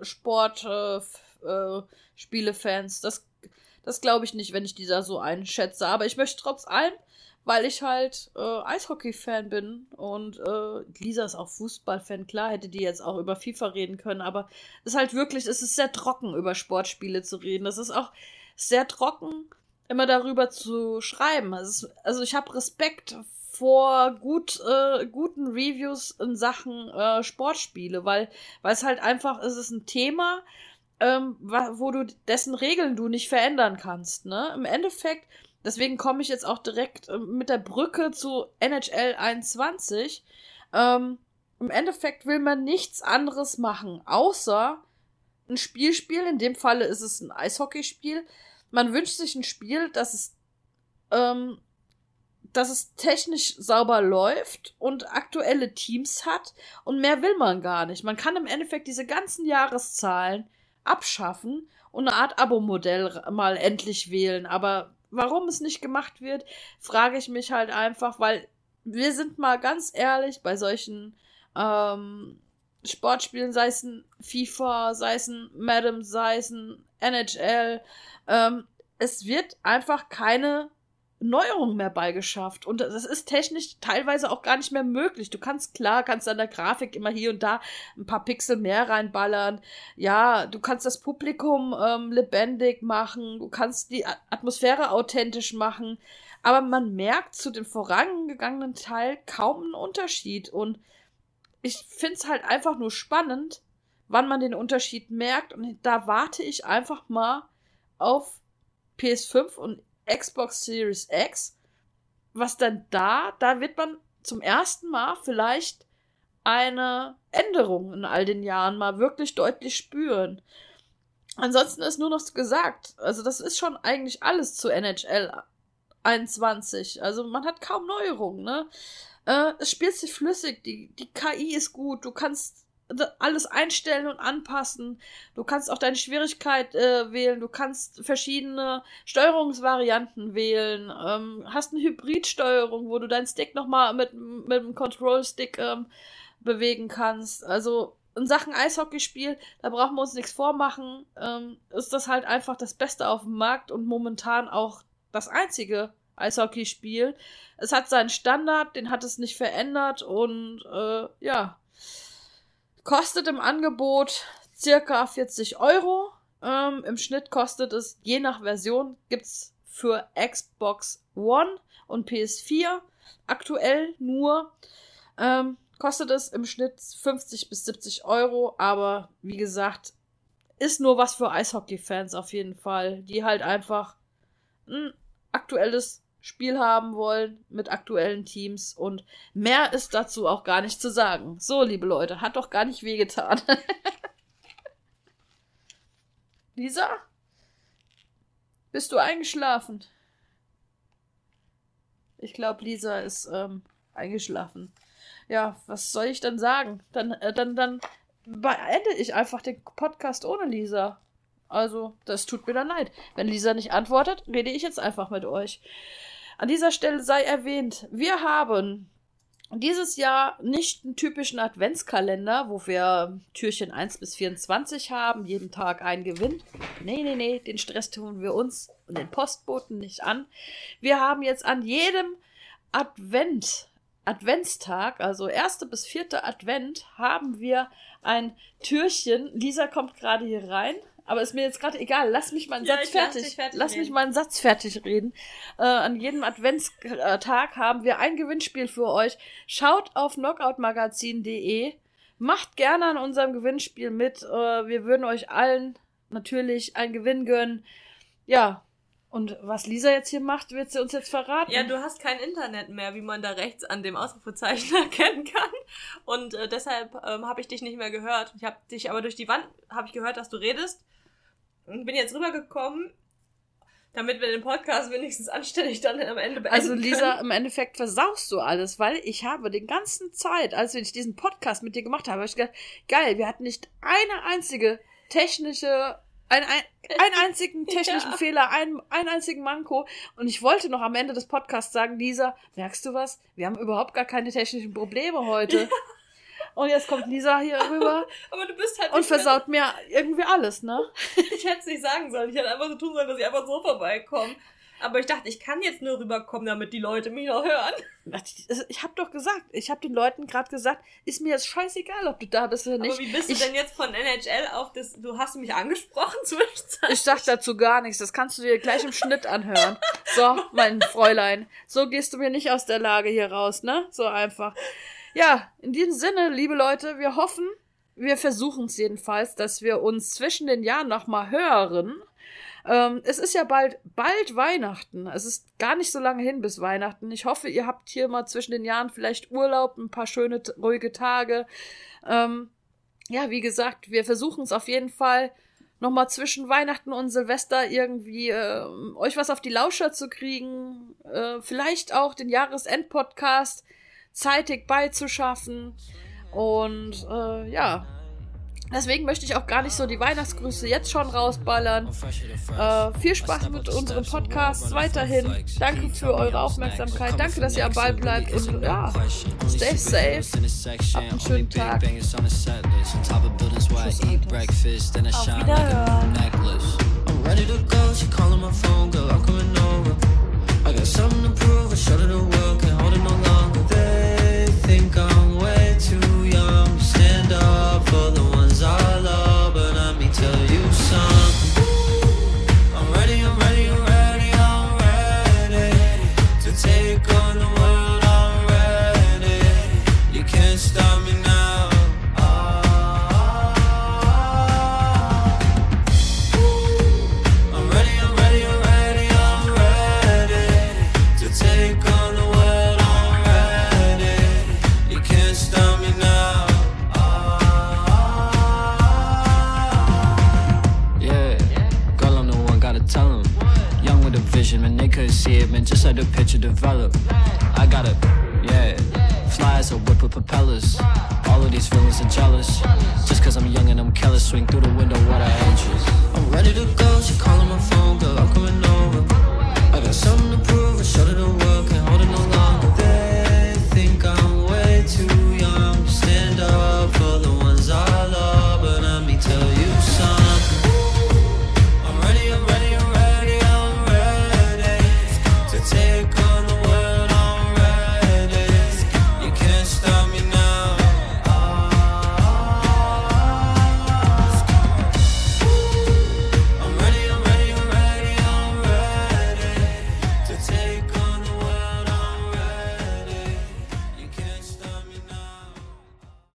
[SPEAKER 1] Sport-Spiele-Fans. das das glaube ich nicht, wenn ich die da so einschätze. Aber ich möchte trotz allem, weil ich halt äh, Eishockey-Fan bin und äh, Lisa ist auch Fußball-Fan. Klar hätte die jetzt auch über FIFA reden können, aber es ist halt wirklich, es ist sehr trocken, über Sportspiele zu reden. Es ist auch sehr trocken, immer darüber zu schreiben. Es ist, also ich habe Respekt vor gut, äh, guten Reviews in Sachen äh, Sportspiele, weil weil es halt einfach, es ist ein Thema, ähm, wo du dessen Regeln du nicht verändern kannst. Ne? Im Endeffekt, deswegen komme ich jetzt auch direkt äh, mit der Brücke zu N H L einundzwanzig. Ähm, Im Endeffekt will man nichts anderes machen, außer ein Spiel spielen. In dem Falle ist es ein Eishockeyspiel. Man wünscht sich ein Spiel, das es, ähm, dass es technisch sauber läuft und aktuelle Teams hat. Und mehr will man gar nicht. Man kann im Endeffekt diese ganzen Jahreszahlen abschaffen und eine Art Abo-Modell mal endlich wählen. Aber warum es nicht gemacht wird, frage ich mich halt einfach, weil wir sind mal ganz ehrlich, bei solchen ähm, Sportspielen, sei es ein FIFA, sei es ein Madden, sei es ein N H L, ähm, es wird einfach keine Neuerung mehr beigeschafft. Und das ist technisch teilweise auch gar nicht mehr möglich. Du kannst, klar, kannst an der Grafik immer hier und da ein paar Pixel mehr reinballern. Ja, du kannst das Publikum ähm, lebendig machen. Du kannst die Atmosphäre authentisch machen. Aber man merkt zu dem vorangegangenen Teil kaum einen Unterschied. Und ich finde es halt einfach nur spannend, wann man den Unterschied merkt. Und da warte ich einfach mal auf P S fünf und Xbox Series X, was dann da, da wird man zum ersten Mal vielleicht eine Änderung in all den Jahren mal wirklich deutlich spüren. Ansonsten ist nur noch gesagt, also das ist schon eigentlich alles zu N H L einundzwanzig, also man hat kaum Neuerungen, ne? Äh, es spielt sich flüssig, die, die K I ist gut, du kannst alles einstellen und anpassen. Du kannst auch deine Schwierigkeit äh, wählen. Du kannst verschiedene Steuerungsvarianten wählen. Ähm, hast eine Hybridsteuerung, wo du deinen Stick nochmal mit, mit dem Control-Stick ähm, bewegen kannst. Also in Sachen Eishockeyspiel, da brauchen wir uns nichts vormachen. Ähm, ist das halt einfach das Beste auf dem Markt und momentan auch das einzige Eishockeyspiel. Es hat seinen Standard, den hat es nicht verändert und äh, ja, kostet im Angebot circa vierzig Euro. Ähm, Im Schnitt kostet es, je nach Version, gibt's für Xbox One und P S vier aktuell nur, ähm, kostet es im Schnitt fünfzig bis siebzig Euro. Aber wie gesagt, ist nur was für Eishockey-Fans auf jeden Fall, die halt einfach ein aktuelles Spiel haben wollen mit aktuellen Teams und mehr ist dazu auch gar nicht zu sagen. So, liebe Leute, hat doch gar nicht wehgetan. Lisa? Bist du eingeschlafen? Ich glaube, Lisa ist ähm, eingeschlafen. Ja, was soll ich dann sagen? Dann, äh, dann, dann beende ich einfach den Podcast ohne Lisa. Also, das tut mir dann leid. Wenn Lisa nicht antwortet, rede ich jetzt einfach mit euch. An dieser Stelle sei erwähnt, wir haben dieses Jahr nicht einen typischen Adventskalender, wo wir Türchen eins bis vierundzwanzig haben, jeden Tag ein Gewinn. Nee, nee, nee, den Stress tun wir uns und den Postboten nicht an. Wir haben jetzt an jedem Advent, Adventstag, also erste bis vierte Advent, haben wir ein Türchen. Lisa kommt gerade hier rein. Aber ist mir jetzt gerade egal. Lass mich meinen ja, Satz fertig. fertig Lass reden. mich meinen Satz fertig reden. Äh, an jedem Adventstag haben wir ein Gewinnspiel für euch. Schaut auf knockoutmagazin punkt de. Macht gerne an unserem Gewinnspiel mit. Äh, wir würden euch allen natürlich einen Gewinn gönnen. Ja. Und was Lisa jetzt hier macht, wird sie uns jetzt verraten.
[SPEAKER 2] Ja, du hast kein Internet mehr, wie man da rechts an dem Ausrufezeichen erkennen kann. Und äh, deshalb ähm, habe ich dich nicht mehr gehört. Ich habe dich aber durch die Wand, habe ich gehört, dass du redest. Und bin jetzt rübergekommen, damit wir den Podcast wenigstens anständig dann am Ende beenden
[SPEAKER 1] Also Lisa,
[SPEAKER 2] können.
[SPEAKER 1] Im Endeffekt versaust du alles, weil ich habe den ganzen Zeit, als ich diesen Podcast mit dir gemacht habe, habe ich gedacht, geil, wir hatten nicht eine einzige technische, ein, ein, einen einzigen technischen ja. Fehler, einen, einen einzigen Manko. Und ich wollte noch am Ende des Podcasts sagen, Lisa, merkst du was? Wir haben überhaupt gar keine technischen Probleme heute. Ja. Und jetzt kommt Lisa hier rüber
[SPEAKER 2] aber du bist halt
[SPEAKER 1] und versaut mir irgendwie alles, ne?
[SPEAKER 2] Ich hätte es nicht sagen sollen. Ich hätte einfach so tun sollen, dass ich einfach so vorbeikomme. Aber ich dachte, ich kann jetzt nur rüberkommen, damit die Leute mich noch hören.
[SPEAKER 1] Ich hab doch gesagt, ich hab den Leuten gerade gesagt, ist mir jetzt scheißegal, ob du da bist oder nicht.
[SPEAKER 2] Aber wie bist
[SPEAKER 1] ich,
[SPEAKER 2] du denn jetzt von N H L auf das, du hast mich angesprochen zwischenzeitlich?
[SPEAKER 1] Ich sag dazu gar nichts, das kannst du dir gleich im Schnitt anhören. So, mein Fräulein, so gehst du mir nicht aus der Lage hier raus, ne? So einfach. Ja, in diesem Sinne, liebe Leute, wir hoffen, wir versuchen es jedenfalls, dass wir uns zwischen den Jahren nochmal hören. Ähm, es ist ja bald, bald Weihnachten. Es ist gar nicht so lange hin bis Weihnachten. Ich hoffe, ihr habt hier mal zwischen den Jahren vielleicht Urlaub, ein paar schöne, ruhige Tage. Ähm, ja, wie gesagt, wir versuchen es auf jeden Fall nochmal zwischen Weihnachten und Silvester irgendwie äh, euch was auf die Lauscher zu kriegen. Äh, vielleicht auch den Jahresend-Podcast zeitig beizuschaffen. Und äh, ja, Deswegen möchte ich auch gar nicht so die Weihnachtsgrüße jetzt schon rausballern. Äh, viel Spaß mit unserem Podcast weiterhin. Danke für eure Aufmerksamkeit. Danke, dass ihr am Ball bleibt. Und ja, stay safe. Habt einen schönen Tag. Tschüss, auf Wiederhören. Ready to go, she calling my phone, girl, I'm coming over. I got something to prove, I showed her the world, can't hold it no longer. They think I'm way too young to stand up for the ones I love, but let me tell you something. I'm ready, I'm ready, I'm ready, I'm ready to take on the world, I'm ready. You can't stop me now. And they couldn't see it, man, just let the picture develop. I got it, yeah. Fly as a whip with propellers. All of these feelings are jealous. Just cause I'm young and I'm careless. Swing through the window, what I interest. I'm ready to go, she calling my phone, girl, I'm coming over. I got something to prove, I showed her the world.